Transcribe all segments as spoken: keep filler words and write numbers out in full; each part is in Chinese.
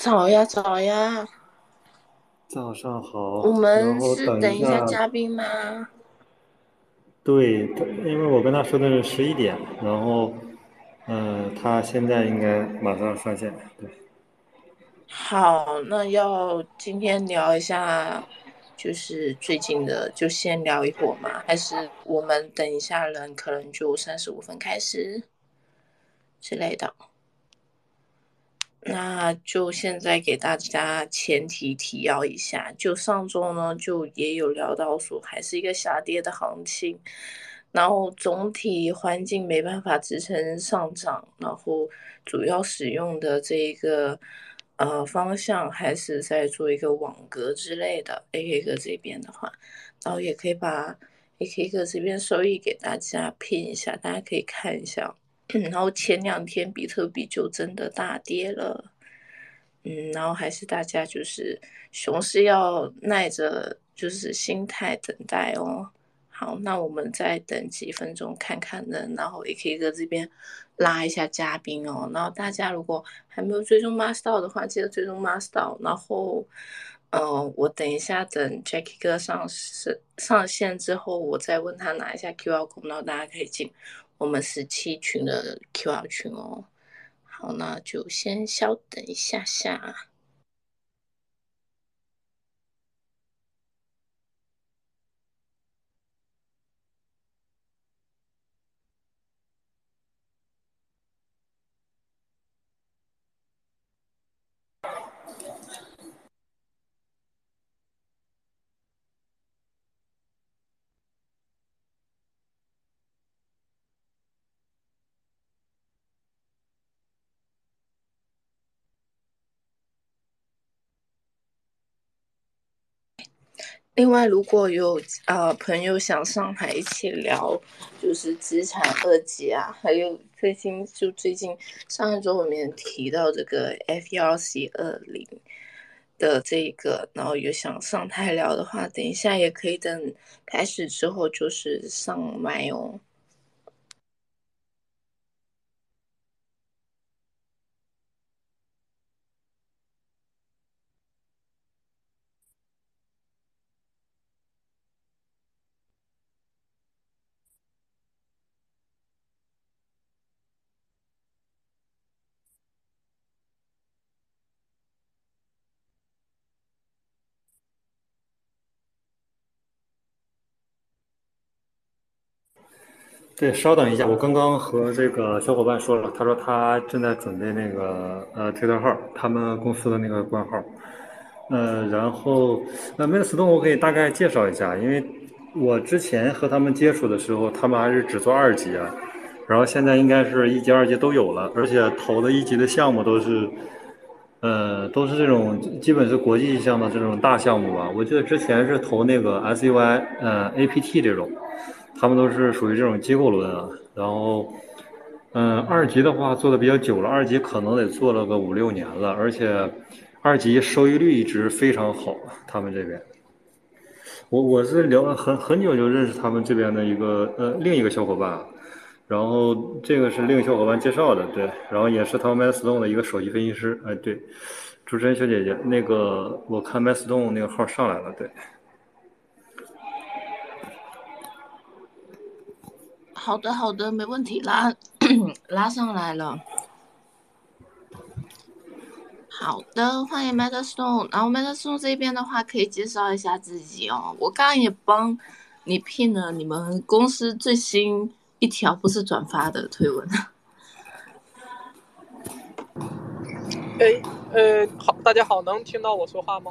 早呀早呀， 早上好， 我们然后是等一下等一下， 嘉宾吗？ 对，因为我跟他说的是十一点，然后，嗯、他现在应该马上上线。对， 好，那要今天聊一下，就是最近的，就先聊一会儿嘛，还是我们等一下人可能就三十五分开始之类的？那就现在给大家前提提要一下，就上周呢，就也有聊到说，还是一个下跌的行情，然后总体环境没办法支撑上涨，然后主要使用的这个呃方向还是在做一个网格之类的，A K 哥这边的话，然后也可以把 A K 哥这边收益给大家拼一下，大家可以看一下。然后前两天比特币就真的大跌了，嗯，然后还是大家就是熊市要耐着，就是心态等待哦。好，那我们再等几分钟看看人，然后也可以在这边拉一下嘉宾哦。然后大家如果还没有追踪 Master 的话，记得追踪 Master。然后，呃，我等一下等 Jackie 哥上上线之后，我再问他拿一下 Q R code，然后大家可以进我们十七群的 Q R 群哦。好，那就先稍等一下下。另外，如果有呃朋友想上海一起聊，就是资产二级啊，还有最近就最近上一周我们提到这个 F E R C 二零的这个，然后有想上台聊的话，等一下也可以等开始之后就是上麦哦。 对，稍等一下，我刚刚和这个小伙伴说了，他说他正在准备那个呃推特号，他们公司的那个官号。呃，然后呃 m a d s t o n e 我可以大概介绍一下，因为我之前和他们接触的时候，他们还是只做二级啊，然后现在应该是一级、二级都有了，而且投的一级的项目都是呃，都是这种基本是国际项的这种大项目吧。我记得之前是投那个 S U I 呃 A P T 这种，他们都是属于这种机构轮啊。然后，嗯，二级的话做的比较久了，二级可能得做了个五六年了，而且二级收益率一直非常好，他们这边。我我是聊很很久就认识他们这边的一个呃另一个小伙伴，然后这个是另一个小伙伴介绍的，对，然后也是他们 m a s t o n e 的一个首席分析师，哎，对，主持人小姐姐，那个我看 m a s t o n e 那个号上来了，对， 好的，好的，没问题，拉拉上来了。好的，欢迎 Madstone。然后 Madstone 这边的话，可以介绍一下自己哦。我刚刚也帮你聘了你们公司最新一条不是转发的推文。 哎，呃，好，大家好，能听到我说话吗？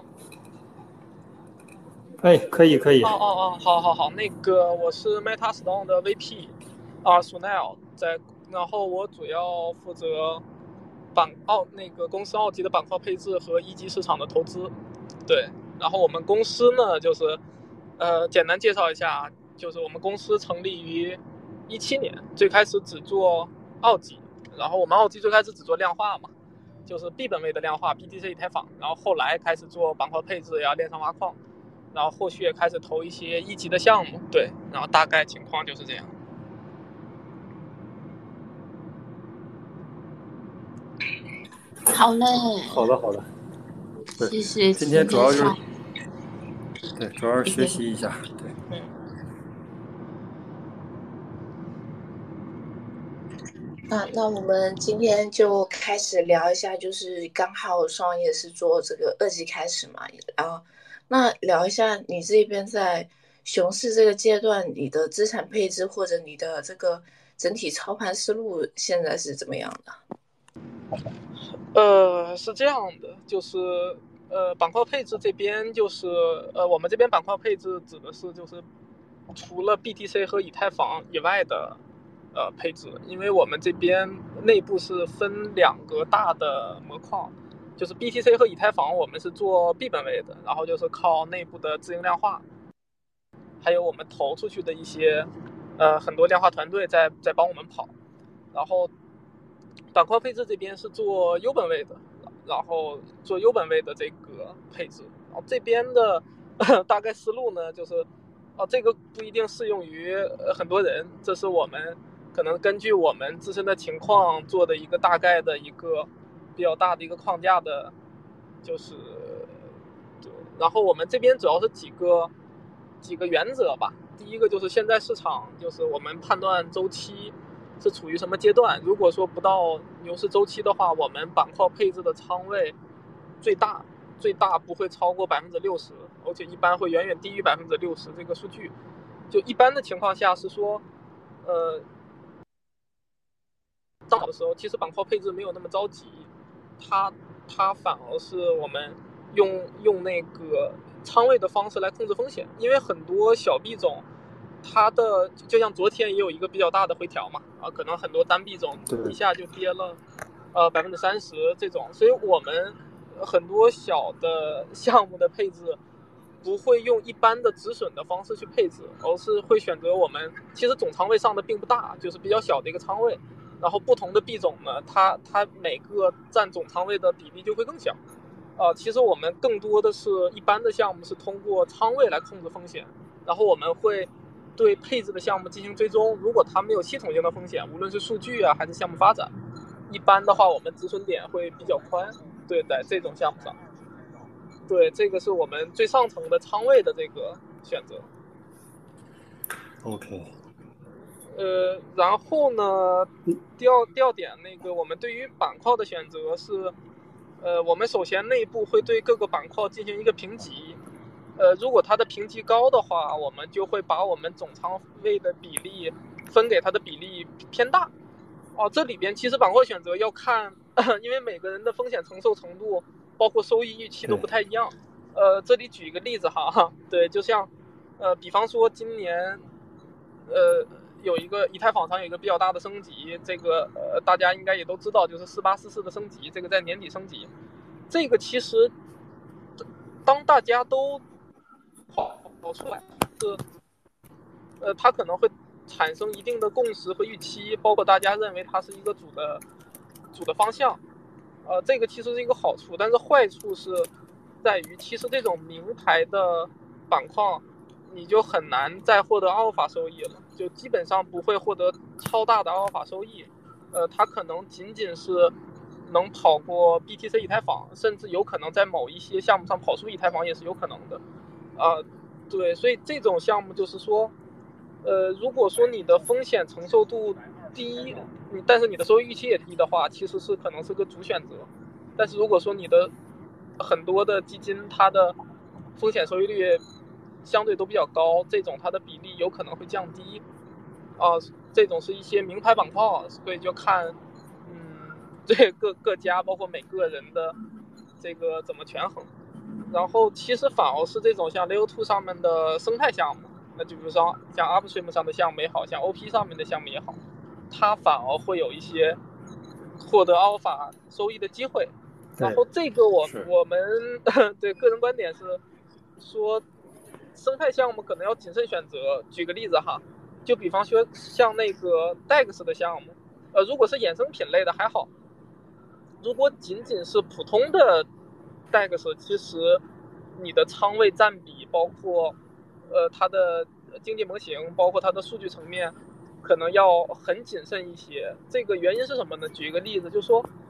哎，可以可以， 哦哦哦，好好好，那个我是 MetaStone 的 V P，啊 s u n e l 在，然后我主要负责板澳那个公司二级的板块配置和一级市场的投资，对，然后我们公司呢就是，呃，简单介绍一下，就是我们公司成立于一七年，最开始只做二级，然后我们二级最开始只做量化嘛。就是 B 本位的量化 B T C 以太坊，然后后来开始做板块配置呀、链上挖矿，然后后续也开始投一些一级的项目，对，然后大概情况就是这样。 好嘞， 好的好的， 对， 谢谢今天主要就是分享， 对，主要是学习一下，对。 嗯， 那那我们今天就开始聊一下，就是刚好双也是做这个二级开始嘛，然后那聊一下你这边在熊市这个阶段，你的资产配置或者你的这个整体操盘思路现在是怎么样的？ 呃，是这样的，就是呃，板块配置这边就是呃，我们这边板块配置指的是就是除了 B T C 和以太坊以外的呃配置，因为我们这边内部是分两个大的模块，就是 B T C 和以太坊我们是做币本位的，然后就是靠内部的自营量化，还有我们投出去的一些呃很多量化团队在在帮我们跑，然后板块配置这边是做优本位的，然后做优本位的这个配置，然后这边的大概思路呢，就是啊，这个不一定适用于很多人，这是我们可能根据我们自身的情况做的一个大概的一个比较大的一个框架的，就是对，然后我们这边主要是几个几个原则吧。第一个就是现在市场就是我们判断周期是处于什么阶段，如果说不到牛市周期的话，我们板块配置的仓位最大最大不会超过百分之六十，而且一般会远远低于百分之六十这个数据。就一般的情况下是说，呃，到的时候其实板块配置没有那么着急，它它反而是我们用用那个仓位的方式来控制风险，因为很多小币种。它的就像昨天也有一个比较大的回调嘛，啊，可能很多单币种一下就跌了，呃，百分之三十这种，所以我们很多小的项目的配置不会用一般的止损的方式去配置，而是会选择我们其实总仓位上的并不大，就是比较小的一个仓位，然后不同的币种呢，它它每个占总仓位的比例就会更小，啊、呃，其实我们更多的是一般的项目是通过仓位来控制风险，然后我们会。对配置的项目进行追踪，如果它没有系统性的风险，无论是数据啊还是项目发展，一般的话我们止损点会比较宽。对，在这种项目上，对，这个是我们最上层的仓位的这个选择。 OK。 呃，然后呢，第二第二点，那个我们对于板块的选择是，呃，我们首先内部会对各个板块进行一个评级。呃，如果它的评级高的话，我们就会把我们总仓位的比例分给它的比例偏大。哦，这里边其实板块选择要看，因为每个人的风险承受程度，包括收益预期都不太一样。呃，这里举一个例子哈，对，就像，呃，比方说今年，呃，有一个以太坊上有一个比较大的升级，这个呃大家应该也都知道，就是四八四四的升级，这个在年底升级，这个其实当大家都跑跑出来是，呃，它可能会产生一定的共识和预期，包括大家认为它是一个主的主的方向，呃，这个其实是一个好处，但是坏处是在于，其实这种名牌的板块，你就很难再获得阿尔法收益了，就基本上不会获得超大的阿尔法收益，呃，它可能仅仅是能跑过 B T C 以太坊，甚至有可能在某一些项目上跑出以太坊也是有可能的，啊、呃，对，所以这种项目就是说。呃，如果说你的风险承受度低，你但是你的收益预期也低的话，其实是可能是个主选择。但是如果说你的很多的基金它的风险收益率相对都比较高，这种它的比例有可能会降低啊、呃，这种是一些名牌板块，所以就看嗯这各各家包括每个人的这个怎么权衡。然后其实反而是这种像 Layer 二 上面的生态项目。那就比如说像 Upstream 上的项目也好，像 O P 上面的项目也好，它反而会有一些获得阿尔法收益的机会。然后这个我我们对个人观点是说，生态项目可能要谨慎选择。举个例子哈，就比方说像那个 D E X 的项目，呃，如果是衍生品类的还好，如果仅仅是普通的 D E X， 其实你的仓位占比包括。呃，它的经济模型，包括它的数据层面，可能要很谨慎一些。这个原因是什么呢？举一个例子，就是说，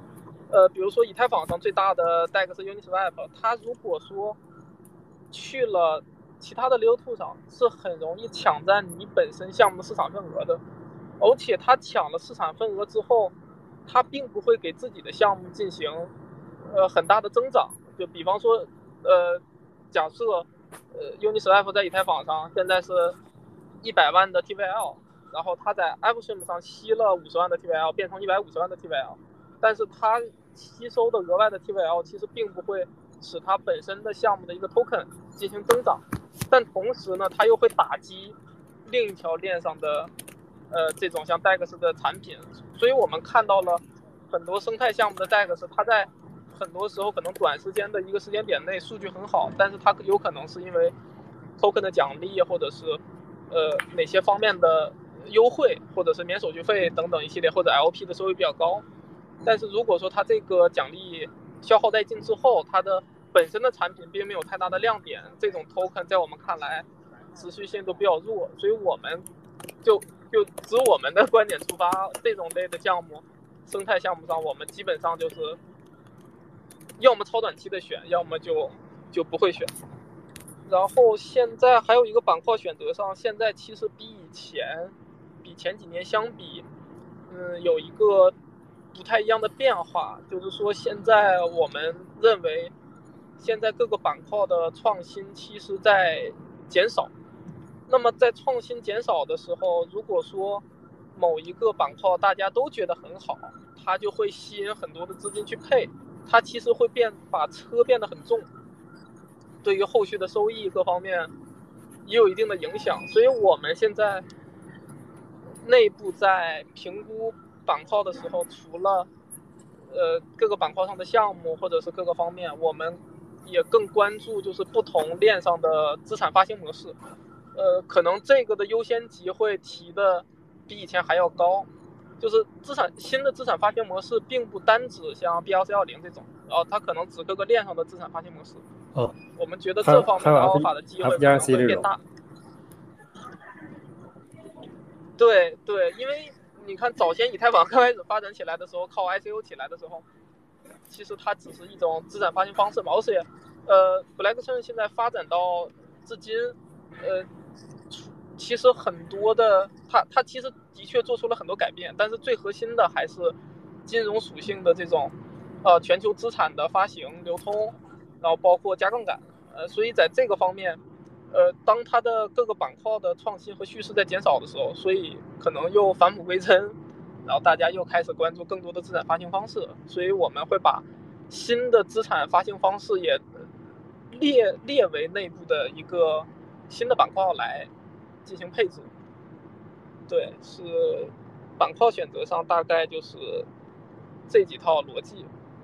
呃，比如说以太坊上最大的 D E X Uniswap， 它如果说去了其他的 Layer 二 上，是很容易抢占你本身项目的市场份额的，而且它抢了市场份额之后，它并不会给自己的项目进行呃很大的增长。就比方说，呃，假设呃 Uniswap 在以太坊上现在是一百万的 T V L， 然后它在 Upstream 上吸了五十万的 T V L， 变成一百五十万的 T V L， 但是它吸收的额外的 T V L 其实并不会使它本身的项目的一个 token 进行增长，但同时呢，它又会打击另一条链上的呃这种像 D E X 的产品，所以我们看到了很多生态项目的 D E X， 它在很多时候可能短时间的一个时间点内数据很好，但是它有可能是因为 token 的奖励或者是呃哪些方面的优惠，或者是免手续费等等一系列，或者 L P 的收益比较高。但是如果说它这个奖励消耗殆尽之后，它的本身的产品并没有太大的亮点，这种 token 在我们看来持续性都比较弱，所以我们就就指我们的观点出发，这种类的项目生态项目上，我们基本上就是要么超短期的选，要么就就不会选。然后现在还有一个板块选择上，现在其实比以前比前几年相比，嗯，有一个不太一样的变化，就是说现在我们认为现在各个板块的创新其实在减少。那么在创新减少的时候，如果说某一个板块大家都觉得很好，它就会吸引很多的资金去配，它其实会变把车变得很重，对于后续的收益各方面也有一定的影响。所以我们现在内部在评估板块的时候，除了呃各个板块上的项目或者是各个方面，我们也更关注就是不同链上的资产发行模式。呃，可能这个的优先级会提的比以前还要高，就是资产新的资产发行模式并不单指像 B R C 二十 这种，然后它可能指各个链上的资产发行模式。 哦， 我们觉得这方面的阿尔法的机会可能会变大。对对，因为你看早先以太坊刚开始发展起来的时候，靠 I C O 起来的时候，其实它只是一种资产发行方式嘛，而且呃 Blockchain 现在发展到至今，呃。其实很多的，它它其实的确做出了很多改变，但是最核心的还是金融属性的这种，呃，全球资产的发行、流通，然后包括加杠杆，呃，所以在这个方面，呃，当它的各个板块的创新和叙事在减少的时候，所以可能又返璞归真，然后大家又开始关注更多的资产发行方式，所以我们会把新的资产发行方式也列列为内部的一个新的板块来进行配置。对，是板块选择上大概就是这几套逻辑。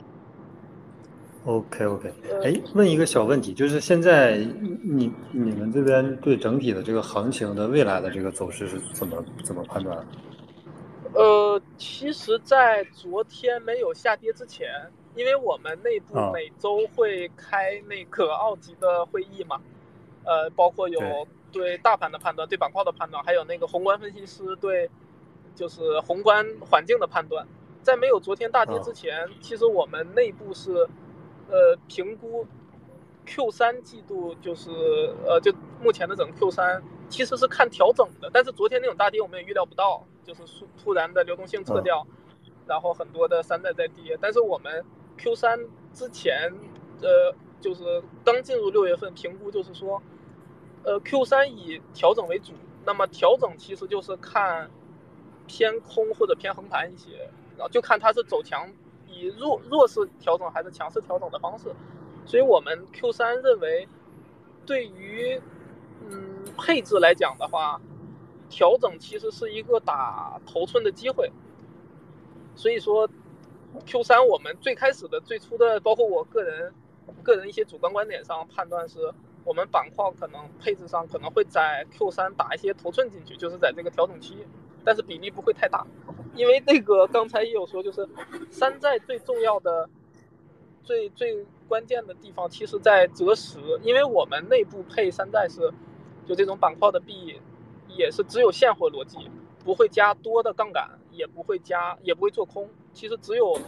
OK OK， 哎，问一个小问题，就是现在你你们这边对整体的这个行情的未来的这个走势是怎么怎么判断？ 呃，其实，在昨天没有下跌之前，因为我们内部每周会开那个二级的会议嘛，呃，包括有对大盘的判断、对板块的判断，还有那个宏观分析师对就是宏观环境的判断。在没有昨天大跌之前，其实我们内部是呃评估 Q 三季度就是呃就目前的整个 Q 三其实是看调整的，但是昨天那种大跌我们也预料不到，就是突然的流动性撤掉，然后很多的山寨在跌。但是我们 Q 三之前呃就是刚进入六月份评估就是说，呃 Q 三以调整为主，那么调整其实就是看偏空或者偏横盘一些，然后就看它是走强以弱弱势调整还是强势调整的方式。所以我们 Q 三认为对于嗯配置来讲的话，调整其实是一个打头寸的机会。所以说 Q 三我们最开始的最初的包括我个人个人一些主观观点上判断是，我们板块可能配置上可能会在 Q 三打一些头寸进去，就是在这个调整期，但是比例不会太大。因为那个刚才也有说，就是山寨最重要的最最关键的地方其实在择时，因为我们内部配山寨是就这种板块的币也是只有现货逻辑，不会加多的杠杆，也不会加也不会做空，其实只有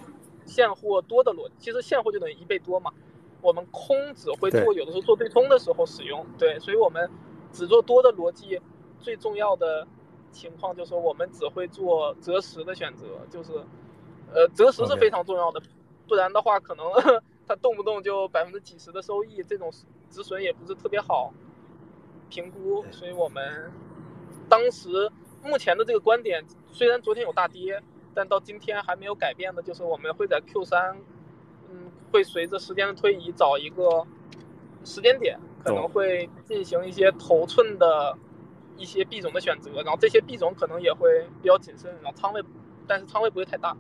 现货多的逻辑，其实现货就等于一倍多嘛。我们空只会做对有的时候做对冲的时候使用，对，所以我们只做多的逻辑。最重要的情况就是说我们只会做择时的选择，就是呃择时是非常重要的， OK 不然的话可能它动不动就百分之几十的收益，这种止损也不是特别好评估。所以我们当时目前的这个观点，虽然昨天有大跌，但到今天还没有改变的，就是我们会在 Q 三，嗯，会随着时间的推移找一个时间点，可能会进行一些头寸的一些币种的选择，然后这些币种可能也会比较谨慎，然后仓位，但是仓位不会太大。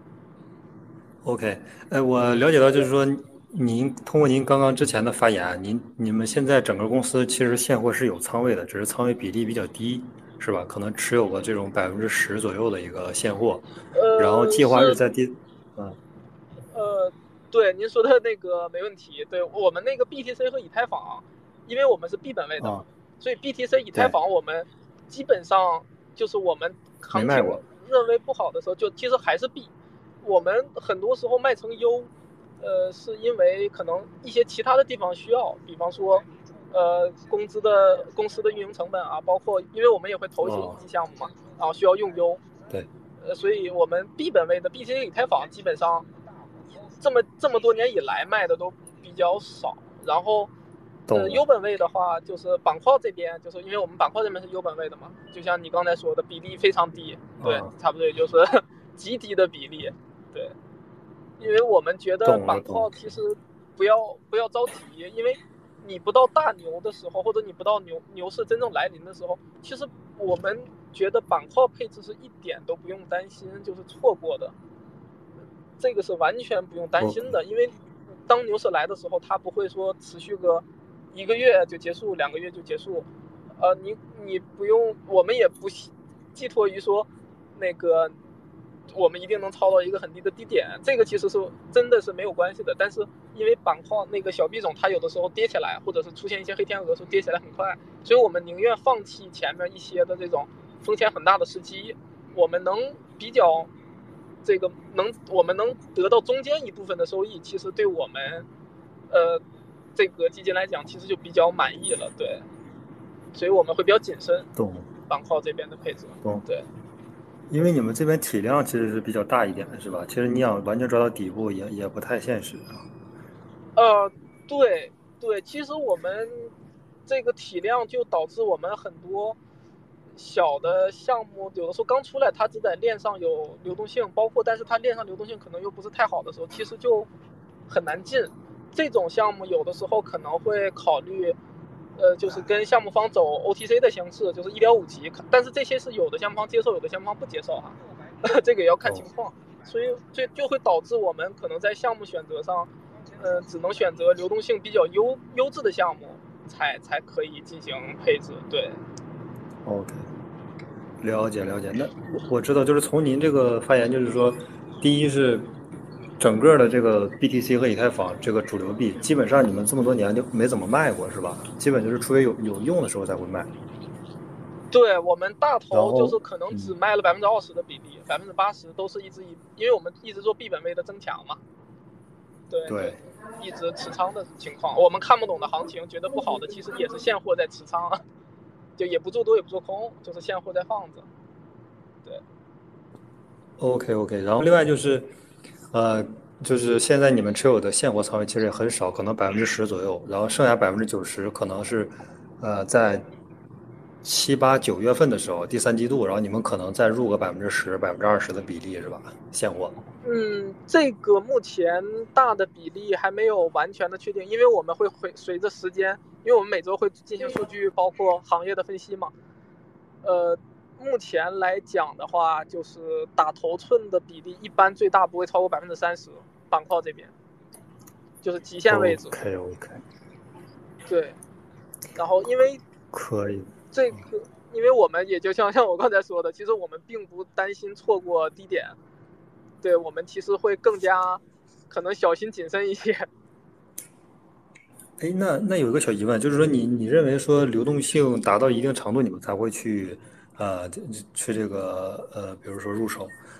OK，呃，我了解到就是说，您通过您刚刚之前的发言，您你们现在整个公司其实现货是有仓位的，只是仓位比例比较低，是吧？可能持有个这种百分之十左右的一个现货， 呃， 然后计划是在第，嗯， 呃，对，您说的那个没问题。对，我们那个 B T C 和以太坊，因为我们是 B 本位的嘛， 啊， 所以 B T C、以太坊我们基本上就是我们行情认为不好的时候，就其实还是 B。我们很多时候卖成 U， 呃，是因为可能一些其他的地方需要，比方说，呃，工资的公司的运营成本啊，包括因为我们也会投一些一级项目嘛，然后需要用 U。 对。 呃，所以我们 B 本位的 B T C、以太坊基本上这么这么多年以来卖的都比较少。然后，呃，U 本位的话，就是板块这边，就是因为我们板块这边是 U 本位的嘛，就像你刚才说的，比例非常低，对，差不多也就是极低的比例。对，因为我们觉得板块其实不要不要着急，因为你不到大牛的时候，或者你不到牛牛市真正来临的时候，其实我们觉得板块配置是一点都不用担心，就是错过的，这个是完全不用担心的，因为当牛市来的时候，它不会说持续个一个月就结束，两个月就结束，呃，你你不用，我们也不寄托于说那个。我们一定能抄到一个很低的低点，这个其实是真的是没有关系的。但是因为板块那个小币种，它有的时候跌起来，或者是出现一些黑天鹅，说跌起来很快，所以我们宁愿放弃前面一些的这种风险很大的时机，我们能比较这个能我们能得到中间一部分的收益，其实对我们呃这个基金来讲，其实就比较满意了。对，所以我们会比较谨慎。 懂。 板块这边的配置。 懂。 对。 因为你们这边体量其实是比较大一点的，是吧？其实你想完全抓到底部也也不太现实啊。 呃，对对，其实我们这个体量就导致我们很多小的项目，有的时候刚出来，它只在链上有流动性，包括但是它链上流动性可能又不是太好的时候，其实就很难进。这种项目有的时候可能会考虑。呃，就是跟项目方走 O T C 的形式，就是一点五级，但是这些是有的项目方接受，有的项目方不接受哈，这个也要看情况，所以这就会导致我们可能在项目选择上，呃，只能选择流动性比较优优质的项目，才才可以进行配置。对。 OK， 了解了解。那我知道，就是从您这个发言，就是说，第一是。整个的这个 B T C 和以太坊这个主流币，基本上你们这么多年就没怎么卖过，是吧？基本就是除非有有用的时候才会卖。 对，我们大头就是可能只卖了百分之二十的比例，百分之八十都是一直以，因为我们一直做 B 本位的增强嘛。对对, 对，一直持仓的情况，我们看不懂的行情，觉得不好的，其实也是现货在持仓，就也不做多也不做空，就是现货在放着。对。 OK OK， 然后另外就是。呃，就是现在你们持有的现货仓位其实也很少，可能百分之十左右，然后剩下百分之九十可能是，呃，在七八九月份的时候，第三季度，然后你们可能再入个百分之十、百分之二十的比例是吧？现货。 嗯，这个目前大的比例还没有完全的确定，因为我们会会随着时间，因为我们每周会进行数据，包括行业的分析嘛，呃。目前来讲的话，就是打头寸的比例一般最大不会超过百分之三十，板块这边就是极限位置。 OK OK。 对，然后因为可以这个，因为我们也就像像我刚才说的，其实我们并不担心错过低点，对我们其实会更加可能小心谨慎一些。 哎，那那有一个小疑问，就是说你你认为说流动性达到一定程度，你们才会去。呃，去这个呃，比如说入手，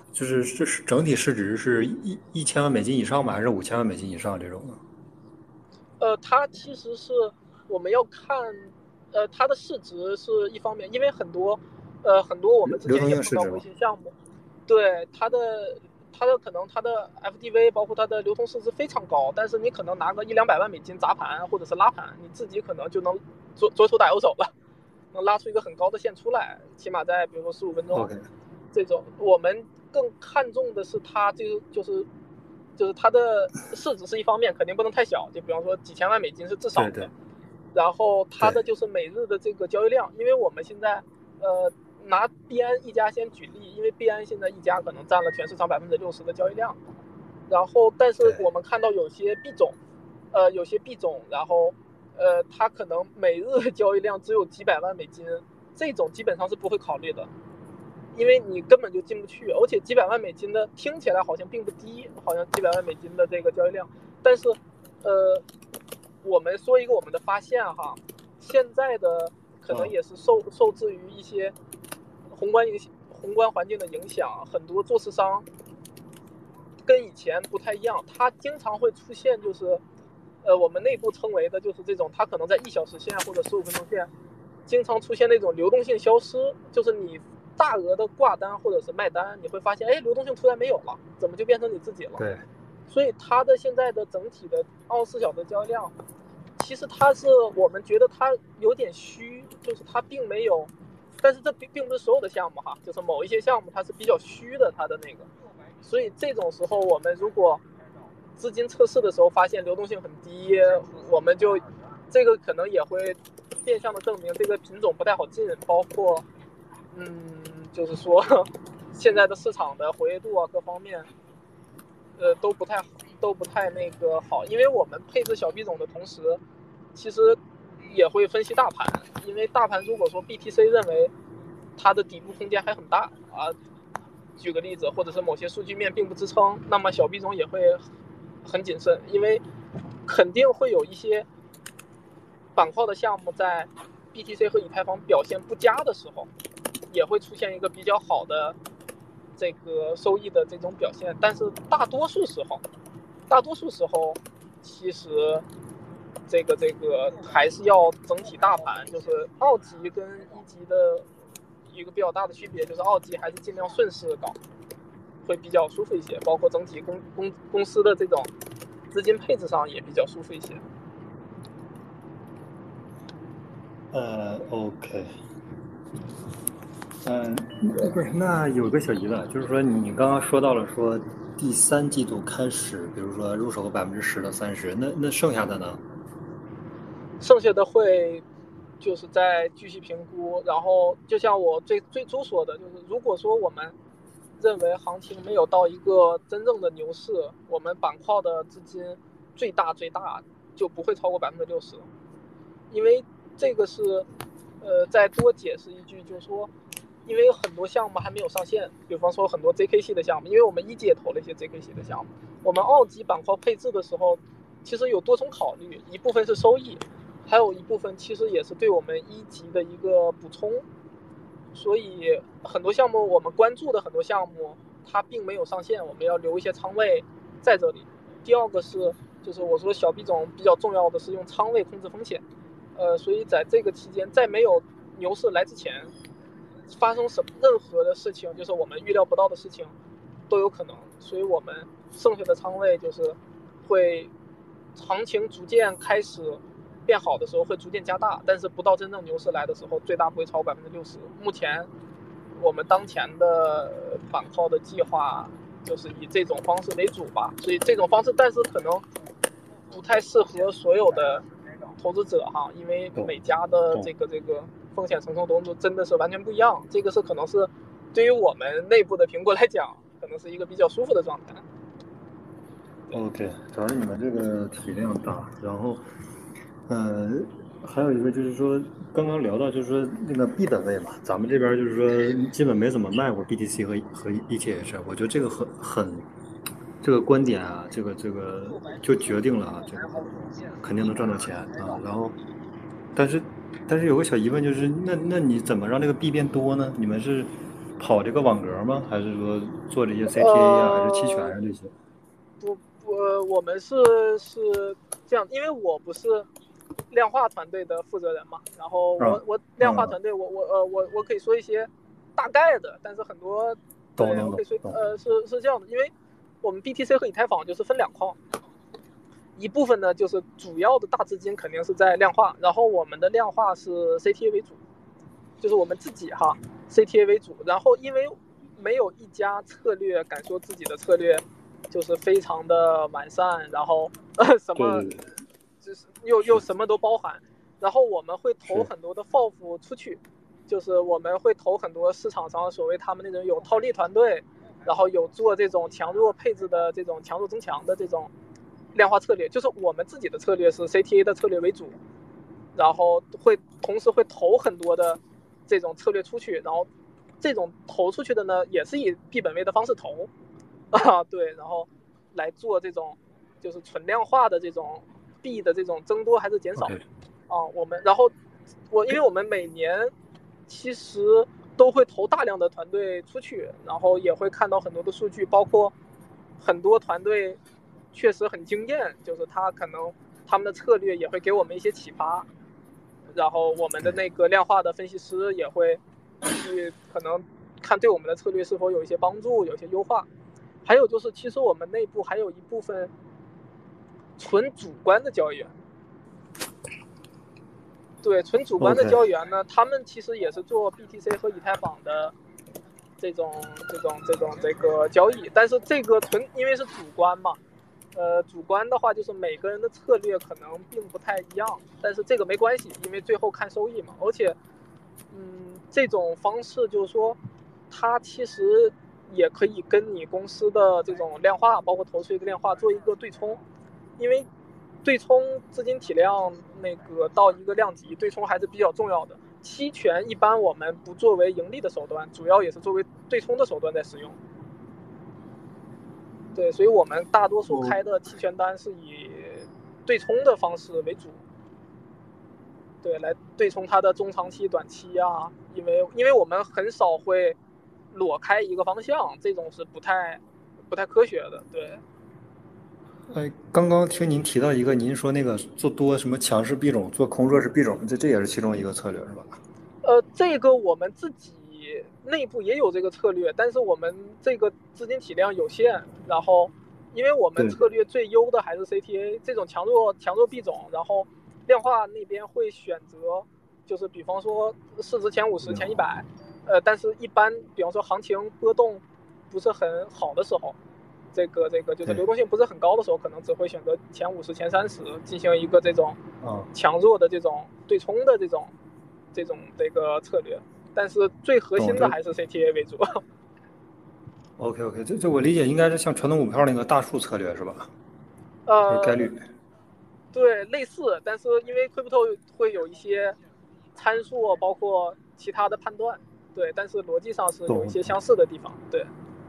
就是这是整体市值是一一千万美金以上吗？还是五千万美金以上这种呢？ 呃，它其实是我们要看，呃，它的市值是一方面，因为很多，呃，很多我们之流前也碰到过通性市值吗？ 一些项目，对它的它的可能它的 F D V 包括它的流通市值非常高，但是你可能拿个一两百万美金砸盘或者是拉盘，你自己可能就能左左手打右手了，能拉出一个很高的线出来，起码在比如说十五分钟。 OK， 这种我们更看重的是它就就是就是它的市值是一方面，肯定不能太小，就比方说几千万美金是至少的。 对对然后它的对就是每日的这个交易量，因为我们现在呃拿币安一家先举例，因为币安现在一家可能占了全市场百分之六十的交易量，然后但是对我们看到有些币种，呃有些币种，然后呃它可能每日交易量只有几百万美金，这种基本上是不会考虑的。因为你根本就进不去，而且几百万美金的听起来好像并不低，好像几百万美金的这个交易量，但是，呃，我们说一个我们的发现哈，现在的可能也是受受制于一些宏观影宏观环境的影响，很多做市商跟以前不太一样，它经常会出现就是，呃，我们内部称为的就是这种，它可能在一小时线或者十五分钟线，经常出现那种流动性消失，就是你大额的挂单或者是卖单，你会发现，哎，流动性突然没有了，怎么就变成你自己了？ 对， 所以它的现在的整体的二十四小时交易量，其实它是我们觉得它有点虚，就是它并没有，但是这并并不是所有的项目哈，就是某一些项目它是比较虚的，它的那个，所以这种时候我们如果资金测试的时候发现流动性很低，我们就这个可能也会变相的证明这个品种不太好进，包括嗯，就是说现在的市场的活跃度啊各方面，呃都不太都不太那个好，因为我们配置小币种的同时，其实也会分析大盘，因为大盘如果说 B T C 认为它的底部空间还很大啊，举个例子，或者是某些数据面并不支撑，那么小币种也会很谨慎，因为肯定会有一些板块的项目在 B T C 和以太坊表现不佳的时候，也会出现一个比较好的这个收益的这种表现，但是大多数时候，大多数时候其实这个这个还是要整体大盘，就是二级跟一级的一个比较大的区别，就是二级还是尽量顺势搞，会比较舒服一些，包括整体公公公司的这种资金配置上也比较舒服一些。 呃，OK，嗯，呃不是，那有个小疑问，就是说你刚刚说到了说第三季度开始，比如说入手百分之十到三十，那那剩下的呢？ 剩下的会就是在继续评估，然后就像我最最初说的，就是如果说我们认为行情没有到一个真正的牛市，我们板块的资金最大最大就不会超过百分之六十，因为这个是呃再多解释一句，就是说。因为很多项目还没有上线，比方说很多 J K 系的项目，因为我们一级也投了一些 J K 系的项目，我们二级板块配置的时候，其实有多重考虑，一部分是收益，还有一部分其实也是对我们一级的一个补充，所以很多项目我们关注的很多项目它并没有上线，我们要留一些仓位在这里。第二个是就是我说小币种比较重要的是用仓位控制风险，呃，所以在这个期间，在没有牛市来之前。发生什么任何的事情，就是我们预料不到的事情，都有可能。所以我们剩下的仓位就是会行情逐渐开始变好的时候会逐渐加大，但是不到真正牛市来的时候，最大不会超百分之六十。目前我们当前的板块的计划就是以这种方式为主吧，所以这种方式，但是可能不太适合所有的投资者哈，因为每家的这个这个。风险承受度真的是完全不一样，这个是可能是对于我们内部的评估来讲，可能是一个比较舒服的状态。 OK，主要是你们这个体量大，然后，呃，还有一个就是说，刚刚聊到就是说那个币本位嘛，咱们这边就是说基本没怎么卖过 B T C 和和 E T H，我觉得这个很很这个观点啊，这个这个就决定了啊，这个肯定能赚到钱啊，然后，但是。但是有个小疑问就是，那那你怎么让这个币变多呢？你们是跑这个网格吗？还是说做这些 C T A 啊， 呃、 还是期权啊这些？ 不不，我们是是这样，因为我不是量化团队的负责人嘛，然后我、 啊、 我量化团队我我呃我我可以说一些大概的，但是很多懂懂对我可以说懂呃是是这样的，因为我们 B T C 和以太坊就是分两块，一部分呢就是主要的大资金肯定是在量化，然后我们的量化是 C T A 为主，就是我们自己哈 C T A 为主，然后因为没有一家策略敢说自己的策略就是非常的完善，然后呃什么对对对， 就是又又什么都包含，然后我们会投是很多的 F O F 出去，就是我们会投很多市场上所谓他们那种有套利团队，然后有做这种强弱配置的这种强弱增强的这种量化策略，就是我们自己的策略是 C T A 的策略为主，然后会同时会投很多的这种策略出去，然后这种投出去的呢也是以币本位的方式投啊，对，然后来做这种就是纯量化的这种币的这种增多还是减少 OK 啊，我们然后我因为我们每年其实都会投大量的团队出去，然后也会看到很多的数据，包括很多团队确实很惊艳，就是他可能他们的策略也会给我们一些启发，然后我们的那个量化的分析师也会去可能看对我们的策略是否有一些帮助，有一些优化。还有就是，其实我们内部还有一部分纯主观的交易员。对，纯主观的交易员呢， okay. 他们其实也是做 B T C 和以太坊的这种这种这种这个交易，但是这个纯因为是主观嘛，呃，主观的话就是每个人的策略可能并不太一样，但是这个没关系，因为最后看收益嘛。而且，嗯，这种方式就是说，它其实也可以跟你公司的这种量化，包括投出一个量化做一个对冲，因为对冲资金体量那个到一个量级，对冲还是比较重要的。期权一般我们不作为盈利的手段，主要也是作为对冲的手段在使用。对，所以我们大多数开的期权单是以对冲的方式为主。对，来对冲它的中长期、短期啊，因为因为我们很少会裸开一个方向，这种是不太不太科学的。对。 哎，刚刚听您提到一个，您说那个做多什么强势币种，做空弱势币种，这这也是其中一个策略是吧？ 呃，这个我们自己内部也有这个策略，但是我们这个资金体量有限，然后因为我们策略最优的还是 C T A 这种强弱强弱币种，然后量化那边会选择，就是比方说市值前五十、前一百，呃，但是一般比方说行情波动不是很好的时候。这个这个就是流动性不是很高的时候，可能只会选择前五十、前三十进行一个这种强弱的这种对冲的这种这种这个策略，但是最核心的还是 C T A 为主。 OK OK， 这这我理解应该是像传统股票那个大数策略是吧？ 呃， 就是概率。 对，类似，但是因为 crypto 会有一些参数，包括其他的判断，对，但是逻辑上是有一些相似的地方，对。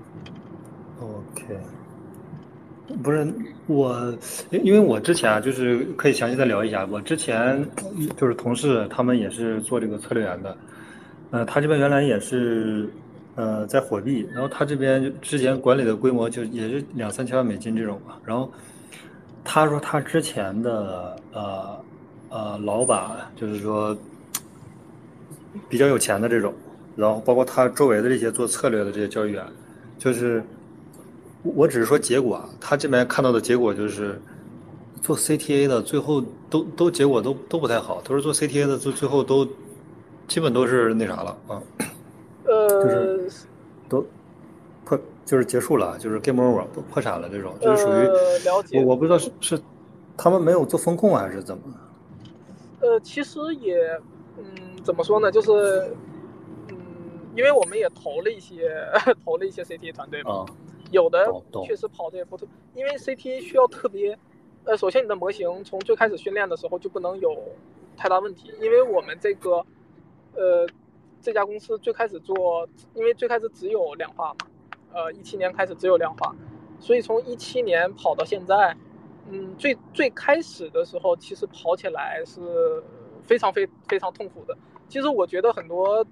OK。不是我，因为我之前啊，就是可以详细再聊一下。我之前就是同事，他们也是做这个策略员的，呃，他这边原来也是呃在火币，然后他这边之前管理的规模就也是两三千万美金这种嘛。然后他说他之前的呃呃老板就是说比较有钱的这种，然后包括他周围的这些做策略的这些交易员，就是。我只是说结果啊，他这边看到的结果就是做 C T A 的最后都都结果都都不太好，都是做 C T A 的最最后都基本都是那啥了啊， 呃， 就是都破就是结束了，就是 game over 破产了这种，就是属于、 呃、了解。 我我不知道是是他们没有做风控还是怎么。 呃，其实也嗯怎么说呢，就是嗯，因为我们也投了一些投了一些 C T A 团队嘛。 啊有的确实跑的也不错，因为 C T A 需要特别，呃，首先你的模型从最开始训练的时候就不能有太大问题，因为我们这个，呃，这家公司最开始做，因为最开始只有量化嘛，呃，一七年开始只有量化，所以从一七年跑到现在，嗯，最最开始的时候其实跑起来是非常非非常痛苦的。其实我觉得很多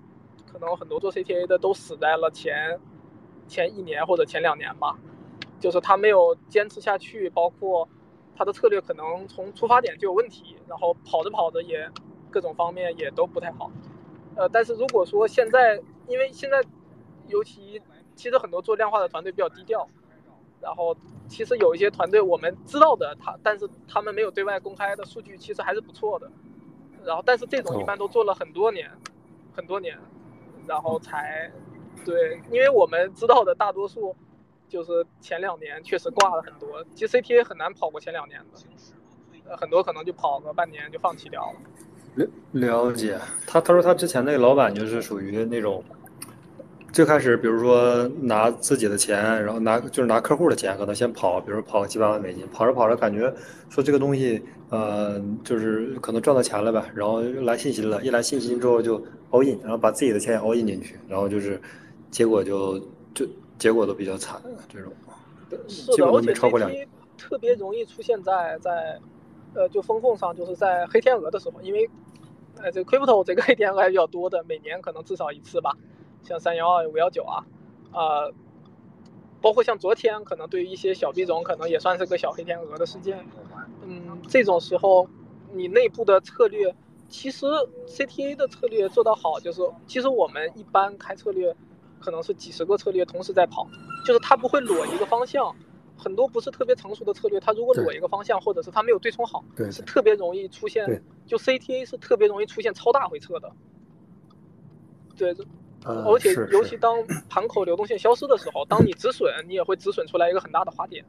可能很多做 C T A 的都死在了前前一年或者前两年吧，就是他没有坚持下去，包括他的策略可能从出发点就有问题，然后跑着跑着也各种方面也都不太好。呃，但是如果说现在，因为现在尤其其实很多做量化的团队比较低调，然后其实有一些团队我们知道的，他但是他们没有对外公开的数据，其实还是不错的。然后但是这种一般都做了很多年，很多年，然后才对，因为我们知道的大多数就是前两年确实挂了很多，其实 C T A 很难跑过前两年的，呃，很多可能就跑个半年就放弃掉了。 了了解，他他说他之前那个老板就是属于那种，最开始比如说拿自己的钱，然后拿就是拿客户的钱，可能先跑，比如跑个几百万美金，跑着跑着感觉说这个东西，呃，就是可能赚到钱了吧，然后来信心了，一来信心之后就 all in，然后把自己的钱也 all in 进去，然后就是结果就就结果都比较惨，这种是的，而且 C T A 特别容易出现在在呃就风控上，就是在黑天鹅的时候，因为呃这个 crypto 这个黑天鹅还比较多的，每年可能至少一次吧，像三幺二、五幺九啊，呃，包括像昨天可能对于一些小币种可能也算是个小黑天鹅的事件。嗯，这种时候你内部的策略，其实 C T A 的策略做得好，就是其实我们一般开策略可能是几十个策略同时在跑，就是它不会裸一个方向。很多不是特别成熟的策略，它如果裸一个方向，或者是它没有对冲好， 对是特别容易出现，就 C T A 是特别容易出现超大回撤的。对， 呃、 而且尤其当盘口流动性消失的时候，当你止损，你也会止损出来一个很大的滑点。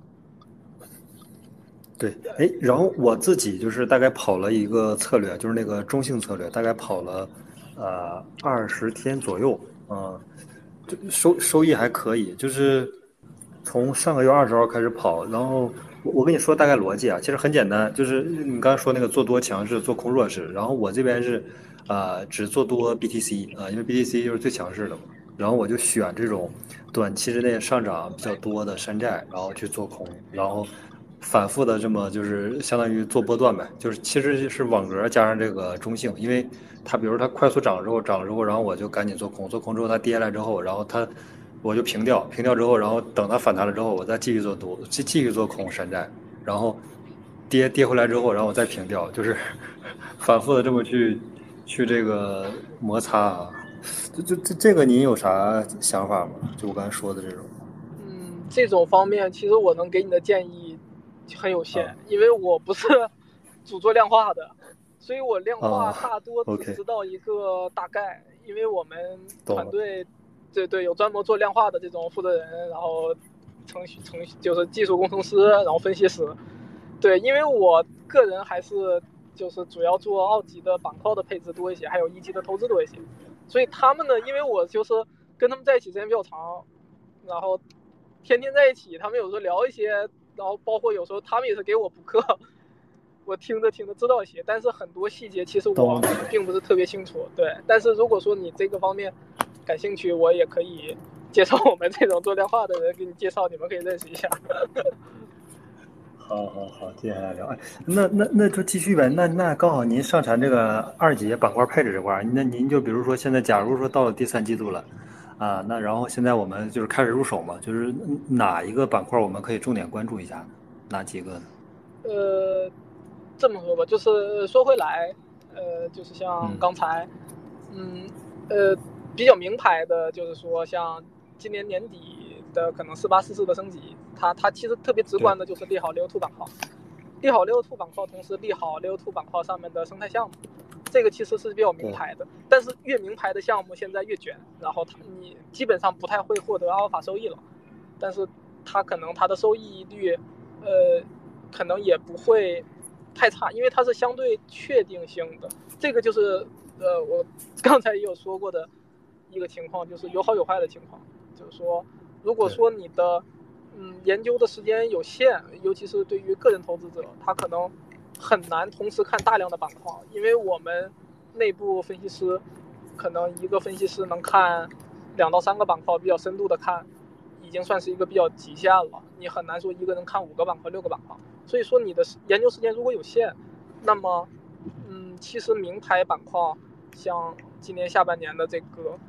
对，哎，然后我自己就是大概跑了一个策略，就是那个中性策略，大概跑了呃二十天左右，嗯、呃，就收收益还可以，就是从上个月二十号开始跑，然后我我跟你说大概逻辑啊，其实很简单，就是你刚才说那个做多强势，做空弱势，然后我这边是呃只做多 B T C 啊、呃，因为 B T C 就是最强势的嘛，然后我就选这种短期之内上涨比较多的山寨，然后去做空，然后反复的这么就是相当于做波段呗，就是其实是网格加上这个中性，因为它比如它快速涨之后涨之后，然后我就赶紧做空，做空之后它跌下来之后，然后它我就平掉，平掉之后，然后等它反弹了之后，我再继续做多，继继续做空山寨，然后跌跌回来之后，然后我再平掉，就是反复的这么去去这个摩擦啊。这这这这个您有啥想法吗？就我刚才说的这种。 嗯，这种方面其实我能给你的建议很有限， 啊、 因为我不是主做量化的，所以我量化啊、 大多只知道一个大概，因为我们团队对对有专门做量化的这种负责人，然后程序程序就是技术工程师，然后分析师。对，因为我个人还是就是主要做二级的板块的配置多一些，还有一级的投资多一些，所以他们呢，因为我就是跟他们在一起时间比较长，然后天天在一起，他们有时候聊一些，然后包括有时候他们也是给我补课，我听着听着知道一些，但是很多细节其实我并不是特别清楚。对，但是如果说你这个方面感兴趣，我也可以介绍我们这种做量化的人给你介绍，你们可以认识一下。 好好好，接下来聊。哎，那那那就继续呗。那那刚好您上传这个二级板块配置这块，那您就比如说现在，假如说到了第三季度了，啊，那然后现在我们就是开始入手嘛，就是哪一个板块我们可以重点关注一下？哪几个呢？ 呃，这么说吧，就是说回来，呃，就是像刚才，嗯，嗯呃，比较名牌的，就是说像今年年底的可能四八四四的升级。它它其实特别直观的就是利好 Layer 二 板块，利好 Layer 二 板块，同时利好 Layer 二 板块上面的生态项目，这个其实是比较名牌的。但是越名牌的项目现在越卷，然后它你基本上不太会获得阿尔法收益了，但是它可能它的收益率，呃，可能也不会太差，因为它是相对确定性的。这个就是呃我刚才也有说过的一个情况，就是有好有坏的情况，就是说如果说你的嗯，研究的时间有限，尤其是对于个人投资者，他可能很难同时看大量的板块，因为我们内部分析师可能一个分析师能看两到三个板块，比较深度的看，已经算是一个比较极限了。你很难说一个人看五个板块、六个板块，所以说你的研究时间如果有限，那么嗯，其实名牌板块像今年下半年的这个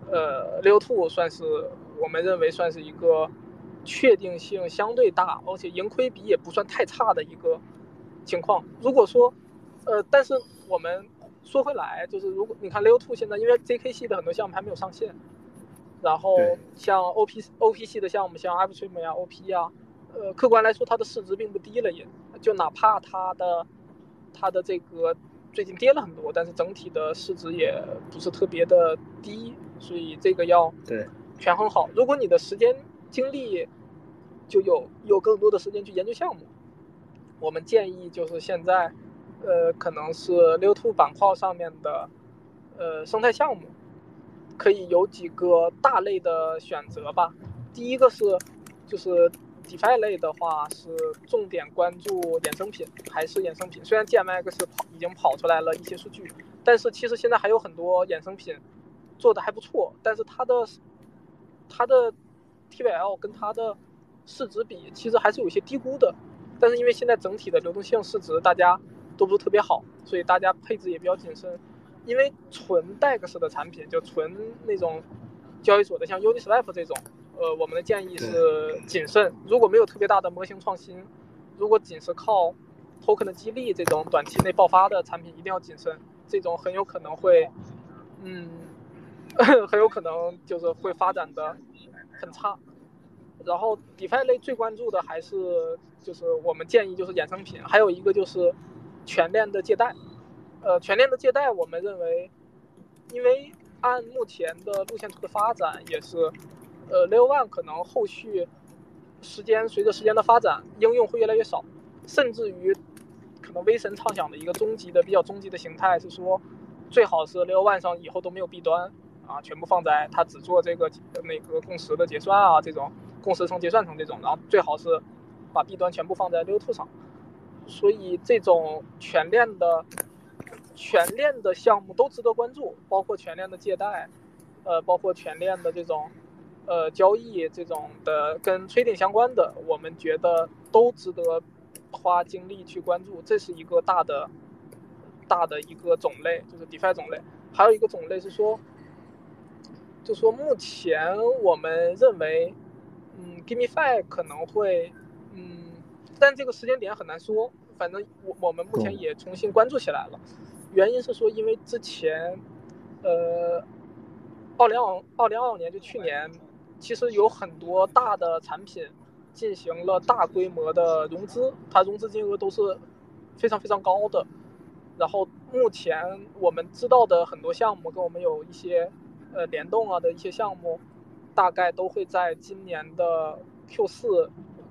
呃 Layer 二 算是我们认为算是一个确定性相对大，而且盈亏比也不算太差的一个情况。如果说呃，但是我们说回来，就是如果你看 Layer 二 现在因为 J K 系的很多项目还没有上线，然后像 O P O P 系的项目，像 Upstream 呀、O P 呀，呃，客观来说它的市值并不低了也，就哪怕它的它的这个最近跌了很多，但是整体的市值也不是特别的低，所以这个要对权衡好。如果你的时间精力就有有更多的时间去研究项目，我们建议就是现在呃可能是 Layer 二 板块上面的呃生态项目可以有几个大类的选择吧。第一个是就是 DeFi 类的话是重点关注衍生品，还是衍生品。虽然 G M X 跑已经跑出来了一些数据，但是其实现在还有很多衍生品做的还不错，但是它的它的 T V L 跟它的市值比其实还是有些低估的。但是因为现在整体的流动性市值大家都不是特别好，所以大家配置也比较谨慎。因为纯 D E X 的产品，就纯那种交易所的，像 Uniswap 这种，呃，我们的建议是谨慎。如果没有特别大的模型创新，如果仅是靠 token 的激励这种短期内爆发的产品，一定要谨慎。这种很有可能会，嗯，很有可能就是会发展的很差。然后 DeFi 类最关注的还是就是我们建议就是衍生品，还有一个就是全链的借贷。呃，全链的借贷，我们认为，因为按目前的路线图的发展，也是，呃 ，Layer 一 可能后续时间随着时间的发展，应用会越来越少，甚至于可能微神畅想的一个终极的比较终极的形态是说，最好是 Layer 一 上以后都没有弊端啊，全部放在它只做这个那个共识的结算啊，这种共识层结算层这种，然后最好是把弊端全部放在 Layer 二 上，所以这种全链的。全链的项目都值得关注，包括全链的借贷，呃，包括全链的这种，呃，交易这种的跟 trading 相关的，我们觉得都值得花精力去关注。这是一个大的、大的一个种类，就是 DeFi 种类。还有一个种类是说，就说目前我们认为，嗯 ，GameFi 可能会，嗯，但这个时间点很难说。反正我我们目前也重新关注起来了。原因是说，因为之前，呃，二零二二零二二年就去年，其实有很多大的产品进行了大规模的融资，它融资金额都是非常非常高的。然后目前我们知道的很多项目跟我们有一些呃联动啊的一些项目，大概都会在今年的 Q 四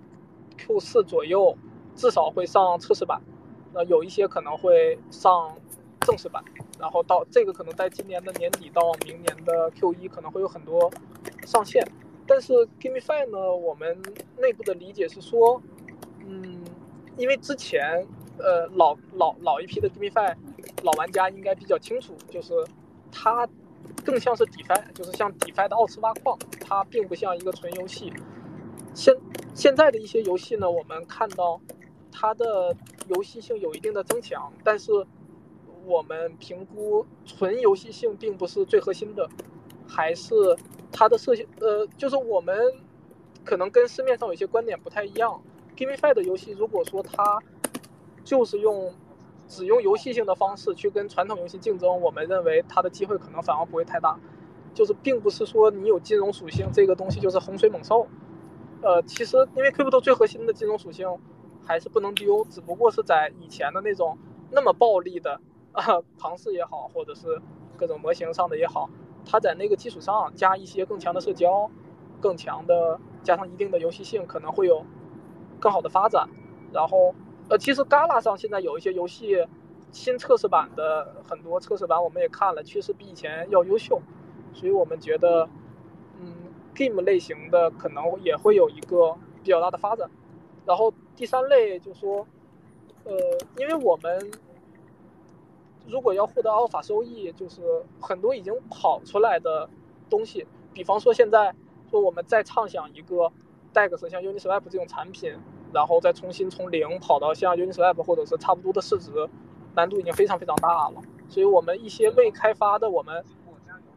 Q 四左右，至少会上测试版。呃，有一些可能会上正式版，然后到这个可能在今年的年底到明年的 Q 一可能会有很多上线。但是 GameFi 呢，我们内部的理解是说，嗯，因为之前呃老老老一批的 GameFi 老玩家应该比较清楚，就是它更像是 DeFi， 就是像 DeFi 的奥兹挖矿，它并不像一个纯游戏。现现在的一些游戏呢，我们看到它的游戏性有一定的增强，但是我们评估纯游戏性并不是最核心的，还是它的设计，呃，就是我们可能跟市面上有些观点不太一样。GameFi 的游戏，如果说它就是用只用游戏性的方式去跟传统游戏竞争，我们认为它的机会可能反而不会太大。就是并不是说你有金融属性这个东西就是洪水猛兽，呃，其实因为 Crypto 最核心的金融属性还是不能丢，只不过是在以前的那种那么暴力的啊庞氏也好，或者是各种模型上的也好，它在那个基础上加一些更强的社交，更强的加上一定的游戏性，可能会有更好的发展。然后呃，其实 Gala 上现在有一些游戏新测试版的很多测试版我们也看了，确实比以前要优秀。所以我们觉得，嗯 ，game 类型的可能也会有一个比较大的发展。然后第三类就是说，呃，因为我们如果要获得阿尔法收益，就是很多已经跑出来的东西，比方说现在说我们再畅想一个 D E X 像 Uniswap 这种产品，然后再重新从零跑到像 Uniswap 或者是差不多的市值，难度已经非常非常大了。所以我们一些未开发的我们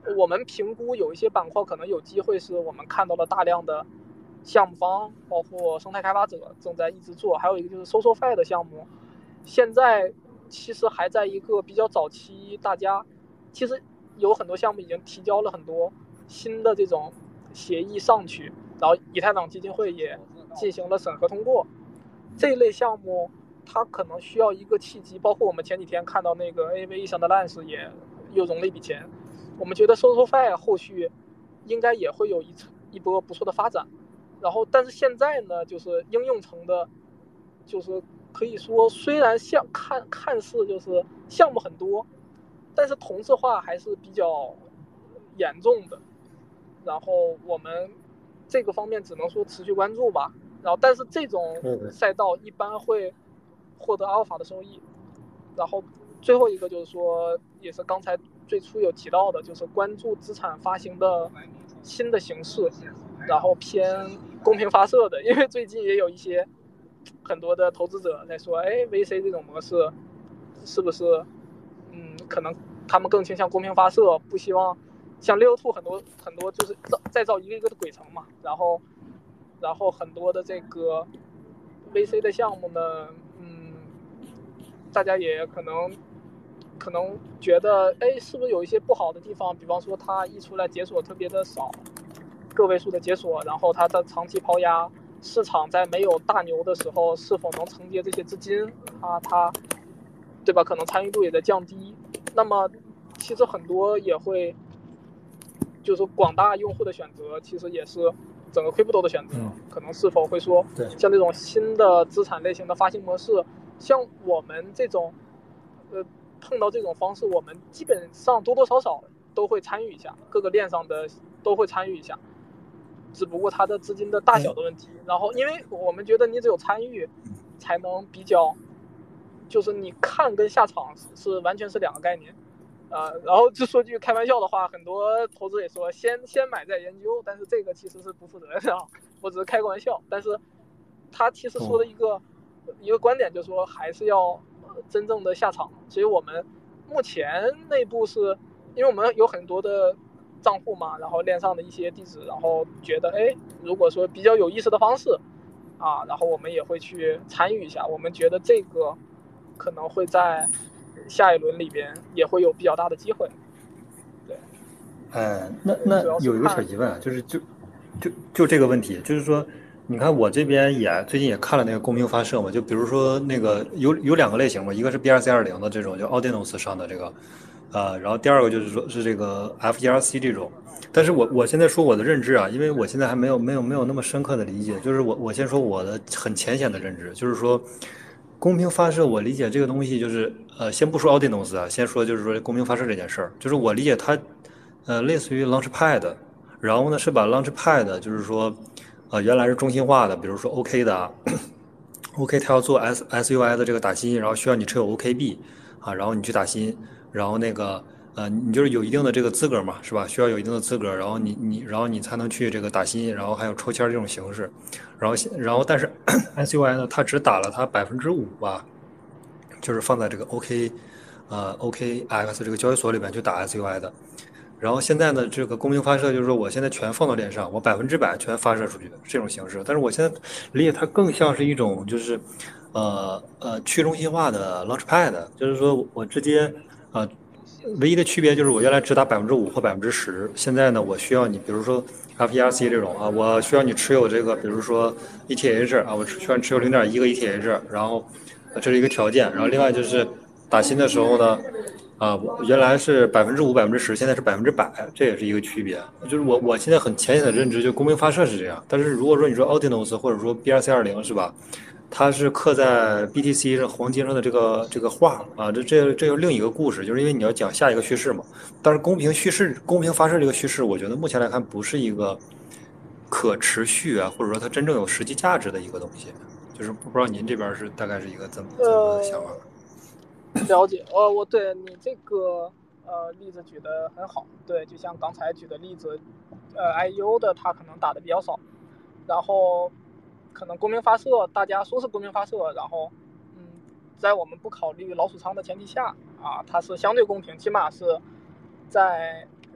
我们评估有一些板块可能有机会是我们看到了大量的项目方，包括生态开发者正在一直做，还有一个就是 SocialFi 的项目，现在其实还在一个比较早期，大家其实有很多项目已经提交了很多新的这种协议上去，然后以太坊基金会也进行了审核通过。这一类项目它可能需要一个契机，包括我们前几天看到那个 A V 上的 Lance 也又融了一笔钱，我们觉得 SocialFi 后续应该也会有一一波不错的发展。然后但是现在呢，就是应用层的，就是可以说虽然像看看似就是项目很多，但是同质化还是比较严重的。然后我们这个方面只能说持续关注吧。然后但是这种赛道一般会获得阿尔法的收益。然后最后一个就是说，也是刚才最初有提到的，就是关注资产发行的新的形式，然后偏公平发射的，因为最近也有一些很多的投资者在说，哎 ，V C 这种模式是不是，嗯，可能他们更倾向公平发射，不希望像六兔很多很多就是造再造一个一个的鬼城嘛，然后然后很多的这个 V C 的项目呢，嗯，大家也可能可能觉得，哎，是不是有一些不好的地方？比方说它一出来解锁特别的少，个位数的解锁，然后它的长期抛压，市场在没有大牛的时候是否能承接这些资金啊？它，对吧？可能参与度也在降低。那么其实很多也会，就是广大用户的选择，其实也是整个 crypto 的选择， 嗯、 可能是否会说，像这种新的资产类型的发行模式，像我们这种，呃，碰到这种方式，我们基本上多多少少都会参与一下，各个链上的都会参与一下，只不过它的资金的大小的问题。然后，因为我们觉得你只有参与，才能比较，就是你看跟下场是完全是两个概念。呃，然后就说句开玩笑的话，很多投资也说先先买再研究，但是这个其实是不负责任的，我只是开个玩笑。但是他其实说的一个、哦、一个观点就是说还是要真正的下场。所以我们目前内部是因为我们有很多的账户嘛，然后链上的一些地址，然后觉得哎，如果说比较有意思的方式啊，然后我们也会去参与一下。我们觉得这个可能会在下一轮里边也会有比较大的机会。对， 哎，那那有一个小疑问啊，就是就就就这个问题，就是说，你看我这边也最近也看了那个公平发射嘛，就比如说那个有有两个类型嘛，一个是 B R C 二零的这种，就 Ordinals 上的这个，呃，然后第二个就是说是这个 F E R C 这种。但是我我现在说我的认知啊，因为我现在还没有没有没有那么深刻的理解，就是我我先说我的很浅显的认知，就是说。公平发射，我理解这个东西就是，呃，先不说 Ordinals 啊，先说就是说公平发射这件事儿，就是我理解它，呃，类似于 Launchpad，然后呢是把 Launchpad，就是说，呃，原来是中心化的，比如说 OK 的啊 ，OK 它要做 S SUI 的这个打新，然后需要你持有 O K B，啊，然后你去打新，然后那个。呃，你就是有一定的这个资格嘛，是吧？需要有一定的资格，然后你你然后你才能去这个打新，然后还有抽签这种形式，然后然后但是 S U I 呢，它只打了它百分之五吧，就是放在这个 OK， 呃 O K X 这个交易所里边去打 S U I 的。然后现在呢，这个公平发射就是说我现在全放到链上，我百分之百全发射出去这种形式。但是我现在理解它更像是一种就是，呃呃去中心化的 Launchpad， 就是说我直接呃。唯一的区别就是我原来只打百分之五或百分之十，现在呢，我需要你，比如说 F E R C 这种啊，我需要你持有这个，比如说 E T H 啊，我需要持有零点一个 E T H， 然后这是一个条件，然后另外就是打新的时候呢，啊，原来是百分之五、百分之十，现在是百分之百，这也是一个区别。就是我我现在很浅显的认知，就公平发射是这样，但是如果说你说 Ordinals 或者说 B R C 二零是吧？它是刻在 B T C 上黄金上的这个这个画啊，这这这又另一个故事，就是因为你要讲下一个叙事嘛。但是公平叙事、公平发射这个叙事，我觉得目前来看不是一个可持续啊，或者说它真正有实际价值的一个东西。就是不知道您这边是大概是一个怎么怎么想法？ 呃，了解，呃，我对你这个呃例子举得很好，对，就像刚才举的例子，呃 ，I U 的它可能打的比较少，然后。可能公平发射，大家说是公平发射，然后，嗯，在我们不考虑老鼠仓的前提下，啊，它是相对公平，起码是在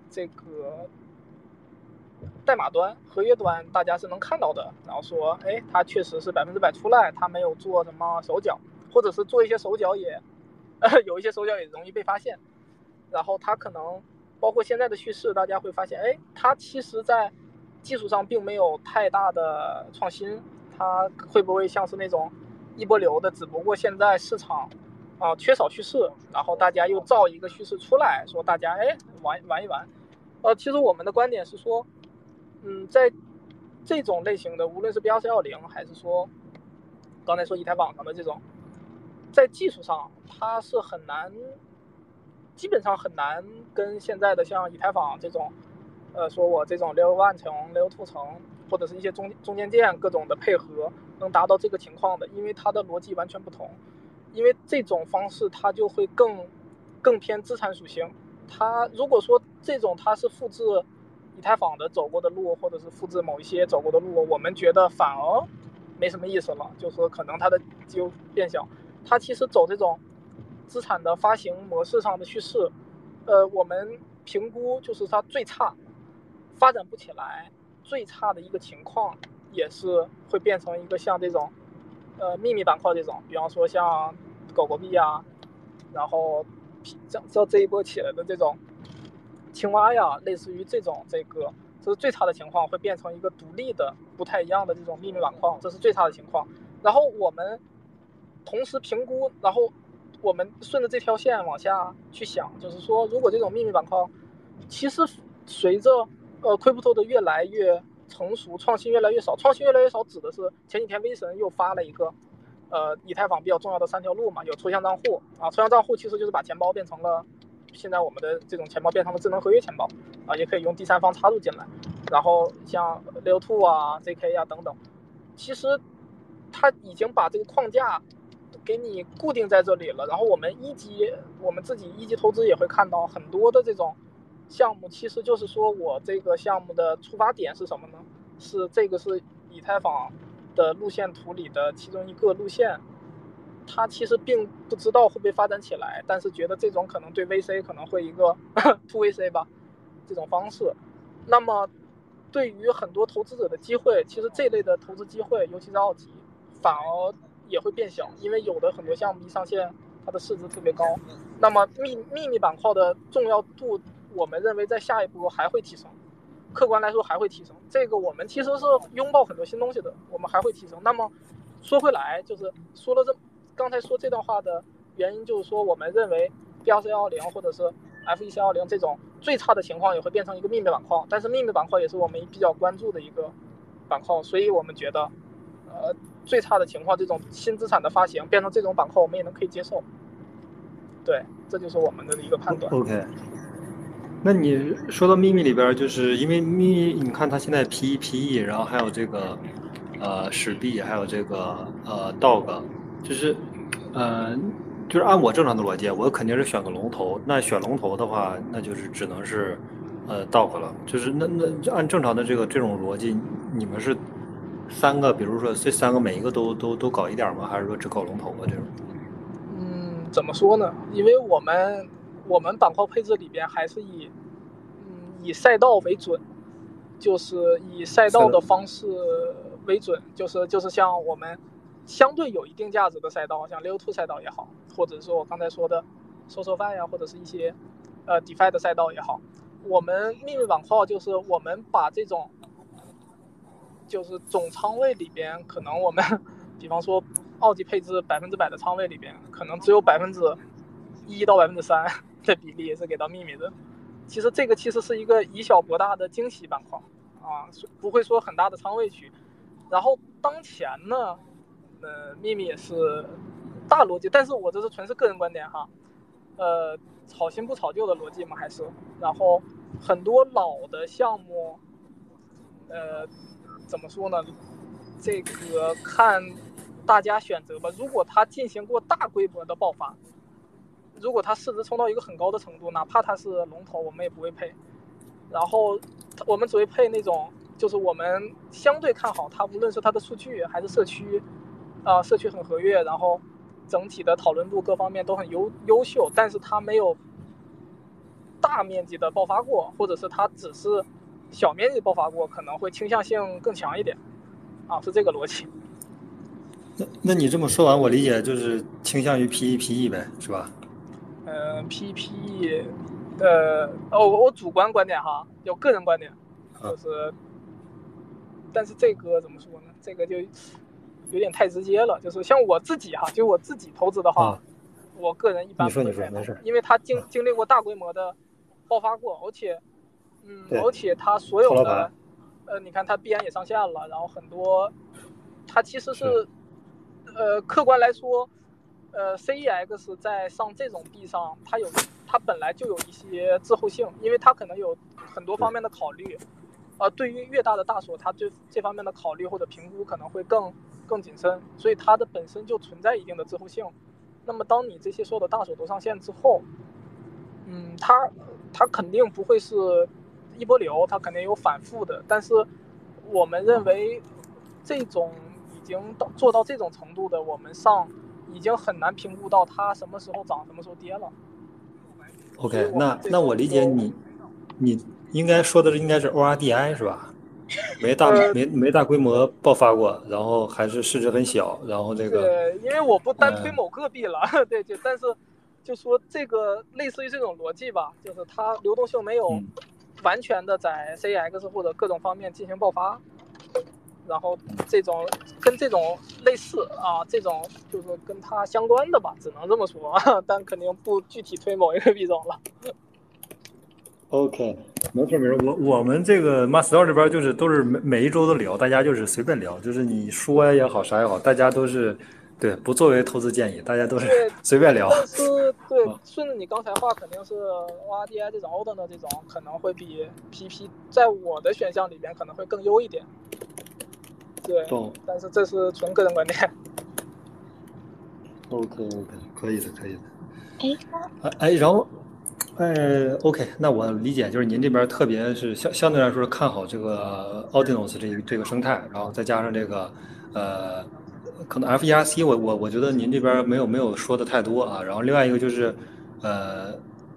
这个代码端、合约端大家是能看到的，然后说，哎，它确实是百分之百出来，它没有做什么手脚，或者是做一些手脚也，呃，有一些手脚也容易被发现。然后它可能包括现在的叙事，大家会发现，哎，它其实在技术上并没有太大的创新，它会不会像是那种一波流的？只不过现在市场啊、呃、缺少叙事，然后大家又造一个叙事出来，说大家哎玩玩一玩。呃，其实我们的观点是说，嗯，在这种类型的，无论是 B R C 一百还是说刚才说以太坊上的这种，在技术上它是很难，基本上很难跟现在的像以太坊这种，呃，说我这种 Layer one 层、Layer two 层，或者是一些中中间件各种的配合，能达到这个情况的，因为它的逻辑完全不同。因为这种方式它就会更更偏资产属性。它如果说这种它是复制以太坊的走过的路，或者是复制某一些走过的路，我们觉得反而没什么意思了，就是说可能它的就变小。它其实走这种资产的发行模式上的叙事，呃，我们评估就是它最差发展不起来，最差的一个情况也是会变成一个像这种呃秘密板块这种，比方说像狗狗币啊，然后这这一波起来的这种青蛙呀，类似于这种这个，这是最差的情况，会变成一个独立的不太一样的这种秘密板块，这是最差的情况。然后我们同时评估，然后我们顺着这条线往下去想，就是说如果这种秘密板块其实随着呃 crypto 的越来越成熟，创新越来越少，创新越来越少指的是前几天威神又发了一个呃以太坊比较重要的三条路嘛，有抽象账户啊，抽象账户其实就是把钱包变成了现在我们的这种钱包变成了智能合约钱包啊，也可以用第三方插入进来，然后像 Layer two 啊 Z K 啊等等，其实它已经把这个框架给你固定在这里了。然后我们一级我们自己一级投资也会看到很多的这种项目，其实就是说我这个项目的出发点是什么呢？是这个是以太坊的路线图里的其中一个路线，他其实并不知道会不会发展起来，但是觉得这种可能对 V C 可能会一个 to V C 吧这种方式。那么对于很多投资者的机会，其实这类的投资机会，尤其是二级，反而也会变小，因为有的很多项目一上线，它的市值特别高。那么秘秘密板块的重要度，我们认为在下一步还会提升，客观来说还会提升。这个我们其实是拥抱很多新东西的，我们还会提升。那么说回来，就是说了这刚才说这段话的原因，就是说我们认为 B R C 一百或者是 F E C 一百这种最差的情况也会变成一个秘密板块，但是秘密板块也是我们比较关注的一个板块，所以我们觉得，呃，最差的情况这种新资产的发行变成这种板块，我们也能可以接受。对，这就是我们的一个判断。 OK。那你说到秘密里边，就是因为秘密，你看它现在 P E P E， 然后还有这个呃史币，还有这个呃 D O G， 就是呃就是按我正常的逻辑，我肯定是选个龙头。那选龙头的话，那就是只能是呃 D O G 了。就是那那按正常的这个这种逻辑，你们是三个，比如说这三个每一个都都都搞一点吗？还是说只搞龙头啊这种？ 嗯，怎么说呢？因为我们我们板块配置里边还是以嗯以赛道为准，就是以赛道的方式为准，就是就是像我们相对有一定价值的赛道，像 Layer two 赛道也好，或者说我刚才说的 SocialFi 呀，或者是一些呃 DeFi 的赛道也好，我们秘密板块就是我们把这种就是总仓位里边，可能我们比方说二级配置百分之百的仓位里边，可能只有百分之一到百分之三的比例是给到秘密的。其实这个其实是一个以小博大的惊喜板块啊，不会说很大的仓位去。然后当前呢，呃，秘密也是大逻辑，但是我这是纯是个人观点哈，呃，炒新不炒旧的逻辑嘛还是。然后很多老的项目，呃。怎么说呢？这个看大家选择吧。如果它进行过大规模的爆发，如果它市值冲到一个很高的程度，哪怕它是龙头，我们也不会配。然后我们只会配那种，就是我们相对看好它，无论是它的数据还是社区，啊、呃，社区很活跃，然后整体的讨论度各方面都很优优秀，但是它没有大面积的爆发过，或者是它只是小面积爆发过，可能会倾向性更强一点，啊，是这个逻辑。 那那你这么说完，我理解就是倾向于 P E P E 呗，是吧？ 嗯、呃、，P P E， 呃，哦，我主观观点哈，有个人观点，就是，啊、但是这个怎么说呢？这个就有点太直接了，就是像我自己哈，就我自己投资的话，啊、我个人一般不会买，没事，因为它经经历过大规模的爆发过，而且，嗯，而且它所有的，呃，你看它币安也上线了，然后很多，它其实是，是呃，客观来说，呃 ，C E X 在上这种币上，它有它本来就有一些滞后性，因为它可能有很多方面的考虑，呃，对于越大的大所，它对这方面的考虑或者评估可能会更更谨慎，所以它的本身就存在一定的滞后性。那么当你这些所有的大所都上线之后，嗯，它它肯定不会是一波流，它肯定有反复的，但是我们认为这种已经到做到这种程度的，我们上已经很难评估到它什么时候涨什么时候跌了。 OK， 那那我理解你你应该说的是应该是 O R D I 是吧？没大、呃、没没大规模爆发过，然后还是市值很小，然后这个对，因为我不单推某个币了，呃、对，就但是就说这个类似于这种逻辑吧，就是它流动性没有完全的在 C E X 或者各种方面进行爆发，然后这种跟这种类似啊，这种就是跟它相关的吧，只能这么说，但肯定不具体推某一个币种了。 OK， 没错没错，我我们这个 Master 这边就是都是每每一周都聊，大家就是随便聊，就是你说也好啥也好，大家都是对不作为投资建议，大家都是随便聊。 但是对，顺着你刚才话，肯定是 O R D I 这种 O D N 的这种可能会比 P P 在我的选项里边可能会更优一点。对，但是这是纯个人观点。 OK OK， 可以的可以的。哎哎，然后。呃 ，OK， 那我理解就是您这边特别是相相对来说是看好这个 Ordinals 这个这个生态，然后再加上这个呃，可能 F E R C 我我我觉得您这边没有没有说的太多啊。然后另外一个就是呃，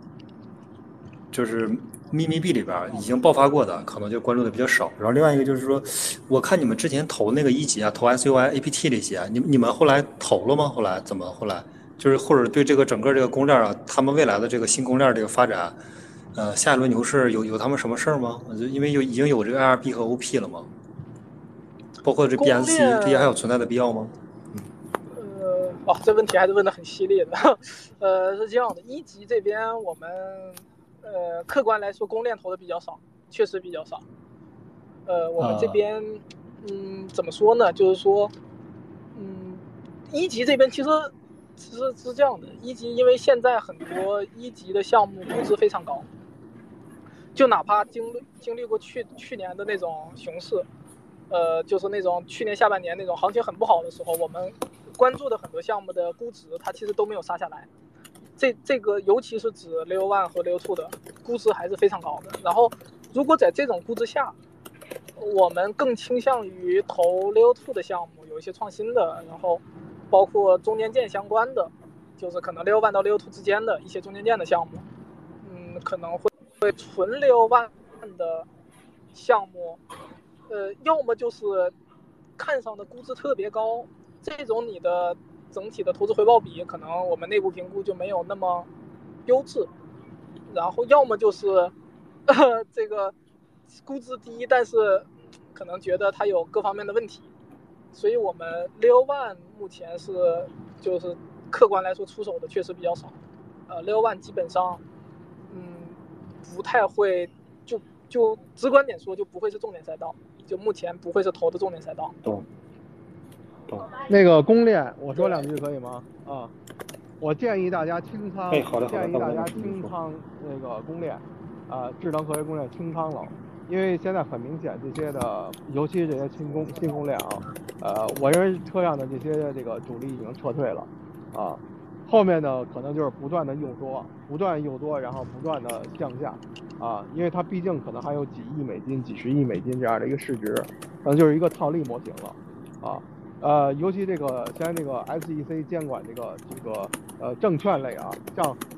就是秘密币里边已经爆发过的，可能就关注的比较少。然后另外一个就是说，我看你们之前投那个一级啊，投 S U I A P T 这些，你你们后来投了吗？后来怎么后来？就是或者对这个整个这个公链啊，他们未来的这个新公链这个发展，呃，下一轮牛市有有他们什么事儿吗？因为有已经有这个 I R B 和 O P 了吗？包括这 B S C 这些还有存在的必要吗？ 嗯、呃，哇，这问题还是问得很犀利的。呃，是这样的，一级这边我们呃客观来说公链投的比较少，确实比较少。呃，我们这边、呃、嗯怎么说呢？就是说，嗯，一级这边其实。其实是这样的，一级因为现在很多一级的项目估值非常高，就哪怕经历经历过去去年的那种熊市，呃，就是那种去年下半年那种行情很不好的时候，我们关注的很多项目的估值它其实都没有杀下来。这这个尤其是指 Layer One 和 Layer Two 的估值还是非常高的。然后，如果在这种估值下，我们更倾向于投 Layer Two 的项目，有一些创新的，然后。包括中间件相关的，就是可能 Layer One 到 Layer Two 之间的一些中间件的项目，嗯，可能会会纯 Layer One 的项目，呃，要么就是看上的估值特别高，这种你的整体的投资回报比可能我们内部评估就没有那么优质，然后要么就是呃这个估值低，但是可能觉得它有各方面的问题。所以我们 Layer One 目前是就是客观来说出手的确实比较少，呃 Layer One 基本上嗯不太会，就就直观点说就不会是重点赛道，就目前不会是投的重点赛道。 懂懂。 那个公链我说两句可以吗？啊，我建议大家清仓， 哎，好的好的， 建议大家清仓那个公链，啊，智能合约公链清仓了。因为现在很明显，这些的，尤其这些新公新公链啊，呃，我认为车上的这些这个主力已经撤退了，啊，后面呢可能就是不断的诱多，不断诱多，然后不断的向下，啊，因为它毕竟可能还有几亿美金、几十亿美金这样的一个市值，可能就是一个套利模型了，啊，呃，尤其这个现在这个 S E C 监管这个这个呃证券类啊，像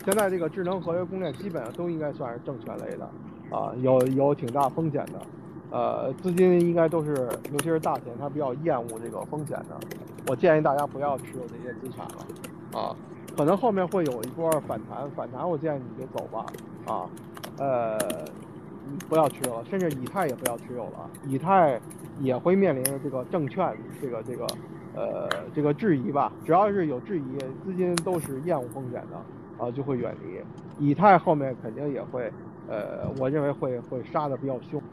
现在这个智能合约公链基本上都应该算是证券类的，啊，有有挺大风险的，呃，资金应该都是，尤其是大钱，他比较厌恶这个风险的。我建议大家不要持有这些资产了，啊，可能后面会有一波反弹，反弹我建议你就走吧，啊，呃，不要持有了，甚至以太也不要持有了，以太也会面临这个证券这个这个呃这个质疑吧，只要是有质疑，资金都是厌恶风险的，啊，就会远离。以太后面肯定也会，呃，我认为会会杀的比较凶。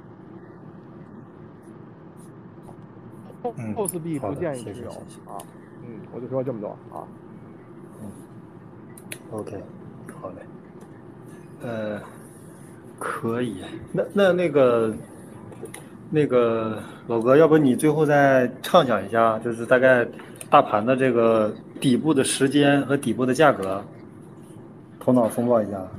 嗯， 后四币不建议谢持有谢谢谢啊，嗯，我就说这么多啊。 嗯 ，OK， 好嘞，呃，可以，那那那个那个老哥，要不你最后再畅想一下，就是大概大盘的这个底部的时间和底部的价格，头脑风暴一下。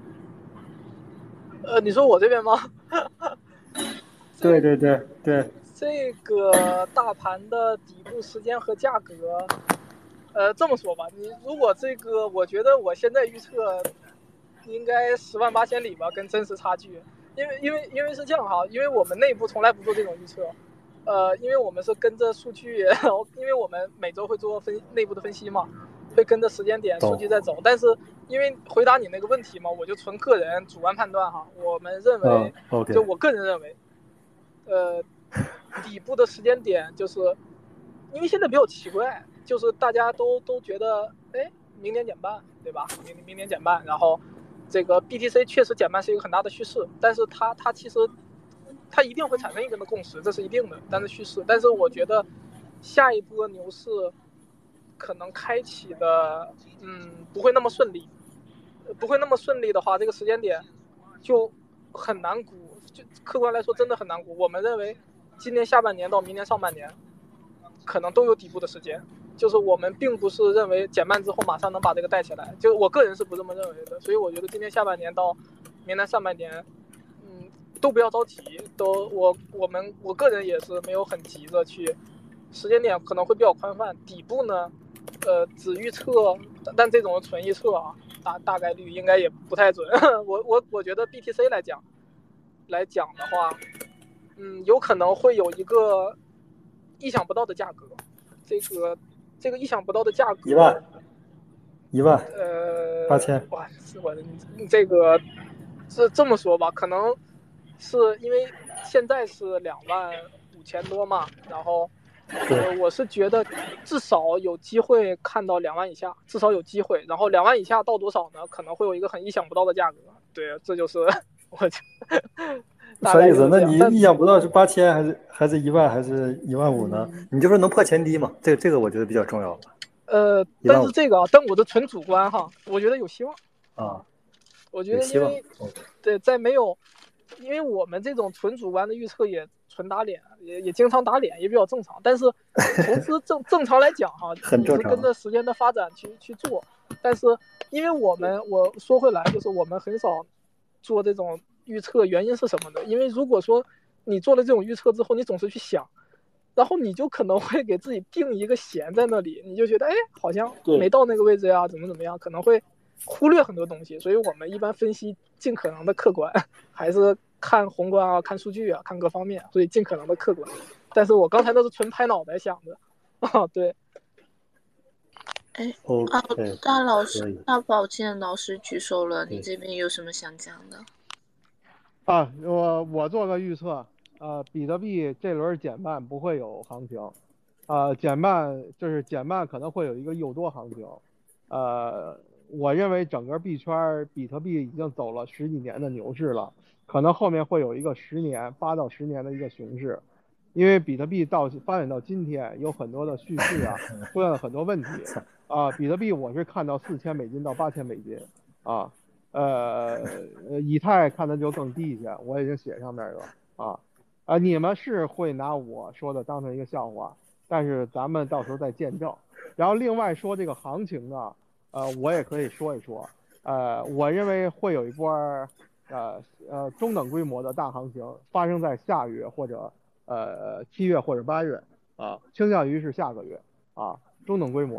呃，你说我这边吗？ 对对对对。 这个大盘的底部时间和价格，呃，这么说吧，你如果这个，我觉得我现在预测应该十万八千里吧，跟真实差距。因为因为因为是这样哈，因为我们内部从来不做这种预测，呃，因为我们是跟着数据，然后因为我们每周会做分内部的分析嘛，会跟着时间点数据在走。但是因为回答你那个问题嘛，我就纯个人主观判断哈，我们认为， 嗯 okay. 就我个人认为，呃。底部的时间点就是，因为现在比较奇怪，就是大家都都觉得，哎，明年减半，对吧？明明年减半，然后这个 B T C 确实减半是一个很大的趋势，但是它它其实它一定会产生一个的共识，这是一定的，但是趋势。但是我觉得下一波牛市可能开启的，嗯，不会那么顺利，不会那么顺利的话，这个时间点就很难估，就客观来说真的很难估。我们认为。今年下半年到明年上半年，可能都有底部的时间，就是我们并不是认为减半之后马上能把这个带起来，就我个人是不这么认为的，所以我觉得今年下半年到明年上半年，嗯，都不要着急，都我我们我个人也是没有很急着去，时间点可能会比较宽泛，底部呢，呃，只预测，但这种纯预测啊，大大概率应该也不太准，我我我觉得 B T C 来讲，来讲的话。嗯，有可能会有一个意想不到的价格，这个这个意想不到的价格， 一万，一万， 呃， 八千， 哇，我这个是这么说吧，可能是因为现在是两万五千多嘛，然后，呃，我是觉得至少有机会看到两万以下，至少有机会，然后两万以下到多少呢？可能会有一个很意想不到的价格，对，这就是我。 啥意思？那你意想不到是八千还是还是一万还是一万五呢？嗯、你就说能破前低嘛？这个这个我觉得比较重要。 呃，但是这个啊，但我的纯主观哈，我觉得有希望啊。 我觉得因为对在没有，因为我们这种纯主观的预测也纯打脸，也也经常打脸，也比较正常。但是投资正正常来讲哈，你是跟着时间的发展去去做。但是因为我们我说回来，就是我们很少做这种。预测原因是什么呢？因为如果说你做了这种预测之后，你总是去想，然后你就可能会给自己定一个弦在那里，你就觉得哎，好像没到那个位置呀，怎么怎么样，可能会忽略很多东西。所以我们一般分析尽可能的客观，还是看宏观啊，看数据啊，看各方面，所以尽可能的客观。但是我刚才那是纯拍脑袋想的啊，对。 哎，啊，大老师，大抱歉，老师举手了，你这边有什么想讲的？ 啊，我我做个预测，呃，比特币这轮减半不会有行情，呃，减半就是减半可能会有一个诱多行情，呃，我认为整个币圈比特币已经走了十几年的牛市了，可能后面会有一个十年八到十年的一个熊市，因为比特币到发展到今天有很多的叙事啊，出现了很多问题啊，比特币我是看到四千美金到八千美金啊。呃，以太看的就更低一些，我已经写上面了啊啊！你们是会拿我说的当成一个笑话，但是咱们到时候再见证。然后另外说这个行情呢，呃，我也可以说一说，呃，我认为会有一波呃呃中等规模的大行情发生在下月或者呃七月或者八月啊，倾向于是下个月啊，中等规模的。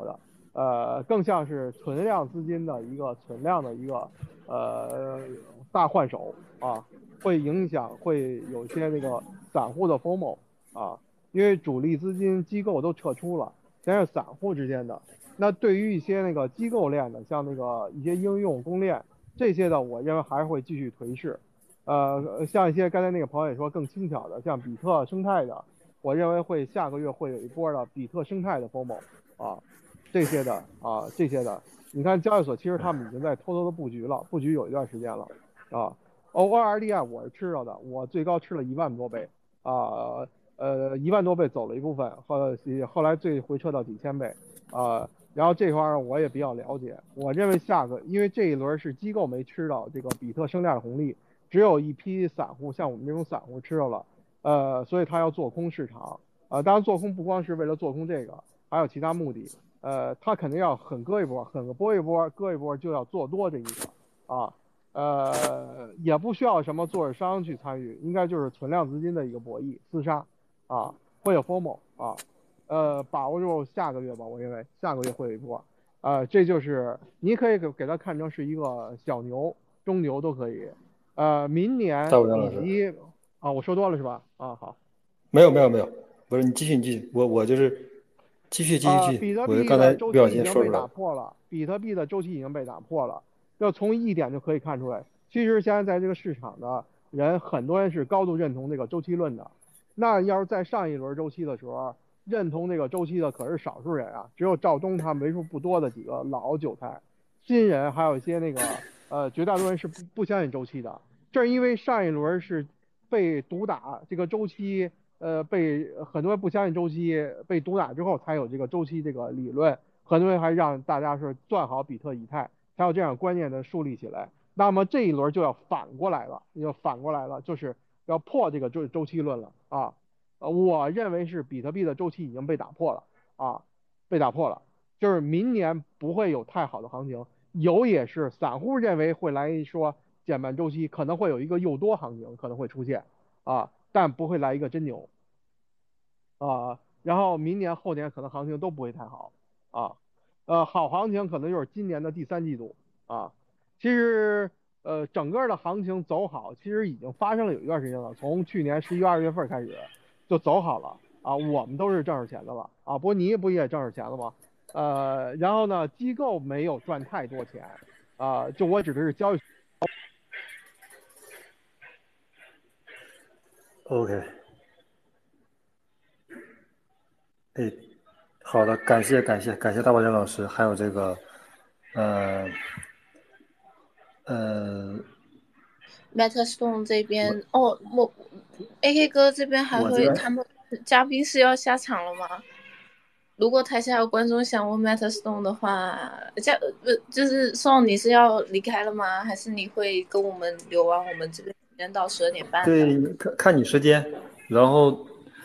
呃，更像是存量资金的一个存量的一个呃大换手啊，会影响会有些那个散户的 FOMO 啊，因为主力资金机构都撤出了，全是散户之间的。那对于一些那个机构链的，像那个一些应用公链这些的，我认为还是会继续颓势。呃，像一些刚才那个朋友也说更轻巧的，像比特生态的，我认为会下个月会有一波的比特生态的 FOMO 啊，这些的啊，这些的，你看交易所其实他们已经在偷偷的布局了，布局有一段时间了啊。O R D I 我是吃着的，我最高吃了一万多倍啊，呃，一万多倍走了一部分，后后来最回撤到几千倍啊。然后这块儿我也比较了解，我认为下个，因为这一轮是机构没吃到这个比特生态的红利，只有一批散户，像我们这种散户吃到了，呃，所以他要做空市场，呃，当然做空不光是为了做空这个，还有其他目的，呃，他肯定要狠割一波，狠割一波，割一波就要做多这一个，啊，呃，也不需要什么做市商去参与，应该就是存量资金的一个博弈厮杀，啊，会有 FOMO 啊。呃，把握住下个月吧，我认为下个月会有一波，呃，这就是你可以给给它看成是一个小牛、中牛都可以，呃，明年以及啊，我说多了是吧？啊，好， 没有没有没有，不是你继续你继续，我我就是继续继续继续， 比特我刚才币的周不小期已经被心说出来了。 打破了，比特币的周期已经被打破了，要从一点就可以看出来，其实现在在这个市场的人，很多人是高度认同这个周期论的，那要是在上一轮周期的时候。认同这个周期的可是少数人啊，只有赵东他们为数不多的几个老韭菜，新人还有一些那个呃绝大多数人是不不相信周期的。正是因为上一轮是被毒打，这个周期呃被很多人不相信周期，被毒打之后才有这个周期这个理论，很多人还让大家是攥好比特以太，才有这样观念的树立起来。那么这一轮就要反过来了，要反过来了，就是要破这个周周期论了啊。呃，我认为是比特币的周期已经被打破了啊，被打破了，就是明年不会有太好的行情，有也是散户认为会来说减半周期，可能会有一个诱多行情可能会出现啊，但不会来一个真牛啊，然后明年后年可能行情都不会太好啊，呃，好行情可能就是今年的第三季度啊，其实。呃，整个的行情走好，其实已经发生了有一段时间了，从去年十一月、二月份开始，就走好了啊，我们都是挣着钱的了啊，不过你不也挣着钱了吗？呃，然后呢，机构没有赚太多钱啊，就我指的是交易。 OK， 哎，好的，感谢感谢感谢大宝剑老师，还有这个，呃呃。 Metastone 这边哦，我 A K 哥这边还会，他们嘉宾是要下场了吗？如果台下有观众想问 Metastone 的话，加呃就是宋，你是要离开了吗？还是你会跟我们留完我们这边时间到十二点半？ 对，看看你时间，然后。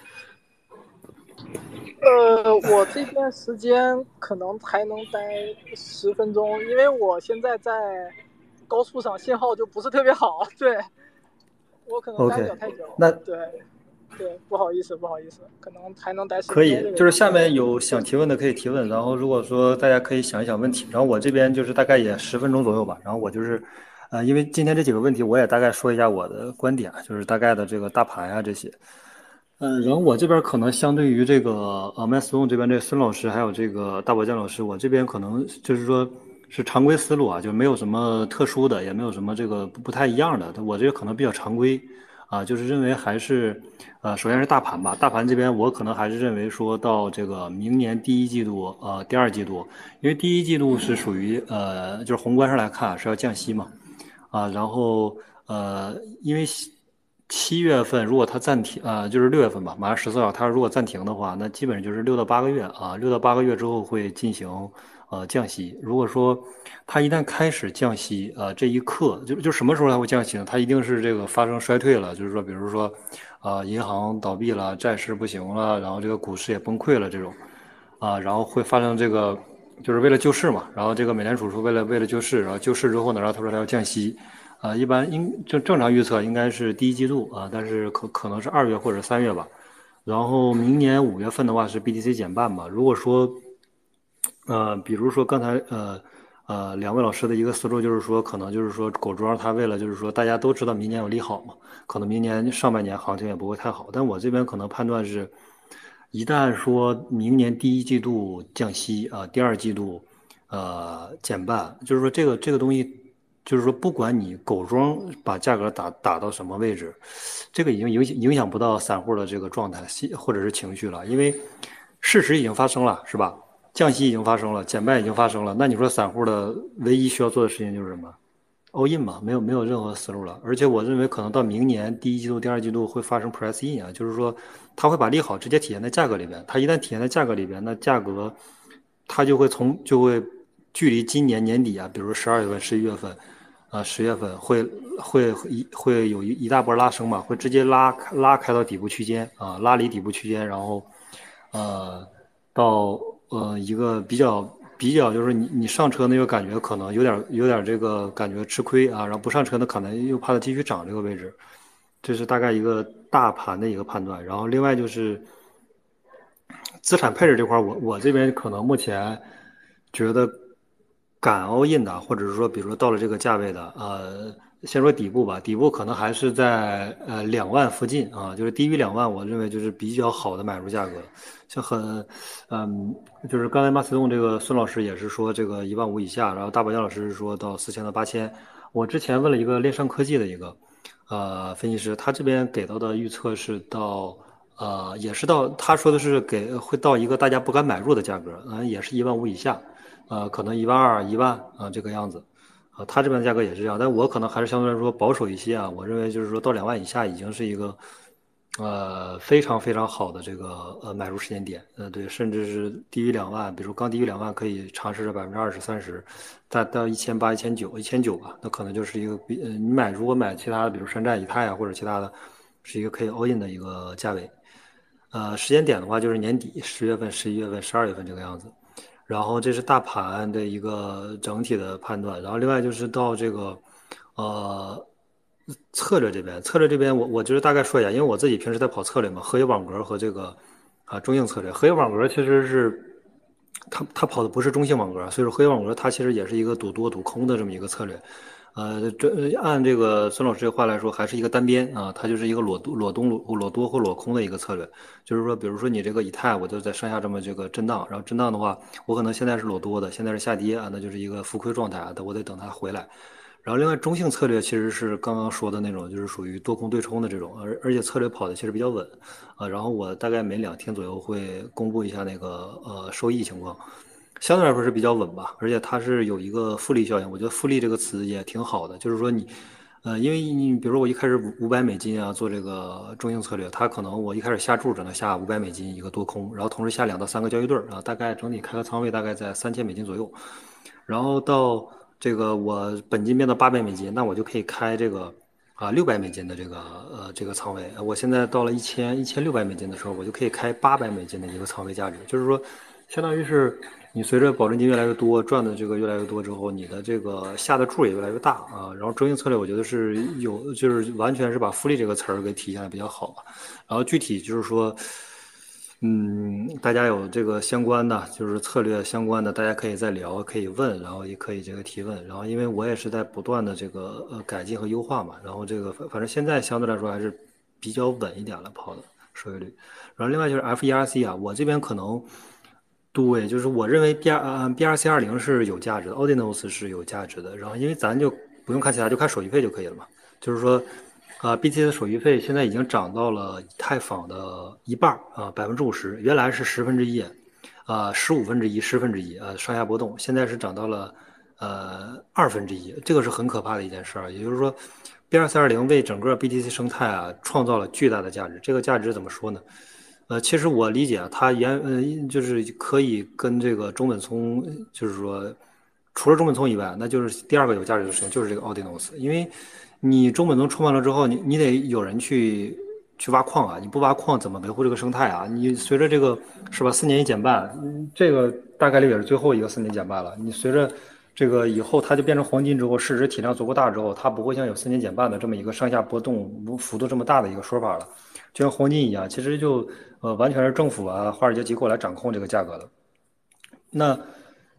呃，我这边时间可能还能待十分钟，因为我现在在高速上，信号就不是特别好，对，我可能待不了太久。 Okay, 那对，对，不好意思，不好意思，可能还能待十分钟。 可以，就是下面有想提问的可以提问，然后如果说大家可以想一想问题，然后我这边就是大概也十分钟左右吧，然后我就是，呃，因为今天这几个问题我也大概说一下我的观点，就是大概的这个大盘呀、啊、这些。嗯，然后我这边可能相对于这个呃 Metastone 这边这个孙老师还有这个大宝剑老师，我这边可能就是说是常规思路啊，就没有什么特殊的，也没有什么这个不太一样的。我这个可能比较常规啊，就是认为还是呃，首先是大盘吧，大盘这边我可能还是认为说到这个明年第一季度呃第二季度，因为第一季度是属于呃就是宏观上来看是要降息嘛，啊，然后呃因为。七月份如果它暂停啊、呃，就是六月份吧，马上十四号，它如果暂停的话，那基本上就是六到八个月啊，六到八个月之后会进行呃降息。如果说它一旦开始降息，呃，这一刻就就什么时候它会降息呢？它一定是这个发生衰退了，就是说，比如说，啊、呃，银行倒闭了，债市不行了，然后这个股市也崩溃了这种，啊、呃，然后会发生这个，就是为了救市嘛，然后这个美联储说为了为了救市，然后救市之后呢，然后他说他要降息。啊、呃，一般应正正常预测应该是第一季度啊、呃，但是可可能是二月或者三月吧。然后明年五月份的话是 B T C 减半吧。如果说呃，比如说刚才呃呃两位老师的一个思路就是说，可能就是说狗庄它为了就是说大家都知道明年有利好嘛，可能明年上半年行情也不会太好，但我这边可能判断是，一旦说明年第一季度降息啊、呃，第二季度呃减半，就是说这个这个东西。就是说，不管你狗庄把价格打打到什么位置，这个已经影响影响不到散户的这个状态或者是情绪了，因为事实已经发生了，是吧？降息已经发生了，减半已经发生了，那你说散户的唯一需要做的事情就是什么 ？all in 嘛，没有没有任何思路了。而且我认为可能到明年第一季度、第二季度会发生 price in 啊，就是说它会把利好直接体现在价格里边。它一旦体现在价格里边，那价格它就会从就会距离今年年底啊，比如十二月份、十一月份。啊，十月份会会一会有一一大波拉升嘛，会直接拉拉开到底部区间啊，拉离底部区间，然后呃到呃一个比较比较就是你你上车那个感觉可能有点有点这个感觉吃亏啊，然后不上车呢可能又怕它继续涨这个位置，这是大概一个大盘的一个判断。然后另外就是资产配置这块，我我这边可能目前觉得。敢 all in 的，或者是说，比如说到了这个价位的，呃，先说底部吧，底部可能还是在呃两万附近啊，就是低于两万，我认为就是比较好的买入价格。像很，嗯，就是刚才马斯顿这个孙老师也是说这个一万五以下，然后大宝江老师是说到四千到八千。我之前问了一个链上科技的一个呃分析师，他这边给到的预测是到呃也是到，他说的是给会到一个大家不敢买入的价格，啊、呃，也是一万五以下。呃，可能一万二、一万啊这个样子，啊，他这边的价格也是这样，但我可能还是相对来说保守一些啊。我认为就是说到两万以下已经是一个，呃，非常非常好的这个呃买入时间点，呃，对，甚至是低于两万，比如刚低于两万可以尝试着百分之二十、三十，再到一千八、一千九、一千九吧，那可能就是一个比呃你买如果买其他的，比如山寨、以太啊或者其他的，是一个可以 all in 的一个价位。呃，时间点的话就是年底十月份、十一月份、十二月份这个样子。然后这是大盘的一个整体的判断，然后另外就是到这个，呃，策略这边，策略这边我我就是大概说一下，因为我自己平时在跑策略嘛，合约网格和这个啊中性策略，合约网格其实是它它跑的不是中性网格，所以说合约网格它其实也是一个赌多赌空的这么一个策略。呃，这按这个孙老师的话来说，还是一个单边啊，它就是一个裸多、裸东、裸裸多或裸空的一个策略。就是说，比如说你这个以太，我就在上下这么这个震荡，然后震荡的话，我可能现在是裸多的，现在是下跌啊，那就是一个浮亏状态啊，我得等它回来。然后另外中性策略其实是刚刚说的那种，就是属于多空对冲的这种，而而且策略跑的其实比较稳啊。然后我大概每两天左右会公布一下那个呃收益情况。相对来说是比较稳吧，而且它是有一个复利效应。我觉得复利这个词也挺好的，就是说你，呃，因为你比如说我一开始五五百美金啊做这个中性策略，它可能我一开始下注只能下五百美金一个多空，然后同时下两到三个交易对儿啊，大概整体开个仓位大概在三千美金左右，然后到这个我本金变到八百美金，那我就可以开这个啊六百美金的这个呃这个仓位。我现在到了一千一千六百美金的时候，我就可以开八百美金的一个仓位价值，就是说，相当于是。你随着保证金越来越多，赚的这个越来越多之后，你的这个下的注也越来越大啊。然后中性策略，我觉得是有，就是完全是把复利这个词儿给体现的比较好吧。然后具体就是说，嗯，大家有这个相关的，就是策略相关的，大家可以再聊，可以问，然后也可以这个提问。然后因为我也是在不断的这个呃改进和优化嘛，然后这个反正现在相对来说还是比较稳一点了跑的收益率。然后另外就是 F E R C 啊，我这边可能。对，就是我认为 B R 呃 B R C 二零是有价值的 ，Ordinals 是有价值的。然后因为咱就不用看其他，就看手续费就可以了嘛。就是说，啊 B T C 的手续费现在已经涨到了以太坊的一半啊，百分之五十，原来是十分之一，啊十五分之一、十分之一，呃上下波动，现在是涨到了呃二分之一，这个是很可怕的一件事儿。也就是说 ，B R C 二零为整个 B T C 生态啊创造了巨大的价值。这个价值怎么说呢？呃，其实我理解啊，它原呃就是可以跟这个中本聪，就是说，除了中本聪以外，那就是第二个有价值的事情，就是这个 Ordinals。因为你中本聪创办了之后，你你得有人去去挖矿啊，你不挖矿怎么维护这个生态啊？你随着这个是吧，四年一减半，这个大概率也是最后一个四年减半了。你随着这个以后它就变成黄金之后，市值体量足够大之后，它不会像有四年减半的这么一个上下波动幅度这么大的一个说法了。就像黄金一样，其实就呃完全是政府啊、华尔街机构来掌控这个价格的。那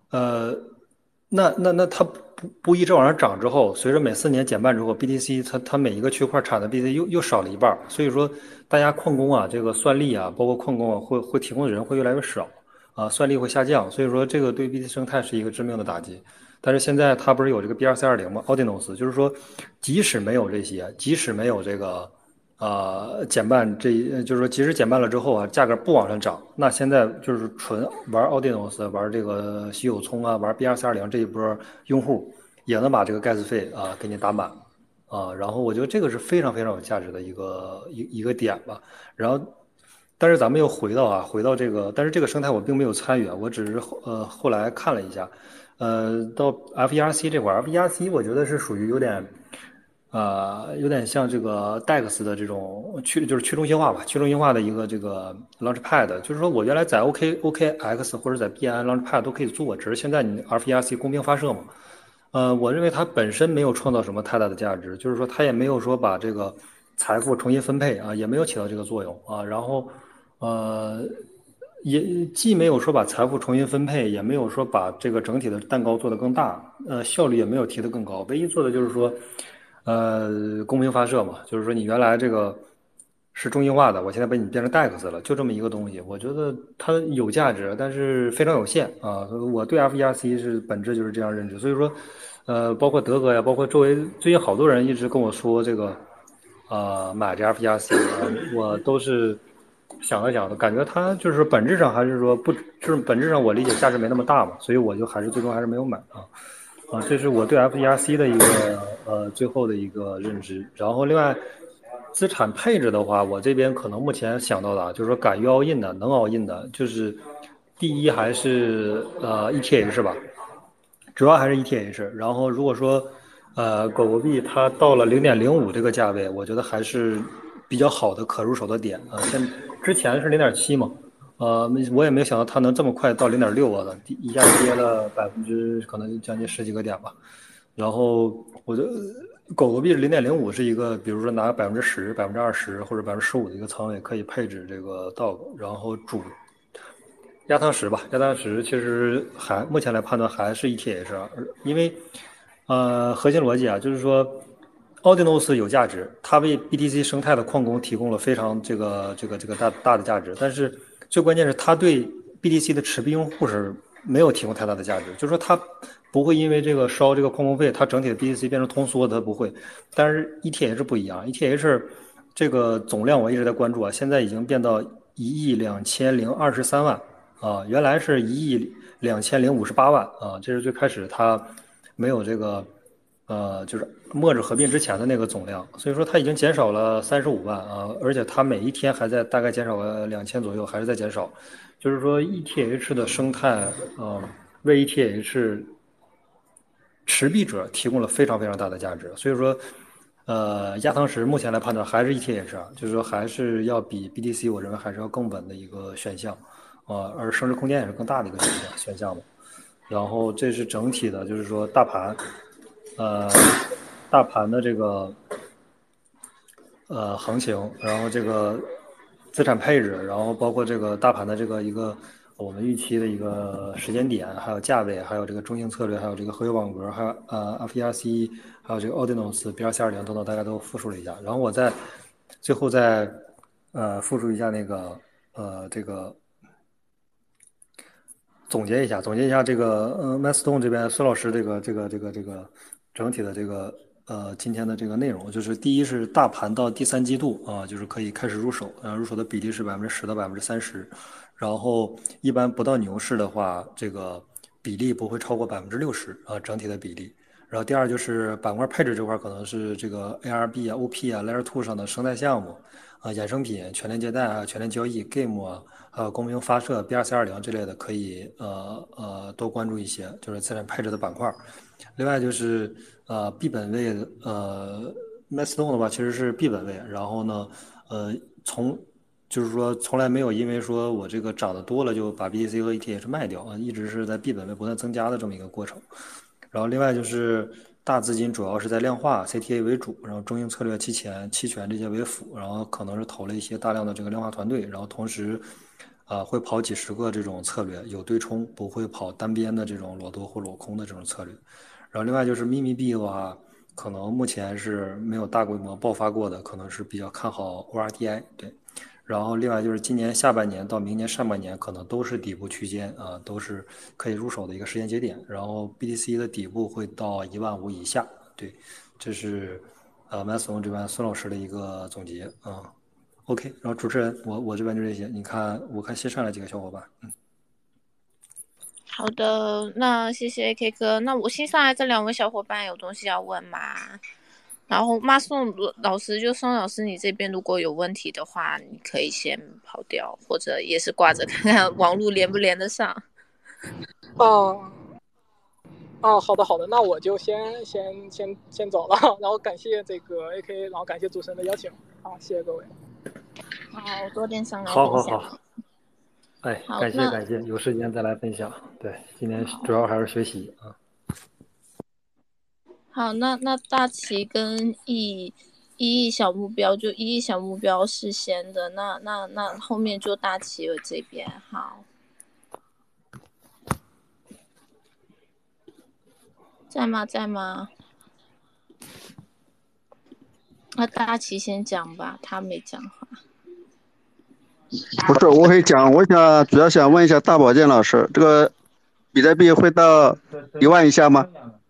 呃，那那那它不不一直往上涨之后，随着每四年减半之后，B T C 它它每一个区块产的 B T C 又又少了一半，所以说大家矿工啊，这个算力啊，包括矿工啊，会会提供的人会越来越少啊，算力会下降，所以说这个对 B T C 生态是一个致命的打击。但是现在它不是有这个 B 二 C 二零吗 ？Ordinals，就是说即使没有这些，即使没有这个。呃，减半这就是说，即使减半了之后啊，价格不往上涨，那现在就是纯玩奥迪诺斯、玩这个稀有葱啊、玩 B 二四二零这一波用户，也能把这个 gas 费啊给你打满啊。然后我觉得这个是非常非常有价值的一个一一个点吧。然后，但是咱们又回到啊，回到这个，但是这个生态我并没有参与啊，我只是呃后来看了一下，呃，到 F E R C 这块 ，F E R C 我觉得是属于有点。呃，有点像这个 D E X 的这种去就是去中心化吧，去中心化的一个这个 Launchpad，就是说我原来在 OK OKX 或者在 B I Launchpad 都可以做，只是现在你 F E R C 公平发射嘛，呃，我认为它本身没有创造什么太大的价值，就是说它也没有说把这个财富重新分配啊，也没有起到这个作用啊，然后呃。也既没有说把财富重新分配，也没有说把这个整体的蛋糕做得更大，呃，效率也没有提得更高。唯一做的就是说，呃，公平发射嘛，就是说你原来这个是中心化的，我现在把你变成 D E X 了，就这么一个东西。我觉得它有价值，但是非常有限啊。我对 F E R C 是本质就是这样认知，所以说，呃，包括德哥呀，包括周围最近好多人一直跟我说这个，啊、呃，买这 F E R C，啊，我都是。想了想，感觉它就是本质上还是说不，就是本质上我理解价值没那么大嘛，所以我就还是最终还是没有买啊啊，这是我对 F E R C 的一个呃最后的一个认知。然后另外资产配置的话，我这边可能目前想到的就是说敢于 all in 的，能 all in 的，就是第一还是呃 E T H 吧，主要还是 E T H。然后如果说呃狗狗币它到了零点零五这个价位，我觉得还是比较好的可入手的点啊。现之前是零点七嘛，呃，我也没有想到它能这么快到零点六啊的，一下跌了百分之可能将近十几个点吧。然后我觉得狗狗币零点零五是一个，比如说拿百分之十、百分之二十或者百分之十五的一个仓位，可以配置这个 D O G，然后主压舱石吧，压舱石其实还目前来判断还是 E T H，因为呃核心逻辑啊，就是说 Ordinals 有价值，它为 B T C 生态的矿工提供了非常这个这个这个大大的价值，但是最关键是它对 B T C 的持币用户是没有提供太大的价值，就是说它不会因为这个烧这个矿工费，它整体的 B T C 变成通缩，它不会，但是 E T H 不一样 ，E T H 这个总量我一直在关注啊，现在已经变到一亿两千零二十三万。啊，原来是一亿两千零五十八万啊，这是最开始它没有这个呃，就是末日合并之前的那个总量，所以说它已经减少了三十五万啊，而且它每一天还在大概减少个两千左右，还是在减少，就是说 E T H 的生态啊，为 E T H 持币者提供了非常非常大的价值，所以说。呃，压舱石目前来判断还是 E T H 啊，就是说还是要比 B T C， 我认为还是要更稳的一个选项。啊，而升值空间也是更大的一个选项选项嘛。然后这是整体的，就是说大盘，呃，大盘的这个呃行情，然后这个资产配置，然后包括这个大盘的这个一个我们预期的一个时间点，还有价位，还有这个中性策略，还有这个合约网格，还有呃 F E R C， 还有这个 Ordinals B 二四二零等等，大家都复述了一下。然后我再最后再呃复述一下那个呃这个。总结一下，总结一下这个呃 ，Mastone 这边孙老师这个这个这个这个整体的这个呃今天的这个内容，就是第一是大盘到第三季度啊，就是可以开始入手，呃，入手的比例是百分之十到百分之三十，然后一般不到牛市的话，这个比例不会超过百分之六十啊，整体的比例。然后第二就是板块配置这块可能是这个 A R B 啊、O P 啊、Layer Two 上的生态项目啊、衍生品、全链接带啊、全链交易、Game 啊。还有公平发射 B 二四二零这类的，可以呃呃多关注一些，就是资产配置的板块。另外就是呃 B 本位呃 Mastone 的话其实是 B 本位，然后呢呃从就是说从来没有因为说我这个涨得多了就把 B T C 和 E T H 卖掉啊，一直是在 B 本位不断增加的这么一个过程。然后另外就是大资金主要是在量化 C T A 为主，然后中性策略、期权、期权这些为辅，然后可能是投了一些大量的这个量化团队，然后同时。 呃，会跑几十个这种策略，有对冲，不会跑单边的这种裸多或裸空的这种策略。然后另外就是秘密币的话，可能目前是没有大规模爆发过的，可能是比较看好 O R D I。对，然后另外就是今年下半年到明年上半年可能都是底部区间啊、呃，都是可以入手的一个时间节点。然后 B T C 的底部会到一万五以下。对，这是呃 Mason 这边孙老师的一个总结啊。嗯 OK， 然后主持人，我我这边就这些。你看，我看新上来几个小伙伴，嗯。 好的，那谢谢 A K 哥。那我新上来这两位小伙伴有东西要问吗？然后骂宋老师，就宋老师，你这边如果有问题的话，你可以先跑掉，或者也是挂着看看网络连不连得上。 啊啊，好的好的，那我就先先先先走了，然后感谢这个 A K， 然后感谢主持人的邀请，好，谢谢各位。 好，我多点上来好分享。 好好。哎，感谢感谢，有时间再来分享。对，今天主要还是学习啊。 好，那那大旗跟一一亿小目标，就一亿小目标是先的，那那那后面就大旗了这边。好，在吗？在吗？那大旗先讲吧，他没讲话。 不是，我可以讲。我想主要想问一下大保健老师，这个比特币会到一万以下吗？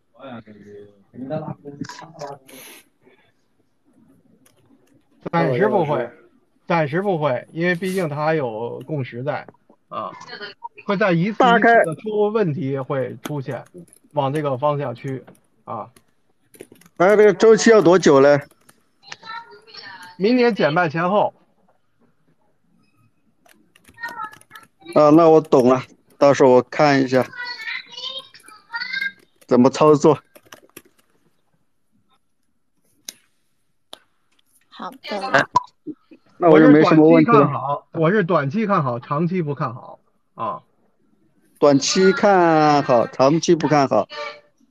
暂时不会，暂时不会，因为毕竟它还有共识在啊，会在一次一次的出问题会出现，往这个方向去啊。 那这个周期要多久呢？ 明年减半前后。 啊，那我懂了，到时候我看一下怎么操作。 好的。 哎，那我就没什么问题了。 我是短期看好，我是短期看好，长期不看好啊。 短期看好，长期不看好。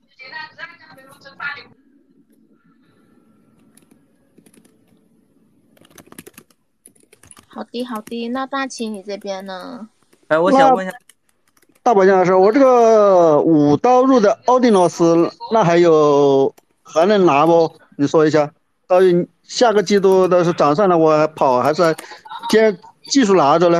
好的，好的。那大旗你这边呢？ 哎，我想问一下， 大保健老师，我这个五刀入的奥迪诺斯，那还有还能拿不？你说一下。到底下个季度的是涨上来，我还跑还是先技术拿着呢？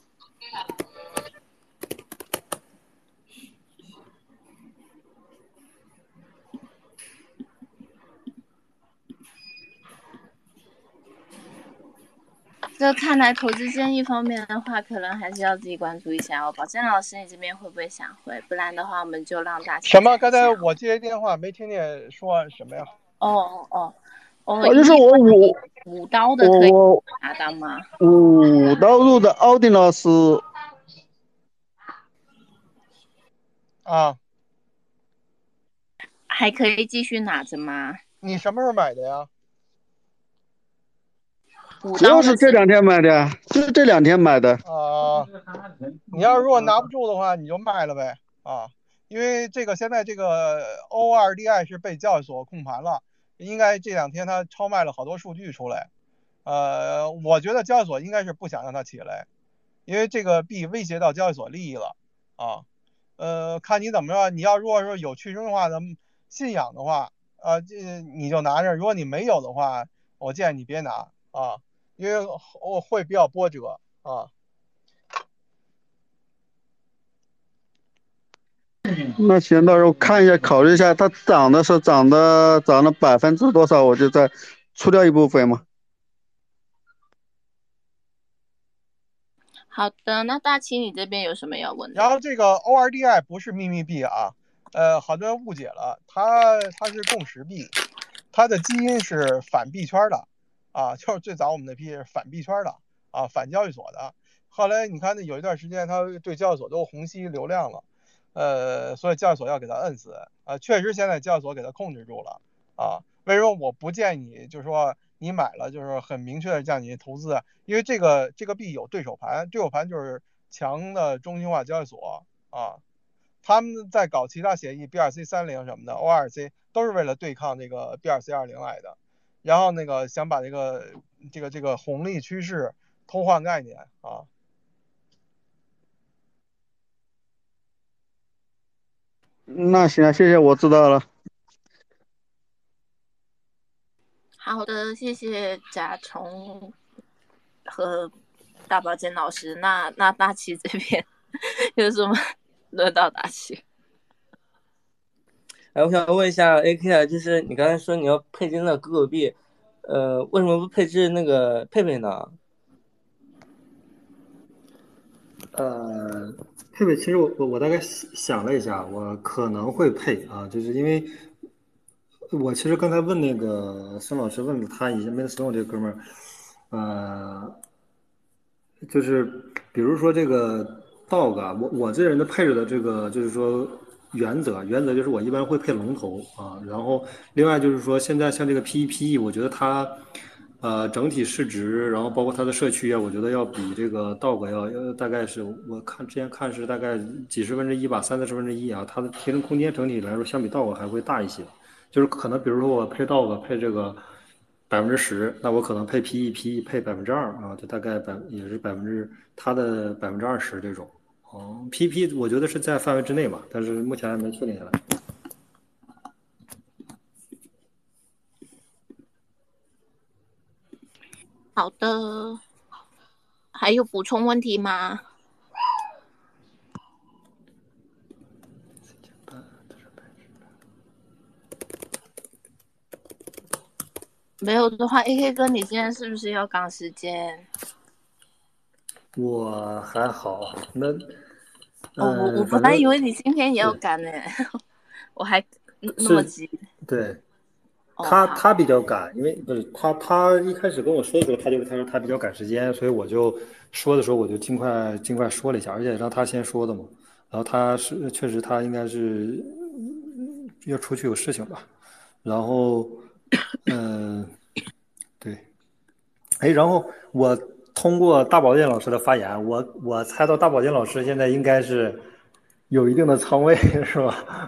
这看来投资建议方面的话，可能还是要自己关注一下哦。保健老师，你这边会不会想回？不然的话，我们就让大家什么？刚才我接电话没听见说什么呀？ 哦哦哦哦，就是我五五刀的可以拿到吗？ 五刀入的奥迪诺斯啊， 还可以继续拿着吗？ 你什么时候买的呀？ 主要是这两天买的，就是这两天买的。 啊，你要如果拿不住的话，你就卖了呗啊，因为这个现在这个 O R D I 是被交易所控盘了，应该这两天它超卖了好多数据出来，呃，我觉得交易所应该是不想让它起来，因为这个币威胁到交易所利益了啊，呃，看你怎么着，你要如果说有去中心化的信仰的话，呃，这你就拿着，如果你没有的话，我建议你别拿啊。因为我会比较波折啊。 那行，到时候看一下，考虑一下，它涨的是涨的涨了百分之多少，我就再出掉一部分嘛。 好的，那大齐你这边有什么要问的？ 然后这个 O R D I 不是秘密币啊，呃，好多人误解了，它它是共识币，它的基因是反币圈的。啊，就是最早我们那批是反币圈的啊，反交易所的。后来你看，那有一段时间，他对交易所都虹吸流量了，呃，所以交易所要给他摁死。啊，确实现在交易所给他控制住了啊。为什么我不建议，就是说你买了，就是很明确的叫你投资，因为这个这个币有对手盘，对手盘就是强的中心化交易所啊，他们在搞其他协议 B R C 三零什么的 O R C 都是为了对抗这个 B R C 二零来的。然后那个想把这个这个这个红利趋势偷换概念啊。 那行啊，谢谢，我知道了。 好的，谢谢甲虫和大宝剑老师。那那大齐这边有什么？轮到大齐。 哎，我想问一下 A K 啊，就是你刚才说你要配置那狗狗币，呃，为什么不配置那个佩佩呢？ 呃，配备其实我我我大概想了一下，我可能会配啊，就是因为我其实刚才问那个孙老师问了他以前 m a i n Stone 这哥们儿，呃，就是比如说这个 dog 啊，我我这人的配置的这个就是说原则，原则就是我一般会配龙头啊，然后另外就是说现在像这个 P E P E，我觉得它呃整体市值，然后包括它的社区啊，我觉得要比这个 dog 要要大概是我看之前看是大概几十分之一吧，三四十分之一啊，它的提升空间整体来说相比 dog 还会大一些，就是可能比如说我配 dog 配这个。百分之十，那我可能配 P E P E 配百分之二啊，就大概百也是百分之它的百分之二十这种。哦，P P 我觉得是在范围之内吧，但是目前还没确定下来。 好的，还有补充问题吗？没有的话 ，A K 哥，你现在是不是要赶时间？ 我还好，那哦，我我呃， 本来反正以为你今天也要赶呢，我还那么是急。 对哦，好， 他他比较赶，因为不是他他一开始跟我说的时候，他就他说他比较赶时间，所以我就说的时候我就尽快尽快说了一下，而且让他先说的嘛。然后他是确实他应该是要出去有事情吧，然后嗯、对，哎，然后我通过大保健老师的发言，我我猜到大保健老师现在应该是有一定的仓位，是吧？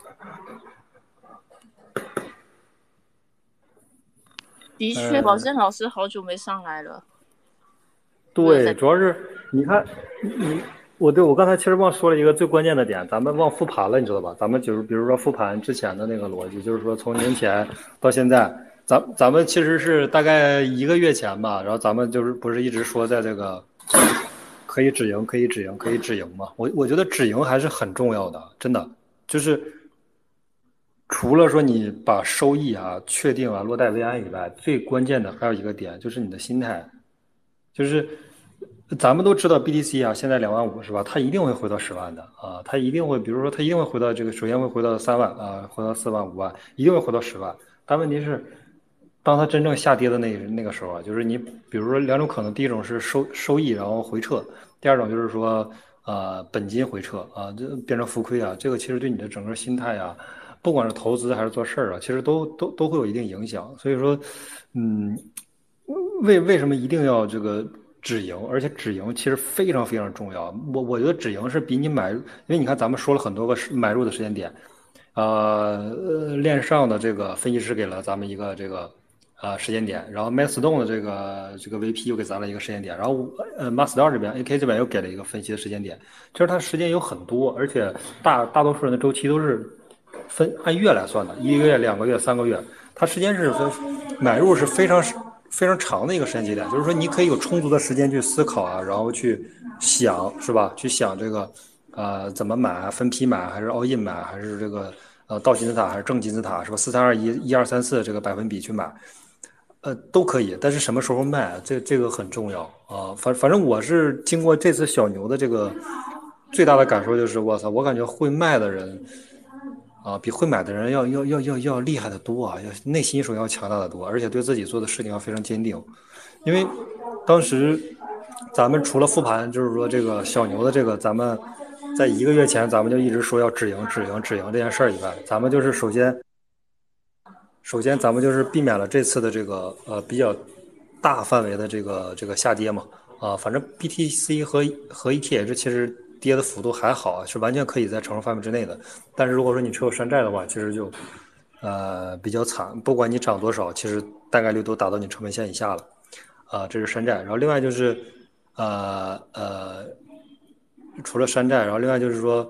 的确，保嗯， 健老师好久没上来了。 对，主要是你看，你我对我刚才其实忘说了一个最关键的点，咱们忘复盘了，你知道吧？咱们就是比如说复盘之前的那个逻辑，就是说从年前到现在，咱咱们其实是大概一个月前吧，然后咱们就是不是一直说在这个可以止盈，可以止盈，可以止盈嘛？我我觉得止盈还是很重要的，真的就是除了说你把收益啊确定啊落袋为安以外，最关键的还有一个点就是你的心态。就是咱们都知道 B T C 啊，现在两万五是吧？它一定会回到十万的啊，它一定会，比如说它一定会回到这个，首先会回到三万啊，回到四万、五万，一定会回到十万。但问题是，当它真正下跌的那那个时候啊，就是你比如说两种可能，第一种是收收益然后回撤，第二种就是说呃本金回撤啊，这变成浮亏啊，这个其实对你的整个心态啊，不管是投资还是做事儿啊，其实都都都会有一定影响。所以说，嗯。为为什么一定要这个止盈？而且止盈其实非常非常重要。我我觉得止盈是比你买，因为你看咱们说了很多个买入的时间点，呃，链上的这个分析师给了咱们一个这个呃时间点，然后 Maxstone 的这个这个 V P 又给咱了一个时间点，然后呃 Master 这边 A K 这边又给了一个分析的时间点。其实它时间有很多，而且大大多数人的周期都是分按月来算的，一个月、两个月、三个月，它时间是分买入是非常非常长的一个时间节点，就是说你可以有充足的时间去思考啊，然后去想，是吧？去想这个，呃，怎么买，分批买还是 all in 买，还是这个呃倒金字塔还是正金字塔，是吧？四三二一，一二三四这个百分比去买，呃，都可以。但是什么时候卖，这这个很重要啊。反反正我是经过这次小牛的这个最大的感受就是，我操，我感觉会卖的人。啊，比会买的人要要要要要厉害的多啊，要内心手要强大的多，而且对自己做的事情要非常坚定。因为当时咱们除了复盘，就是说这个小牛的这个，咱们在一个月前咱们就一直说要止盈、止盈、止盈这件事儿以外，咱们就是首先首先咱们就是避免了这次的这个呃比较大范围的这个这个下跌嘛。啊，反正 B T C 和和 E T H 其实跌的幅度还好，是完全可以在承受范围之内的。但是如果说你持有山寨的话，其实就呃比较惨，不管你涨多少，其实大概率都打到你成本线以下了。啊，这是山寨。然后另外就是呃呃，除了山寨，然后另外就是说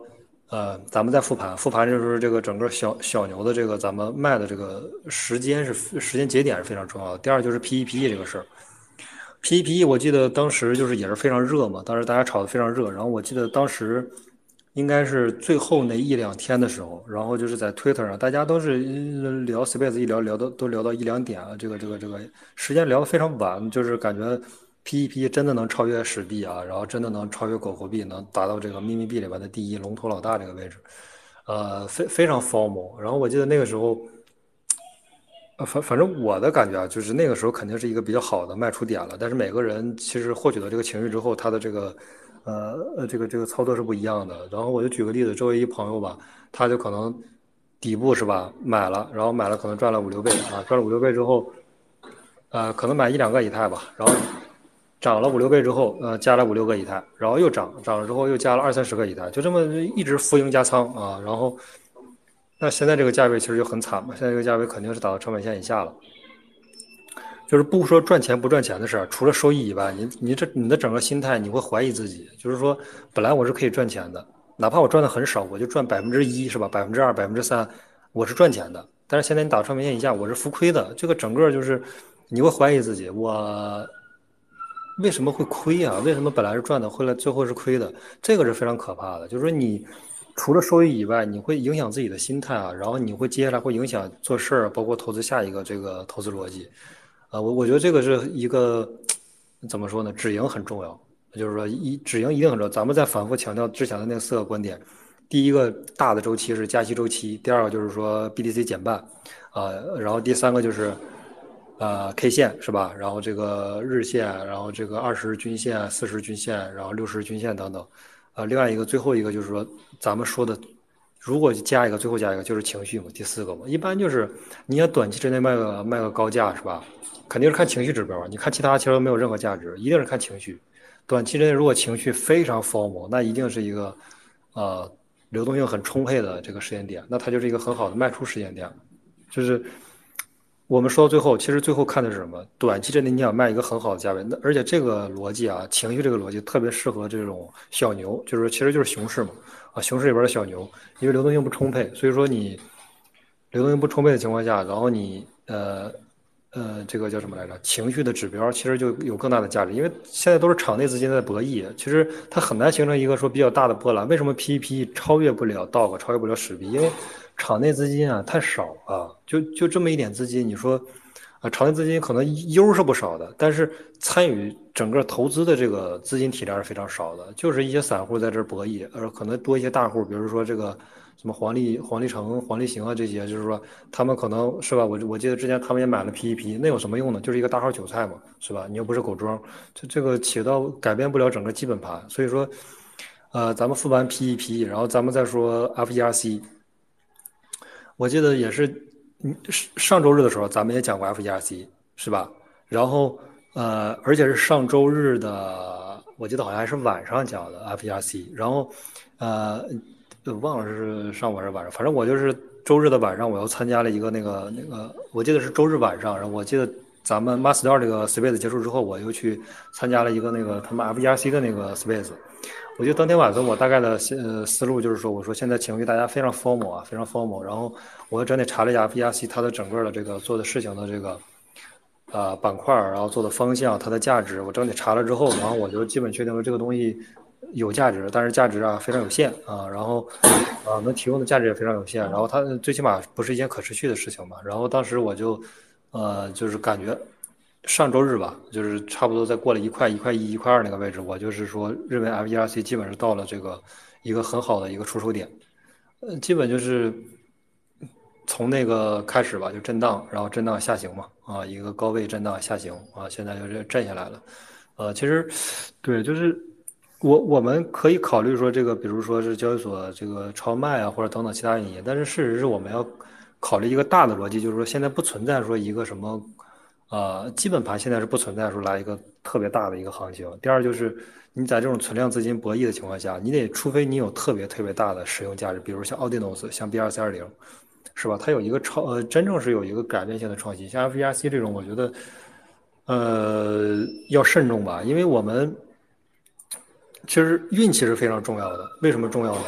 呃，咱们再复盘，复盘就是这个整个小小牛的这个咱们卖的这个时间是时间节点是非常重要的。第二就是 P E P E 这个事儿，P E P E 我记得当时就是也是非常热嘛，当时大家炒得非常热。然后我记得当时应该是最后那一两天的时候，然后就是在 Twitter 上，大家都是聊 Space， 一聊聊到都聊到一两点啊，这个这个这个时间聊得非常晚，就是感觉 P E P 真的能超越史币啊，然后真的能超越狗狗币，能达到这个秘密币里边的第一龙头老大这个位置，呃，非非常 formal。然后我记得那个时候，呃，反反正我的感觉啊，就是那个时候肯定是一个比较好的卖出点了。但是每个人其实获取到这个情绪之后，他的这个呃呃这个这个操作是不一样的。然后我就举个例子，周围一朋友吧，他就可能底部是吧买了，然后买了可能赚了五六倍啊，赚了五六倍之后，呃，可能买一两个以太吧，然后涨了五六倍之后，呃，加了五六个以太，然后又涨，涨了之后又加了二三十个以太，就这么一直浮盈加仓啊。然后，那现在这个价位其实就很惨嘛，现在这个价位肯定是打到成本线以下了。就是不说赚钱不赚钱的事儿，除了收益以外，你你这你的整个心态，你会怀疑自己。就是说，本来我是可以赚钱的，哪怕我赚的很少，我就赚百分之一是吧？百分之二、百分之三，我是赚钱的。但是现在你打成本线以下，我是浮亏的。这个整个就是你会怀疑自己，我为什么会亏啊？为什么本来是赚的，后来最后是亏的？这个是非常可怕的。就是说你除了收益以外，你会影响自己的心态啊，然后你会接下来会影响做事儿，包括投资下一个这个投资逻辑。啊，我我觉得这个是一个怎么说呢？止盈很重要，就是说一止盈一定很重要。咱们在反复强调之前的那四个观点，第一个大的周期是加息周期，第二个就是说 B T C 减半，啊，然后第三个就是呃 K 线是吧？然后这个日线，然后这个二十均线、四十均线，然后六十均线等等，啊，另外一个最后一个就是说咱们说的。如果加一个，最后加一个就是情绪嘛，第四个嘛，一般就是你要短期之内卖个卖个高价是吧？肯定是看情绪指标，你看其他其实都没有任何价值，一定是看情绪。短期之内如果情绪非常 formal，那一定是一个呃流动性很充沛的这个时间点，那它就是一个很好的卖出时间点。就是我们说到最后，其实最后看的是什么？短期之内你想卖一个很好的价位，那而且这个逻辑啊，情绪这个逻辑特别适合这种小牛，就是其实就是熊市嘛，啊，熊市里边的小牛，因为流动性不充沛，所以说你流动性不充沛的情况下，然后你呃呃这个叫什么来着？情绪的指标其实就有更大的价值，因为现在都是场内资金在博弈，其实它很难形成一个说比较大的波澜。为什么 P E P 超越不了 D O G， 超越不了史币？因为场内资金啊太少啊，就就这么一点资金，你说啊，场内资金可能 U 是不少的，但是参与整个投资的这个资金体量是非常少的，就是一些散户在这博弈，而可能多一些大户，比如说这个什么黄历、黄历城、黄历行啊这些，就是说他们可能是吧？我我记得之前他们也买了 P E P， 那有什么用呢？就是一个大号韭菜嘛，是吧？你又不是狗庄，这这个起到改变不了整个基本盘，所以说，呃，咱们复盘 P E P， 然后咱们再说 F E R C。我记得也是，嗯，上周日的时候，咱们也讲过 F E R C， 是吧？然后，呃，而且是上周日的，我记得好像还是晚上讲的 F E R C。然后，呃，忘了是上午还是晚上，反正我就是周日的晚上，我又参加了一个那个那个，我记得是周日晚上，然后我记得咱们 Master 这个 Space 结束之后，我又去参加了一个那个他们 F E R C 的那个 Space。我觉得当天晚上我大概的呃思路就是说，我说现在情绪大家非常 formal 啊，非常 formal，然后我整体查了一下 F E R C 它的整个的这个做的事情的这个呃板块，然后做的方向，它的价值，我整体查了之后，然后我就基本确定了这个东西有价值，但是价值啊非常有限啊，然后啊能提供的价值也非常有限，然后它最起码不是一件可持续的事情嘛，然后当时我就呃就是感觉。上周日吧，就是差不多再过了一块一块一一块二那个位置，我就是说认为 F E R C 基本是到了这个一个很好的一个出手点，呃，基本就是从那个开始吧，就震荡，然后震荡下行嘛，啊，一个高位震荡下行啊，现在就是震下来了，呃，其实对，就是我我们可以考虑说这个，比如说是交易所这个超卖啊，或者等等其他原因，但是事实是我们要考虑一个大的逻辑，就是说现在不存在说一个什么。呃，基本盘现在是不存在说来一个特别大的一个行情。第二就是你在这种存量资金博弈的情况下，你得除非你有特别特别大的使用价值，比如像奥迪诺斯，像 B 二四二零，是吧？它有一个超呃，真正是有一个改变性的创新。像 F E R C 这种，我觉得呃要慎重吧，因为我们其实运气是非常重要的。为什么重要呢？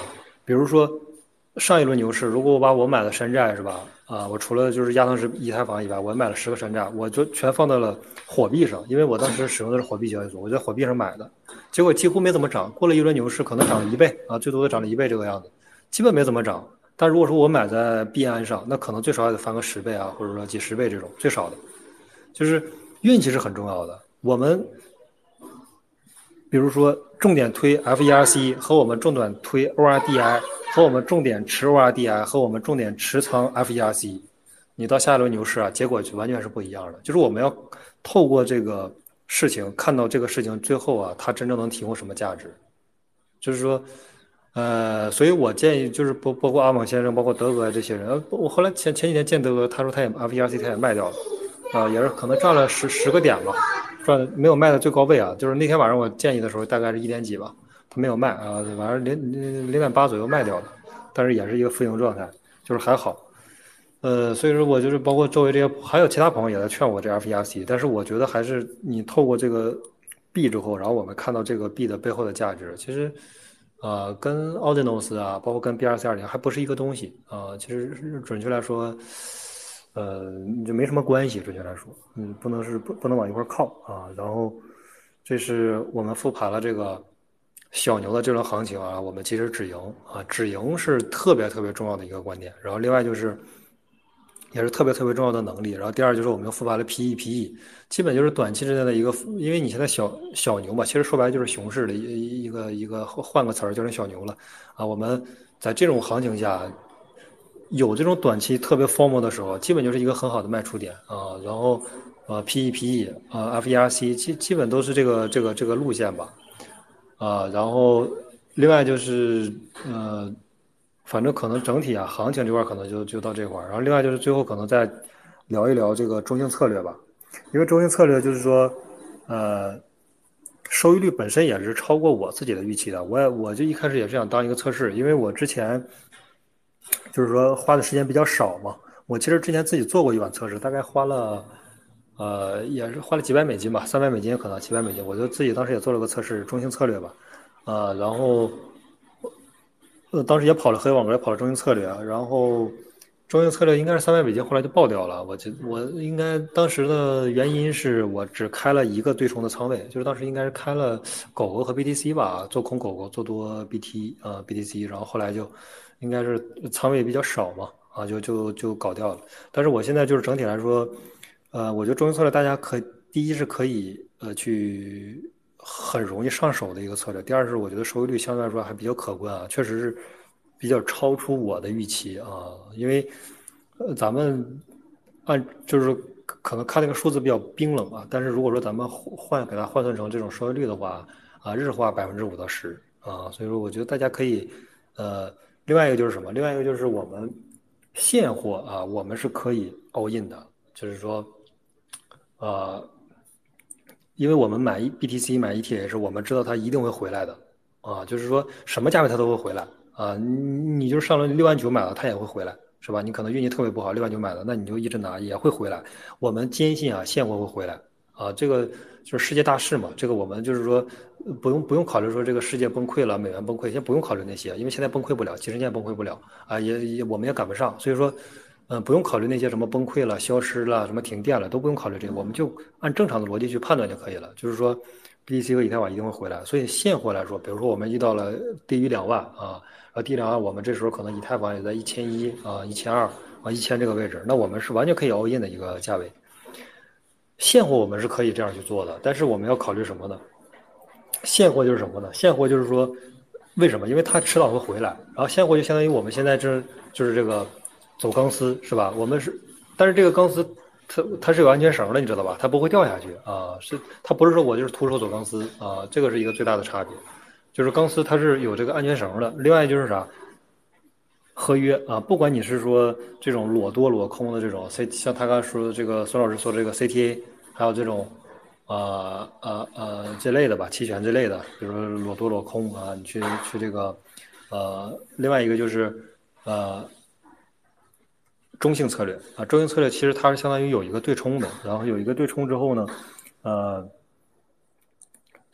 比如说上一轮牛市，如果我把我买的山寨是吧，啊，我除了就是亚当石以太坊以外，我买了十个山寨，我就全放到了火币上，因为我当时使用的是火币交易所，我在火币上买的，结果几乎没怎么涨，过了一轮牛市可能涨了一倍啊，最多的涨了一倍这个样子，基本没怎么涨。但如果说我买在币安上，那可能最少也得翻个十倍啊，或者说几十倍这种最少的，就是运气是很重要的。我们比如说重点推 F E R C 和我们重点推 O R D I 和我们重点持 O R D I 和我们重点持仓 F E R C， 你到下一轮牛市啊，结果就完全是不一样的。就是我们要透过这个事情看到这个事情最后啊，它真正能提供什么价值。就是说呃，所以我建议就是包包括阿蒙先生，包括德哥这些人，我后来前前几天见德哥，他说他也 F E R C 他也卖掉了，啊、呃，也是可能赚了十十个点吧，赚没有卖的最高位啊，就是那天晚上我建议的时候大概是一点几吧，他没有卖啊，晚上零零零点八左右卖掉了，但是也是一个负盈状态，就是还好，呃，所以说我就是包括周围这些还有其他朋友也在劝我这 F E R C， 但是我觉得还是你透过这个币之后，然后我们看到这个币的背后的价值，其实。呃，跟 Ordinals 啊，包括跟 B R C 二零还不是一个东西啊、呃。其实准确来说，呃，就没什么关系。准确来说，嗯，不能是不不能往一块靠啊。然后，这是我们复盘了这个小牛的这轮行情啊，我们其实止盈啊，止盈是特别特别重要的一个观点。然后另外就是。也是特别特别重要的能力，然后第二就是我们又复盘了 P E，P E 基本就是短期之内的一个，因为你现在小小牛嘛，其实说白了就是熊市的一一个一个换个词儿叫成小牛了啊。我们在这种行情下，有这种短期特别 formal 的时候，基本就是一个很好的卖出点啊。然后呃 P E，P E 啊 F E R C 基基本都是这个这个这个路线吧啊。然后另外就是呃。反正可能整体啊，行情这块可能就就到这块儿，然后另外就是最后可能再聊一聊这个中性策略吧，因为中性策略就是说，呃，收益率本身也是超过我自己的预期的。我也我就一开始也是想当一个测试，因为我之前就是说花的时间比较少嘛。我其实之前自己做过一版测试，大概花了呃也是花了几百美金吧，三百美金可能几百美金，我就自己当时也做了个测试，中性策略吧，啊、呃，然后。呃，当时也跑了黑网格，也跑了中性策略，然后中性策略应该是三百美金，后来就爆掉了。我记我应该当时的原因是我只开了一个对冲的仓位，就是当时应该是开了狗狗和 B T C 吧，做空狗狗，做多 B T 啊、呃、B T C， 然后后来就应该是仓位比较少嘛，啊就就就搞掉了。但是我现在就是整体来说，呃，我觉得中性策略大家可第一是可以呃去。很容易上手的一个策略。第二是我觉得收益率相对来说还比较可观啊，确实是比较超出我的预期啊。因为呃咱们按就是可能看那个数字比较冰冷啊，但是如果说咱们换给它换算成这种收益率的话啊，日化百分之五到十啊，所以说我觉得大家可以呃，另外一个就是什么？另外一个就是我们现货啊，我们是可以 all in 的，就是说呃。因为我们买 B T C 买 E T H， 我们知道它一定会回来的，啊，就是说什么价位它都会回来啊。你你就上了六万九买了，它也会回来，是吧？你可能运气特别不好，六万九买了，那你就一直拿也会回来。我们坚信啊，现货会回来啊，这个就是世界大势嘛。这个我们就是说不用不用考虑说这个世界崩溃了，美元崩溃，先不用考虑那些，因为现在崩溃不了，几十年崩溃不了啊，也也我们也赶不上，所以说。嗯，不用考虑那些什么崩溃了、消失了、什么停电了，都不用考虑这个，我们就按正常的逻辑去判断就可以了。就是说 ，B T C 和以太坊一定会回来。所以现货来说，比如说我们遇到了低于两万啊，然后低于两万，我们这时候可能以太坊也在一千一啊、一千二啊、一千这个位置，那我们是完全可以 all in 的一个价位。现货我们是可以这样去做的，但是我们要考虑什么呢？现货就是什么呢？现货就是说，为什么？因为它迟早会回来。然后现货就相当于我们现在这就是这个。走钢丝是吧？我们是，但是这个钢丝它它是有安全绳的，你知道吧？它不会掉下去啊，是它不是说我就是徒手走钢丝啊，这个是一个最大的差别，就是钢丝它是有这个安全绳的。另外就是啥，合约啊，不管你是说这种裸多裸空的这种 C， 像他刚才说的这个孙老师说这个 C T A， 还有这种呃呃呃这类的吧，期权这类的，比如说裸多裸空啊，你去去这个呃，另外一个就是呃。中性策略啊，中性策略其实它是相当于有一个对冲的，然后有一个对冲之后呢，呃，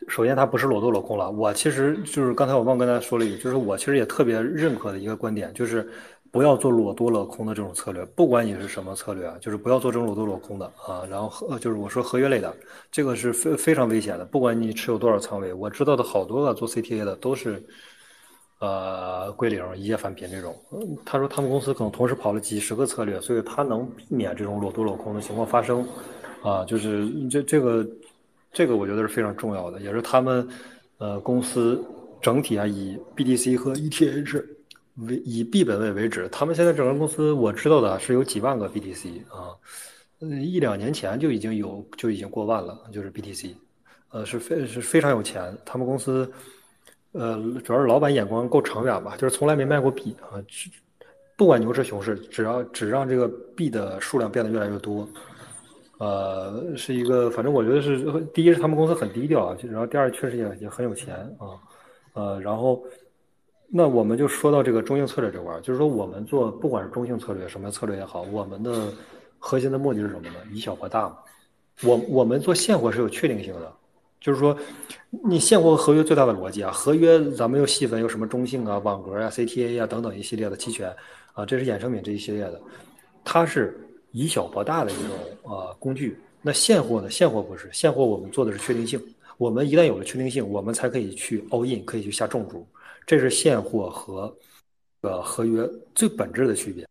首先它不是裸多裸空了。我其实就是刚才我忘跟大家说了一句，就是我其实也特别认可的一个观点，就是不要做裸多裸空的这种策略，不管你是什么策略啊，就是不要做这种裸多裸空的啊。然后合就是我说合约类的，这个是非非常危险的，不管你持有多少仓位，我知道的好多个做 C T A 的都是。呃，归零一夜翻篇这种，嗯他说他们公司可能同时跑了几十个策略，所以他能避免这种裸多裸空的情况发生，啊，就是这这个这个我觉得是非常重要的，也是他们呃公司整体啊以 B T C 和 E T H 为以 B 本位为止，他们现在整个公司我知道的是有几万个 B T C 啊，嗯一两年前就已经有就已经过万了，就是 B T C，呃是非是非常有钱，他们公司。呃，主要是老板眼光够长远吧，就是从来没卖过币啊，不管牛市熊市，只要只让这个币的数量变得越来越多，呃，是一个，反正我觉得是第一是他们公司很低调啊，然后第二确实也也很有钱啊，呃，然后那我们就说到这个中性策略这块儿，就是说我们做不管是中性策略什么策略也好，我们的核心的目的是什么呢？以小博大嘛，我我们做现货是有确定性的。就是说，你现货和合约最大的逻辑啊，合约咱们又细分有什么中性啊、网格啊、C T A 啊等等一系列的期权啊，这是衍生品这一系列的，它是以小博大的一种呃工具。那现货呢？现货不是，现货我们做的是确定性。我们一旦有了确定性，我们才可以去 all in，可以去下重注。这是现货和呃合约最本质的区别。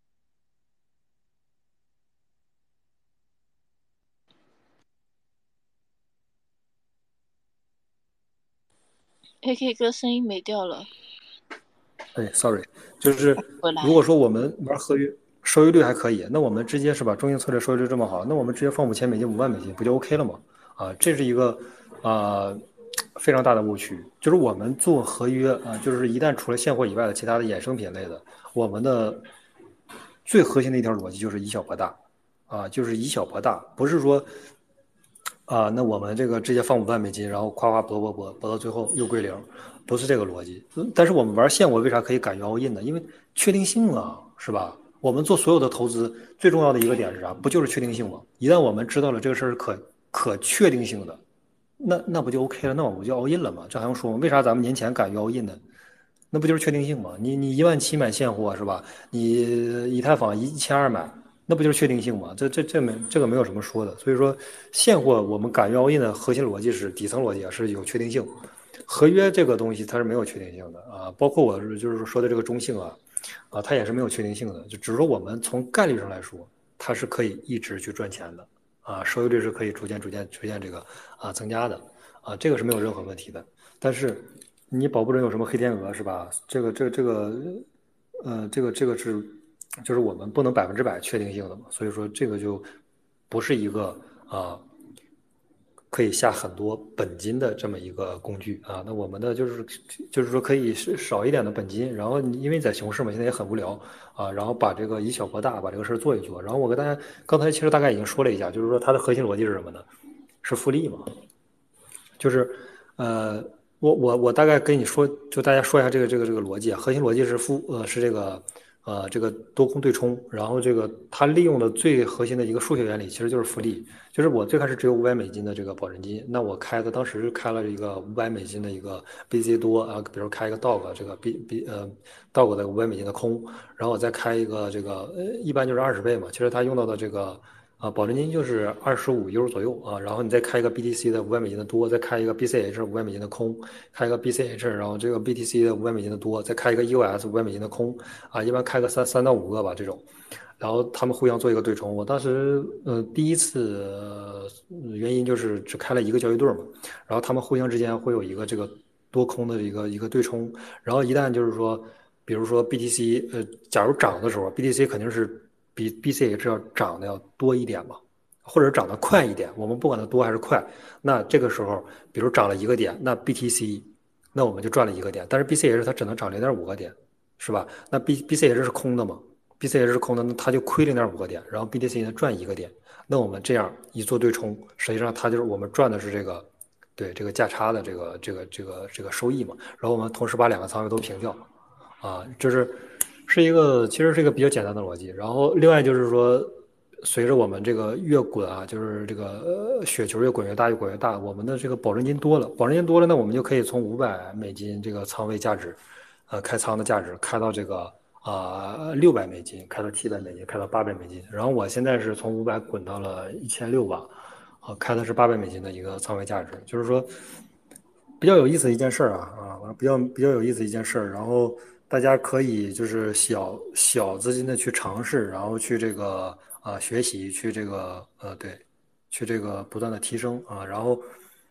A K 哥声音没掉了。 哎，sorry，就是如果说我们玩合约，收益率还可以，那我们直接是吧？中性策略收益率这么好，那我们直接放五千美金、五万美金，不就 OK 了吗？啊，这是一个啊、呃、非常大的误区，就是我们做合约啊，就是一旦除了现货以外的其他的衍生品类的，我们的最核心的一条逻辑就是以小博大，啊，就是以小博大，不是说。啊，那我们这个直接放五万美金，然后夸夸博博博博到最后又归零，不是这个逻辑。但是我们玩现货为啥可以敢于 all in 呢？因为确定性啊，是吧？我们做所有的投资最重要的一个点是啥？不就是确定性吗？一旦我们知道了这个事儿是可可确定性的，那那不就 OK 了？那我们不就 all in 了吗？这还用说吗？为啥咱们年前敢于 all in 呢？那不就是确定性吗？你你一万七买现货是吧？你以太坊一千二买。那不就是确定性吗？这这这没这个没有什么说的。所以说，现货我们敢于 all in 的核心逻辑是底层逻辑啊，是有确定性。合约这个东西它是没有确定性的啊，包括我就是说的这个中性啊，啊它也是没有确定性的。就只是说我们从概率上来说，它是可以一直去赚钱的啊，收益率是可以逐渐逐渐逐渐这个啊增加的啊，这个是没有任何问题的。但是你保不准有什么黑天鹅是吧？这个这个这个呃这个这个是。就是我们不能百分之百确定性的嘛，所以说这个就不是一个啊可以下很多本金的这么一个工具啊。那我们的就是就是说可以少一点的本金，然后因为在熊市嘛，现在也很无聊啊，然后把这个以小博大，把这个事儿做一做。然后我跟大家刚才其实大概已经说了一下，就是说它的核心逻辑是什么呢？是复利嘛，就是呃。我我我大概跟你说，就大家说一下这个这个这个逻辑啊，核心逻辑是复呃是这个。呃，这个多空对冲，然后这个它利用的最核心的一个数学原理，其实就是复利。就是我最开始只有五百美金的这个保证金，那我开的当时开了一个五百美金的一个 B C 多啊，比如开一个 dog 这个 B B 呃 dog 的五百美金的空，然后我再开一个这个呃一般就是二十倍嘛，其实它用到的这个。啊，保证金就是二十五 U 左右啊，然后你再开一个 B T C 的五百美金的多，再开一个 B C H 五百美金的空，开一个 B C H， 然后这个 B T C 的五百美金的多，再开一个 E O S 五百美金的空啊，一般开个三三到五个吧这种，然后他们互相做一个对冲。我当时呃第一次、呃、原因就是只开了一个交易对嘛，然后他们互相之间会有一个这个多空的一个一个对冲，然后一旦就是说，比如说 B T C 呃，假如涨的时候 ，B T C 肯定是。比 B C H 要涨的要多一点嘛，或者涨得快一点，我们不管它多还是快，那这个时候，比如涨了一个点，那 B T C， 那我们就赚了一个点，但是 B C H 它只能涨零点五个点，是吧？那 B B C H 是空的嘛 ？B C H 是空的，那它就亏零点五个点，然后 B T C 呢赚一个点，那我们这样一做对冲，实际上它就是我们赚的是这个，对这个价差的这个这个这个这个收益嘛，然后我们同时把两个仓位都平掉，啊，就是。是一个，其实是一个比较简单的逻辑。然后另外就是说， 随着我们这个越滚啊，就是这个呃雪球越滚越大，越滚越大，我们的这个保证金多了，保证金多了呢，我们就可以从五百美金这个仓位价值，呃开仓的价值开到这个啊六百美金，开到七百美金，开到八百美金。然后我现在是从五百滚到了一千六吧，啊开的是八百美金的一个仓位价值，就是说比较有意思的一件事儿啊啊，比较比较有意思的一件事儿。然后大家可以就是小小资金的去尝试，然后去这个啊学习，去这个呃对，去这个不断的提升啊。然后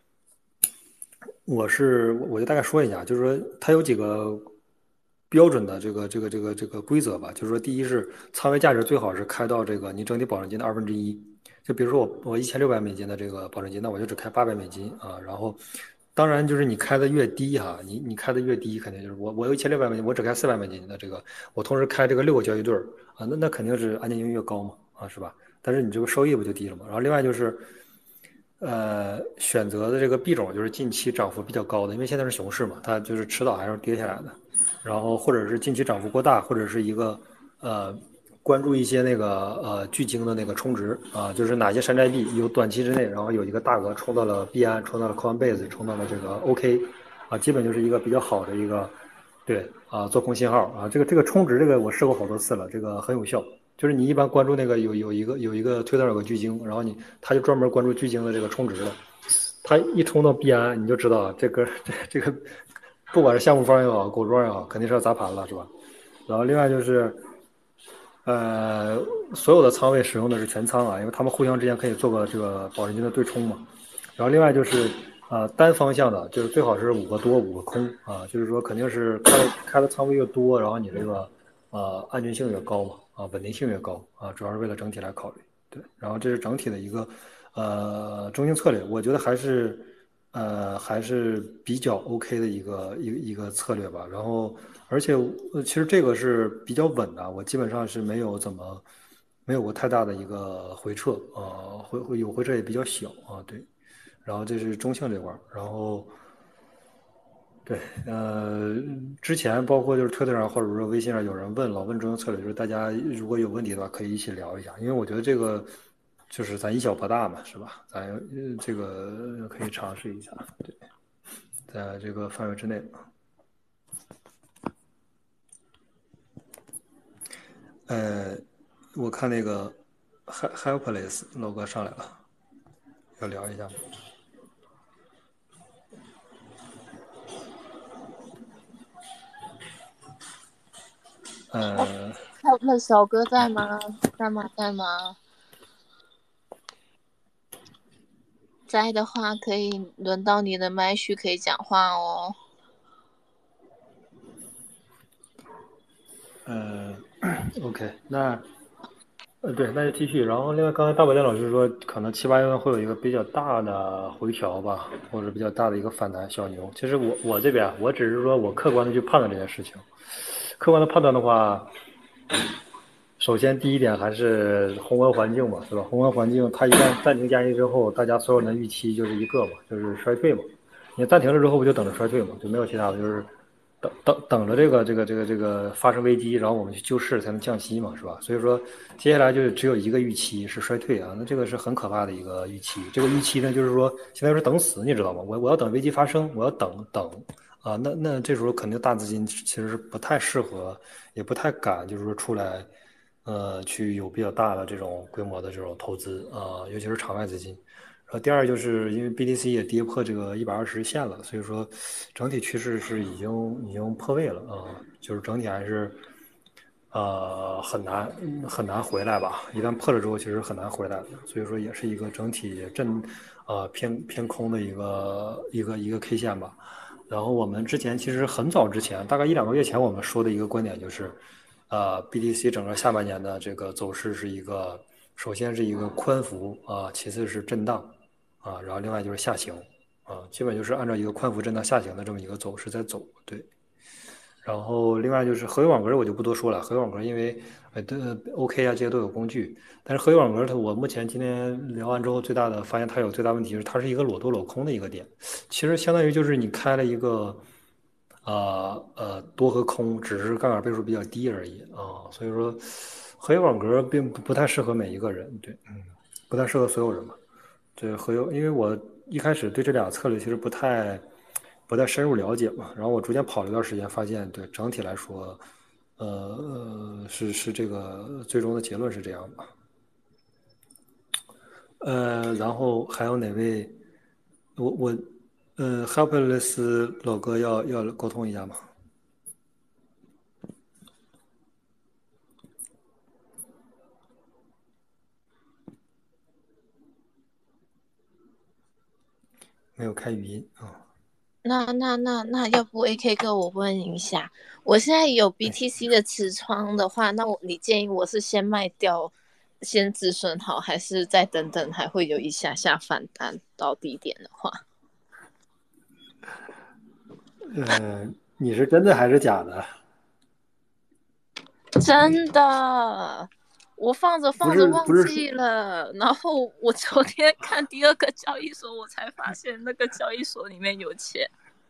我是我就大概说一下，就是说它有几个标准的这个这个这个这个规则吧，就是说第一是仓位价值最好是开到这个你整体保证金的二分之一。就比如说我我一千六百美金的这个保证金，那我就只开八百美金啊。然后当然就是你开的越低哈，你你开的越低，肯定就是我我有一千六百美金，我只开四百美金的这个，我同时开这个六个交易对儿啊，那那肯定是安全性越高嘛啊，是吧？但是你这个收益不就低了嘛？然后另外就是，呃，选择的这个币种就是近期涨幅比较高的，因为现在是熊市嘛，它就是迟早还是跌下来的。然后或者是近期涨幅过大，或者是一个呃关注一些那个呃巨鲸的那个充值啊，就是哪些山寨币有短期之内，然后有一个大额冲到了币安，冲到了 Coinbase，冲到了这个 O K， 啊，基本就是一个比较好的一个对啊做空信号啊，这个这个充值这个我试过好多次了，这个很有效。就是你一般关注那个有有一个有一个推特有个巨鲸，然后你他就专门关注巨鲸的这个充值的，他一冲到币安，你就知道这个这这个不管是项目方也好，狗庄也好，肯定是要砸盘了，是吧？然后另外就是，呃，所有的仓位使用的是全仓啊，因为他们互相之间可以做个这个保证金的对冲嘛。然后另外就是呃单方向的，就是最好是五个多五个空啊，就是说肯定是开开的仓位越多，然后你这个呃安全性越高嘛，啊稳定性越高啊，主要是为了整体来考虑。对，然后这是整体的一个呃中性策略，我觉得还是呃还是比较 OK 的一个一个一个策略吧。然后而且呃其实这个是比较稳的，我基本上是没有怎么没有过太大的一个回撤啊，回回有回撤也比较小啊，对。然后这是中性这块儿，然后对，呃，之前包括就是推特上或者说微信上有人问老问中性策略，就是大家如果有问题的话可以一起聊一下，因为我觉得这个就是咱以小博大嘛，是吧？咱呃这个可以尝试一下，对，在这个范围之内。呃，我看那个 Helpless 老哥上来了，要聊一下吗？呃， 那小哥在吗？在吗？在吗？在的话，可以轮到你的麦序，可以讲话哦。 呃 ，OK，那呃对，那就继续。然后另外，刚才大宝剑老师说，可能七八月份会有一个比较大的回调吧，或者比较大的一个反弹小牛。其实我我这边，我只是说我客观的去判断这件事情。客观的判断的话，首先第一点还是宏观环境嘛，是吧？宏观环境它一旦暂停加息之后，大家所有人的预期就是一个嘛，就是衰退嘛。你暂停了之后，不就等着衰退嘛？就没有其他的，就是等等等着这个这个这个这个发生危机，然后我们去救市才能降息嘛，是吧？所以说接下来就只有一个预期是衰退啊，那这个是很可怕的一个预期。这个预期呢，就是说现在是等死，你知道吗？我我要等危机发生，我要等等啊，那那这时候肯定大资金其实是不太适合，也不太敢，就是说出来。呃，去有比较大的这种规模的这种投资啊、呃，尤其是场外资金。然后第二就是因为 B T C 也跌破这个一百二十线了，所以说整体趋势是已经已经破位了啊、呃，就是整体还是呃很难很难回来吧。一旦破了之后，其实很难回来的。所以说也是一个整体震呃偏偏空的一个一个一个 K 线吧。然后我们之前其实很早之前，大概一两个月前，我们说的一个观点就是。呃 ，B T C 整个下半年的这个走势是一个，首先是一个宽幅啊，其次是震荡啊，然后另外就是下行啊，基本就是按照一个宽幅震荡下行的这么一个走势在走，对。然后另外就是合约网格我就不多说了，合约网格因为呃的 OK 啊这些都有工具，但是合约网格它我目前今天聊完之后最大的发现它有最大问题是它是一个裸多裸空的一个点，其实相当于就是你开了一个。呃呃，多和空只是杠杆倍数比较低而已啊，所以说合约网格并不不太适合每一个人，对，嗯，不太适合所有人嘛。这合约，因为我一开始对这俩策略其实不太不太深入了解嘛，然后我逐渐跑了一段时间，发现对整体来说，呃呃是是这个最终的结论是这样的。呃，然后还有哪位？我我呃，Helpless 老哥要要沟通一下吗？没有开语音啊。哦那那那那，要不 A K 哥，我问一下，我现在有 B T C 的持仓的话，那我你建议我是先卖掉，先止损好，还是再等等，还会有一下下反弹到低点的话？ 呃，你是真的还是假的？ 真的，我放着放着忘记了，然后我昨天看第二个交易所，我才发现那个交易所里面有钱。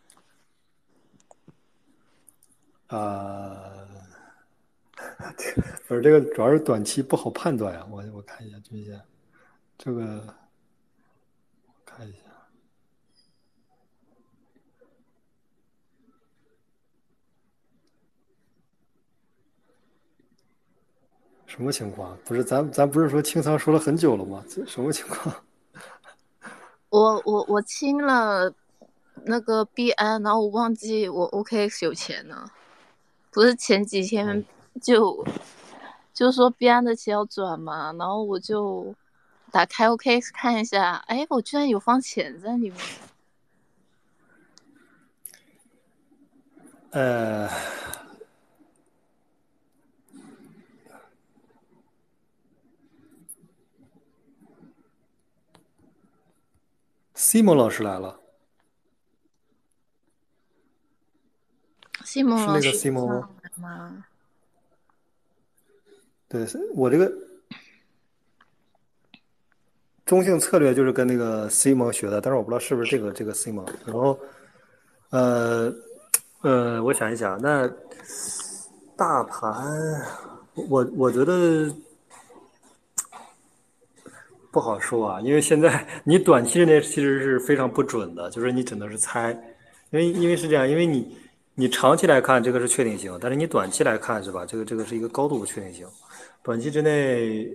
啊、呃，不是这个，主要是短期不好判断呀。我我看一下均线，这个看一下。什么情况？不是咱咱不是说清仓说了很久了吗？这什么情况？ 我我我清了那个币安，然后我忘记我 O K X 有钱了，不是前几天就、嗯、就说币安的钱要转嘛，然后我就打开 O K X 看一下，哎，我居然有放钱在里面。 呃。西蒙老师来了， 西蒙老师是那个西蒙吗？ 对，我这个中性策略就是跟那个西蒙学的，但是我不知道是不是这个这个西蒙。然后，呃呃，我想一想，那大盘，我我觉得不好说啊，因为现在你短期之内其实是非常不准的，就是你只能是猜，因为因为是这样，因为你你长期来看这个是确定性，但是你短期来看是吧？这个这个是一个高度不确定性，短期之内，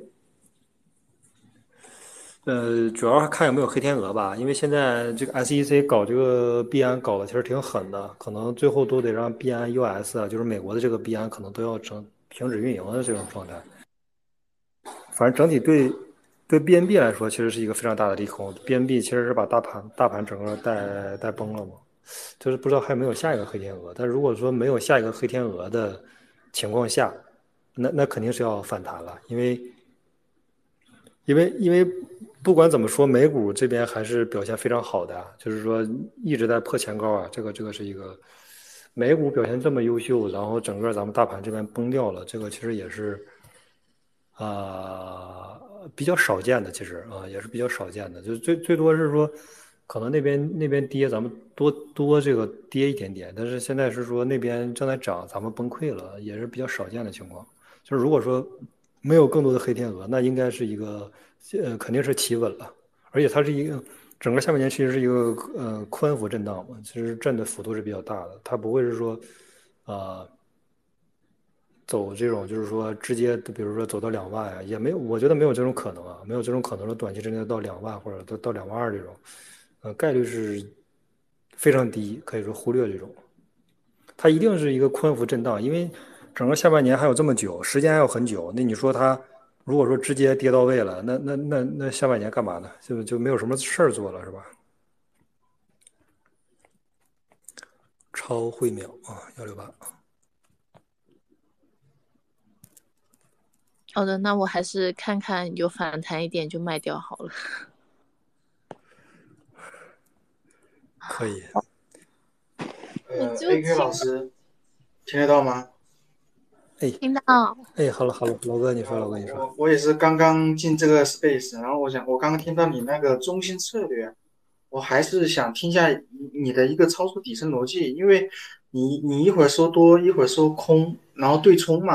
呃，主要看有没有黑天鹅吧，因为现在这个 S E C 搞这个币安搞的其实挺狠的，可能最后都得让币安 U S 啊，就是美国的这个币安可能都要整停止运营的这种状态，反正整体对。对 B N B 来说，其实是一个非常大的利空。B N B 其实是把大盘大盘整个带带崩了嘛，就是不知道还有没有下一个黑天鹅。但如果说没有下一个黑天鹅的情况下，那那肯定是要反弹了，因为因为因为不管怎么说，美股这边还是表现非常好的，就是说一直在破前高啊。这个这个是一个美股表现这么优秀，然后整个咱们大盘这边崩掉了，这个其实也是啊。呃比较少见的，其实啊也是比较少见的，就是最最多是说，可能那边那边跌，咱们多多这个跌一点点，但是现在是说那边正在涨，咱们崩溃了，也是比较少见的情况。就是如果说没有更多的黑天鹅，那应该是一个呃肯定是企稳了，而且它是一个整个下半年其实是一个呃宽幅震荡嘛，其实震的幅度是比较大的，它不会是说啊。呃走这种就是说直接，比如说走到两万啊，也没有，我觉得没有这种可能啊，没有这种可能说短期之内到两万或者到到两万二这种，呃，概率是非常低，可以说忽略这种。它一定是一个宽幅震荡，因为整个下半年还有这么久，时间还有很久。那你说它如果说直接跌到位了，那那那那下半年干嘛呢？就就没有什么事儿做了，是吧？超汇秒啊，幺六八。 好的，那我还是看看有反弹一点就卖掉好了。 可以。 呃，A K 老师，听得到吗？ 哎， 听到。 哎，好了好了，老哥你说，老哥你说。 我我也是刚刚进这个 space，然后我想，我刚刚听到你那个中心策略，我还是想听一下你的一个操作底层逻辑，因为你你一会儿说多，一会儿说空，然后对冲嘛。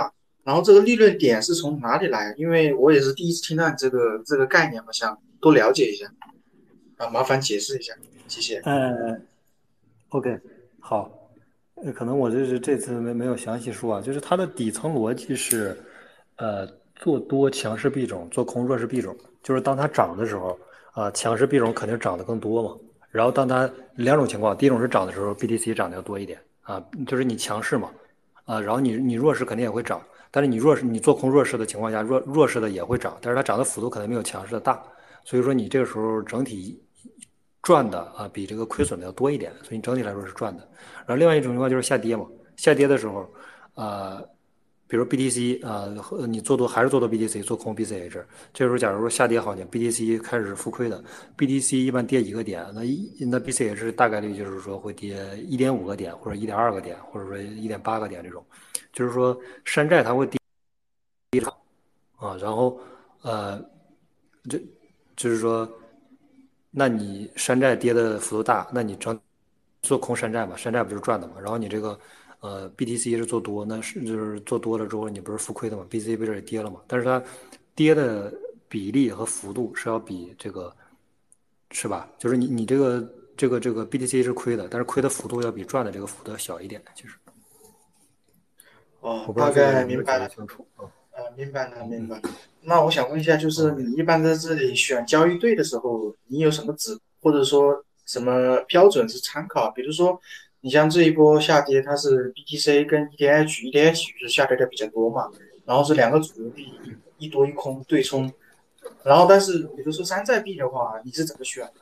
然后这个利润点是从哪里来？因为我也是第一次听到你这个这个概念，我想多了解一下啊，麻烦解释一下，谢谢。 呃，OK，好，呃，可能我这是这次没没有详细说啊，就是它的底层逻辑是，呃，做多强势币种，做空弱势币种，就是当它涨的时候，啊、强势币种肯定涨得更多嘛。然后当它两种情况，第一种是涨的时候，B T C 涨得要多一点啊，就是你强势嘛，啊，然后你你弱势肯定也会涨，但是你弱势你做空弱势的情况下，弱弱势的也会涨，但是它涨的幅度可能没有强势的大，所以说你这个时候整体赚的啊比这个亏损的要多一点，所以你整体来说是赚的。然后另外一种情况就是下跌嘛，下跌的时候，呃，比如 B T C 啊、呃，你做多还是做多 B T C，做空 B C H， 这时候假如说下跌行情 ，B T C 开始是负亏的 ，B T C 一般跌一个点，那一那 B C H 大概率就是说会跌一点五个点，或者一点二个点，或者说一点八个点这种，就是说山寨它会跌啊，然后呃，这就是说，那你山寨跌的幅度大，那你整做空山寨嘛，山寨不就是赚的嘛？然后你这个呃 B T C 是做多，那是就是做多了之后你不是浮亏的嘛？B T C 不是也跌了嘛？但是它跌的比例和幅度是要比这个是吧？就是你你这个这个这个 B T C 是亏的，但是亏的幅度要比赚的这个幅度要小一点，其实。 哦， 我不知道大这个有没有概明白了。 解释清楚啊？ 呃，明白了，明白了。那我想问一下，就是嗯， 你一般在这里选交易对的时候，你有什么指，或者说什么标准是参考？比如说，你像这一波下跌，它是 B T C 跟 E T H，E T H 就是下跌的比较多嘛，然后是两个主流币一一多一空对冲，然后但是比如说山寨币的话，你是怎么选的？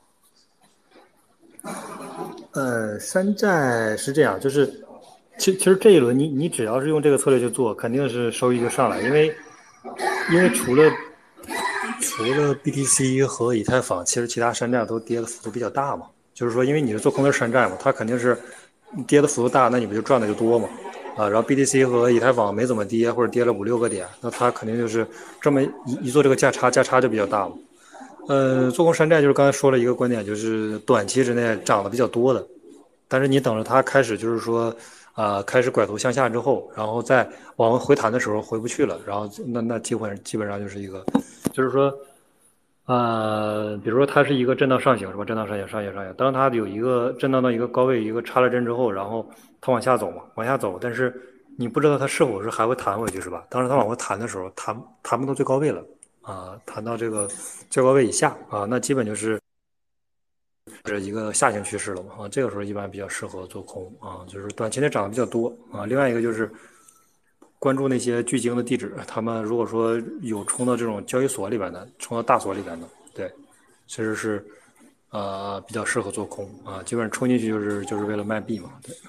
呃，山寨是这样，就是其其实这一轮你你只要是用这个策略去做，肯定是收益就上来，因为因为除了除了 B T C 和以太坊，其实其他山寨都跌的幅度比较大嘛。就是说，因为你是做空的山寨嘛，它肯定是跌的幅度大，那你不就赚的就多嘛？啊，然后 B T C 和以太坊没怎么跌，或者跌了五六个点，那它肯定就是这么一一做这个价差，价差就比较大嘛。呃，做空山寨就是刚才说了一个观点，就是短期之内涨得比较多的，但是你等着它开始就是说，啊、呃，开始拐头向下之后，然后再往回弹的时候回不去了，然后那那基本基本上就是一个，就是说，呃，比如说它是一个震荡上行是吧？震荡上行，上行上行，当它有一个震荡到一个高位，一个插了针之后，然后它往下走嘛，往下走，但是你不知道它是否是还会弹回去是吧？当时它往回弹的时候，弹弹不到最高位了。啊，谈到这个最高位以下啊，那基本就是是一个下行趋势了嘛啊，这个时候一般比较适合做空啊，就是短期内涨得比较多啊。另外一个就是关注那些巨鲸的地址，他们如果说有冲到这种交易所里边的，冲到大所里边的，对，其实是呃比较适合做空啊，基本上冲进去就是就是为了卖币嘛，对。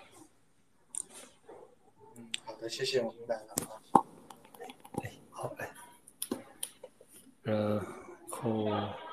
嗯，好的，谢谢，我明白了啊。 哎，好嘞，然后。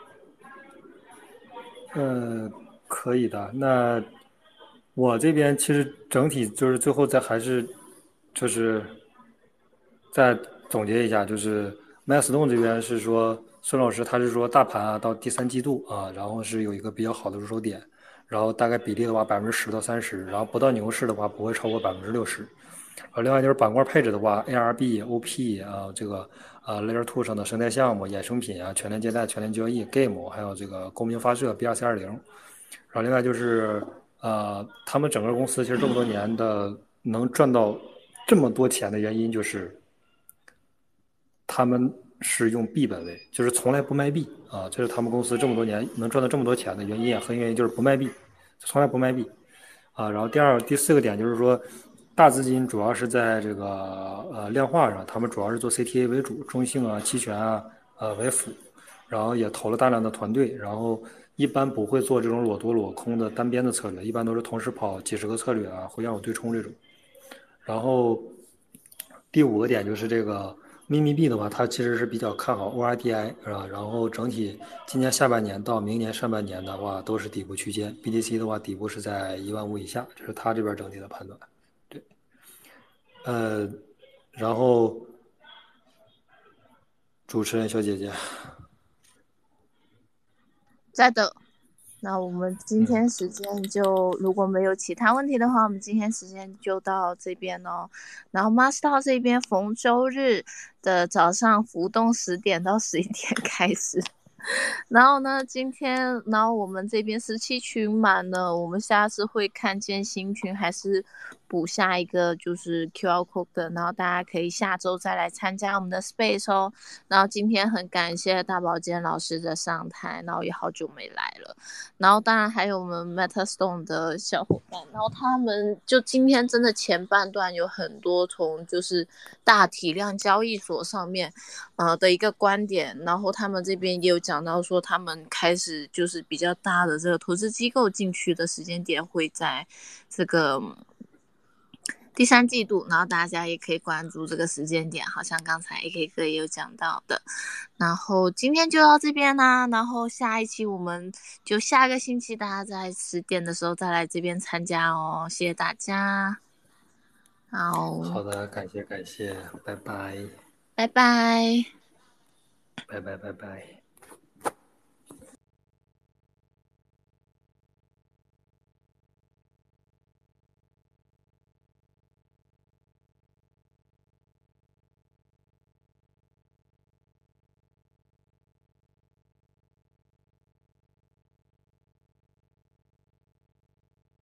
嗯，可以的。那我这边其实整体就是最后再还是就是再总结一下，就是 Milestone 这边是说孙老师他是说大盘啊到第三季度啊，然后是有一个比较好的入手点，然后大概比例的话百分之十到三十，然后不到牛市的话不会超过百分之六十。呃，另外就是板块配置的话，A R B、O P 啊，这个啊 Layer Two 上的生态项目、衍生品啊、全链接贷、全链交易、Game，还有这个公民发射 B 二 C 二零。然后另外就是呃，他们整个公司其实这么多年的能赚到这么多钱的原因，就是他们是用币本位，就是从来不卖币啊，这是他们公司这么多年能赚到这么多钱的原因啊，核心原因就是不卖币，从来不卖币啊。然后第二、第四个点就是说。大资金主要是在这个呃量化上，他们主要是做 C T A 为主，中性啊、期权啊呃为辅，然后也投了大量的团队，然后一般不会做这种裸多裸空的单边的策略，一般都是同时跑几十个策略啊，互相有对冲这种。然后第五个点就是这个秘密币的话，它其实是比较看好 O R D I 是吧？然后整体今年下半年到明年上半年的话都是底部区间 ，B T C 的话底部是在一万五以下，这是他这边整体的判断。呃，然后主持人小姐姐， 在的。 那我们今天时间就如果没有其他问题的话，我们今天时间就到这边哦。然后 Master 这边逢周日的早上浮动十点到十一点开始。然后呢，今天，然后我们这边十七群满了，我们下次会看见新群还是补下一个就是 Q R code 的，然后大家可以下周再来参加我们的 space 哦。然后今天很感谢大保健老师的上台，然后也好久没来了。然后当然还有我们 MetaStone 的小伙伴，然后他们就今天真的前半段有很多从就是大体量交易所上面呃的一个观点，然后他们这边也有讲到说他们开始就是比较大的这个投资机构进去的时间点会在这个第三季度，然后大家也可以关注这个时间点，好像刚才 A K 哥也有讲到的。然后今天就到这边啦，然后下一期我们就下个星期大家在十点的时候再来这边参加哦，谢谢大家。好， 好的，感谢感谢，拜拜， 拜拜， 拜拜拜拜。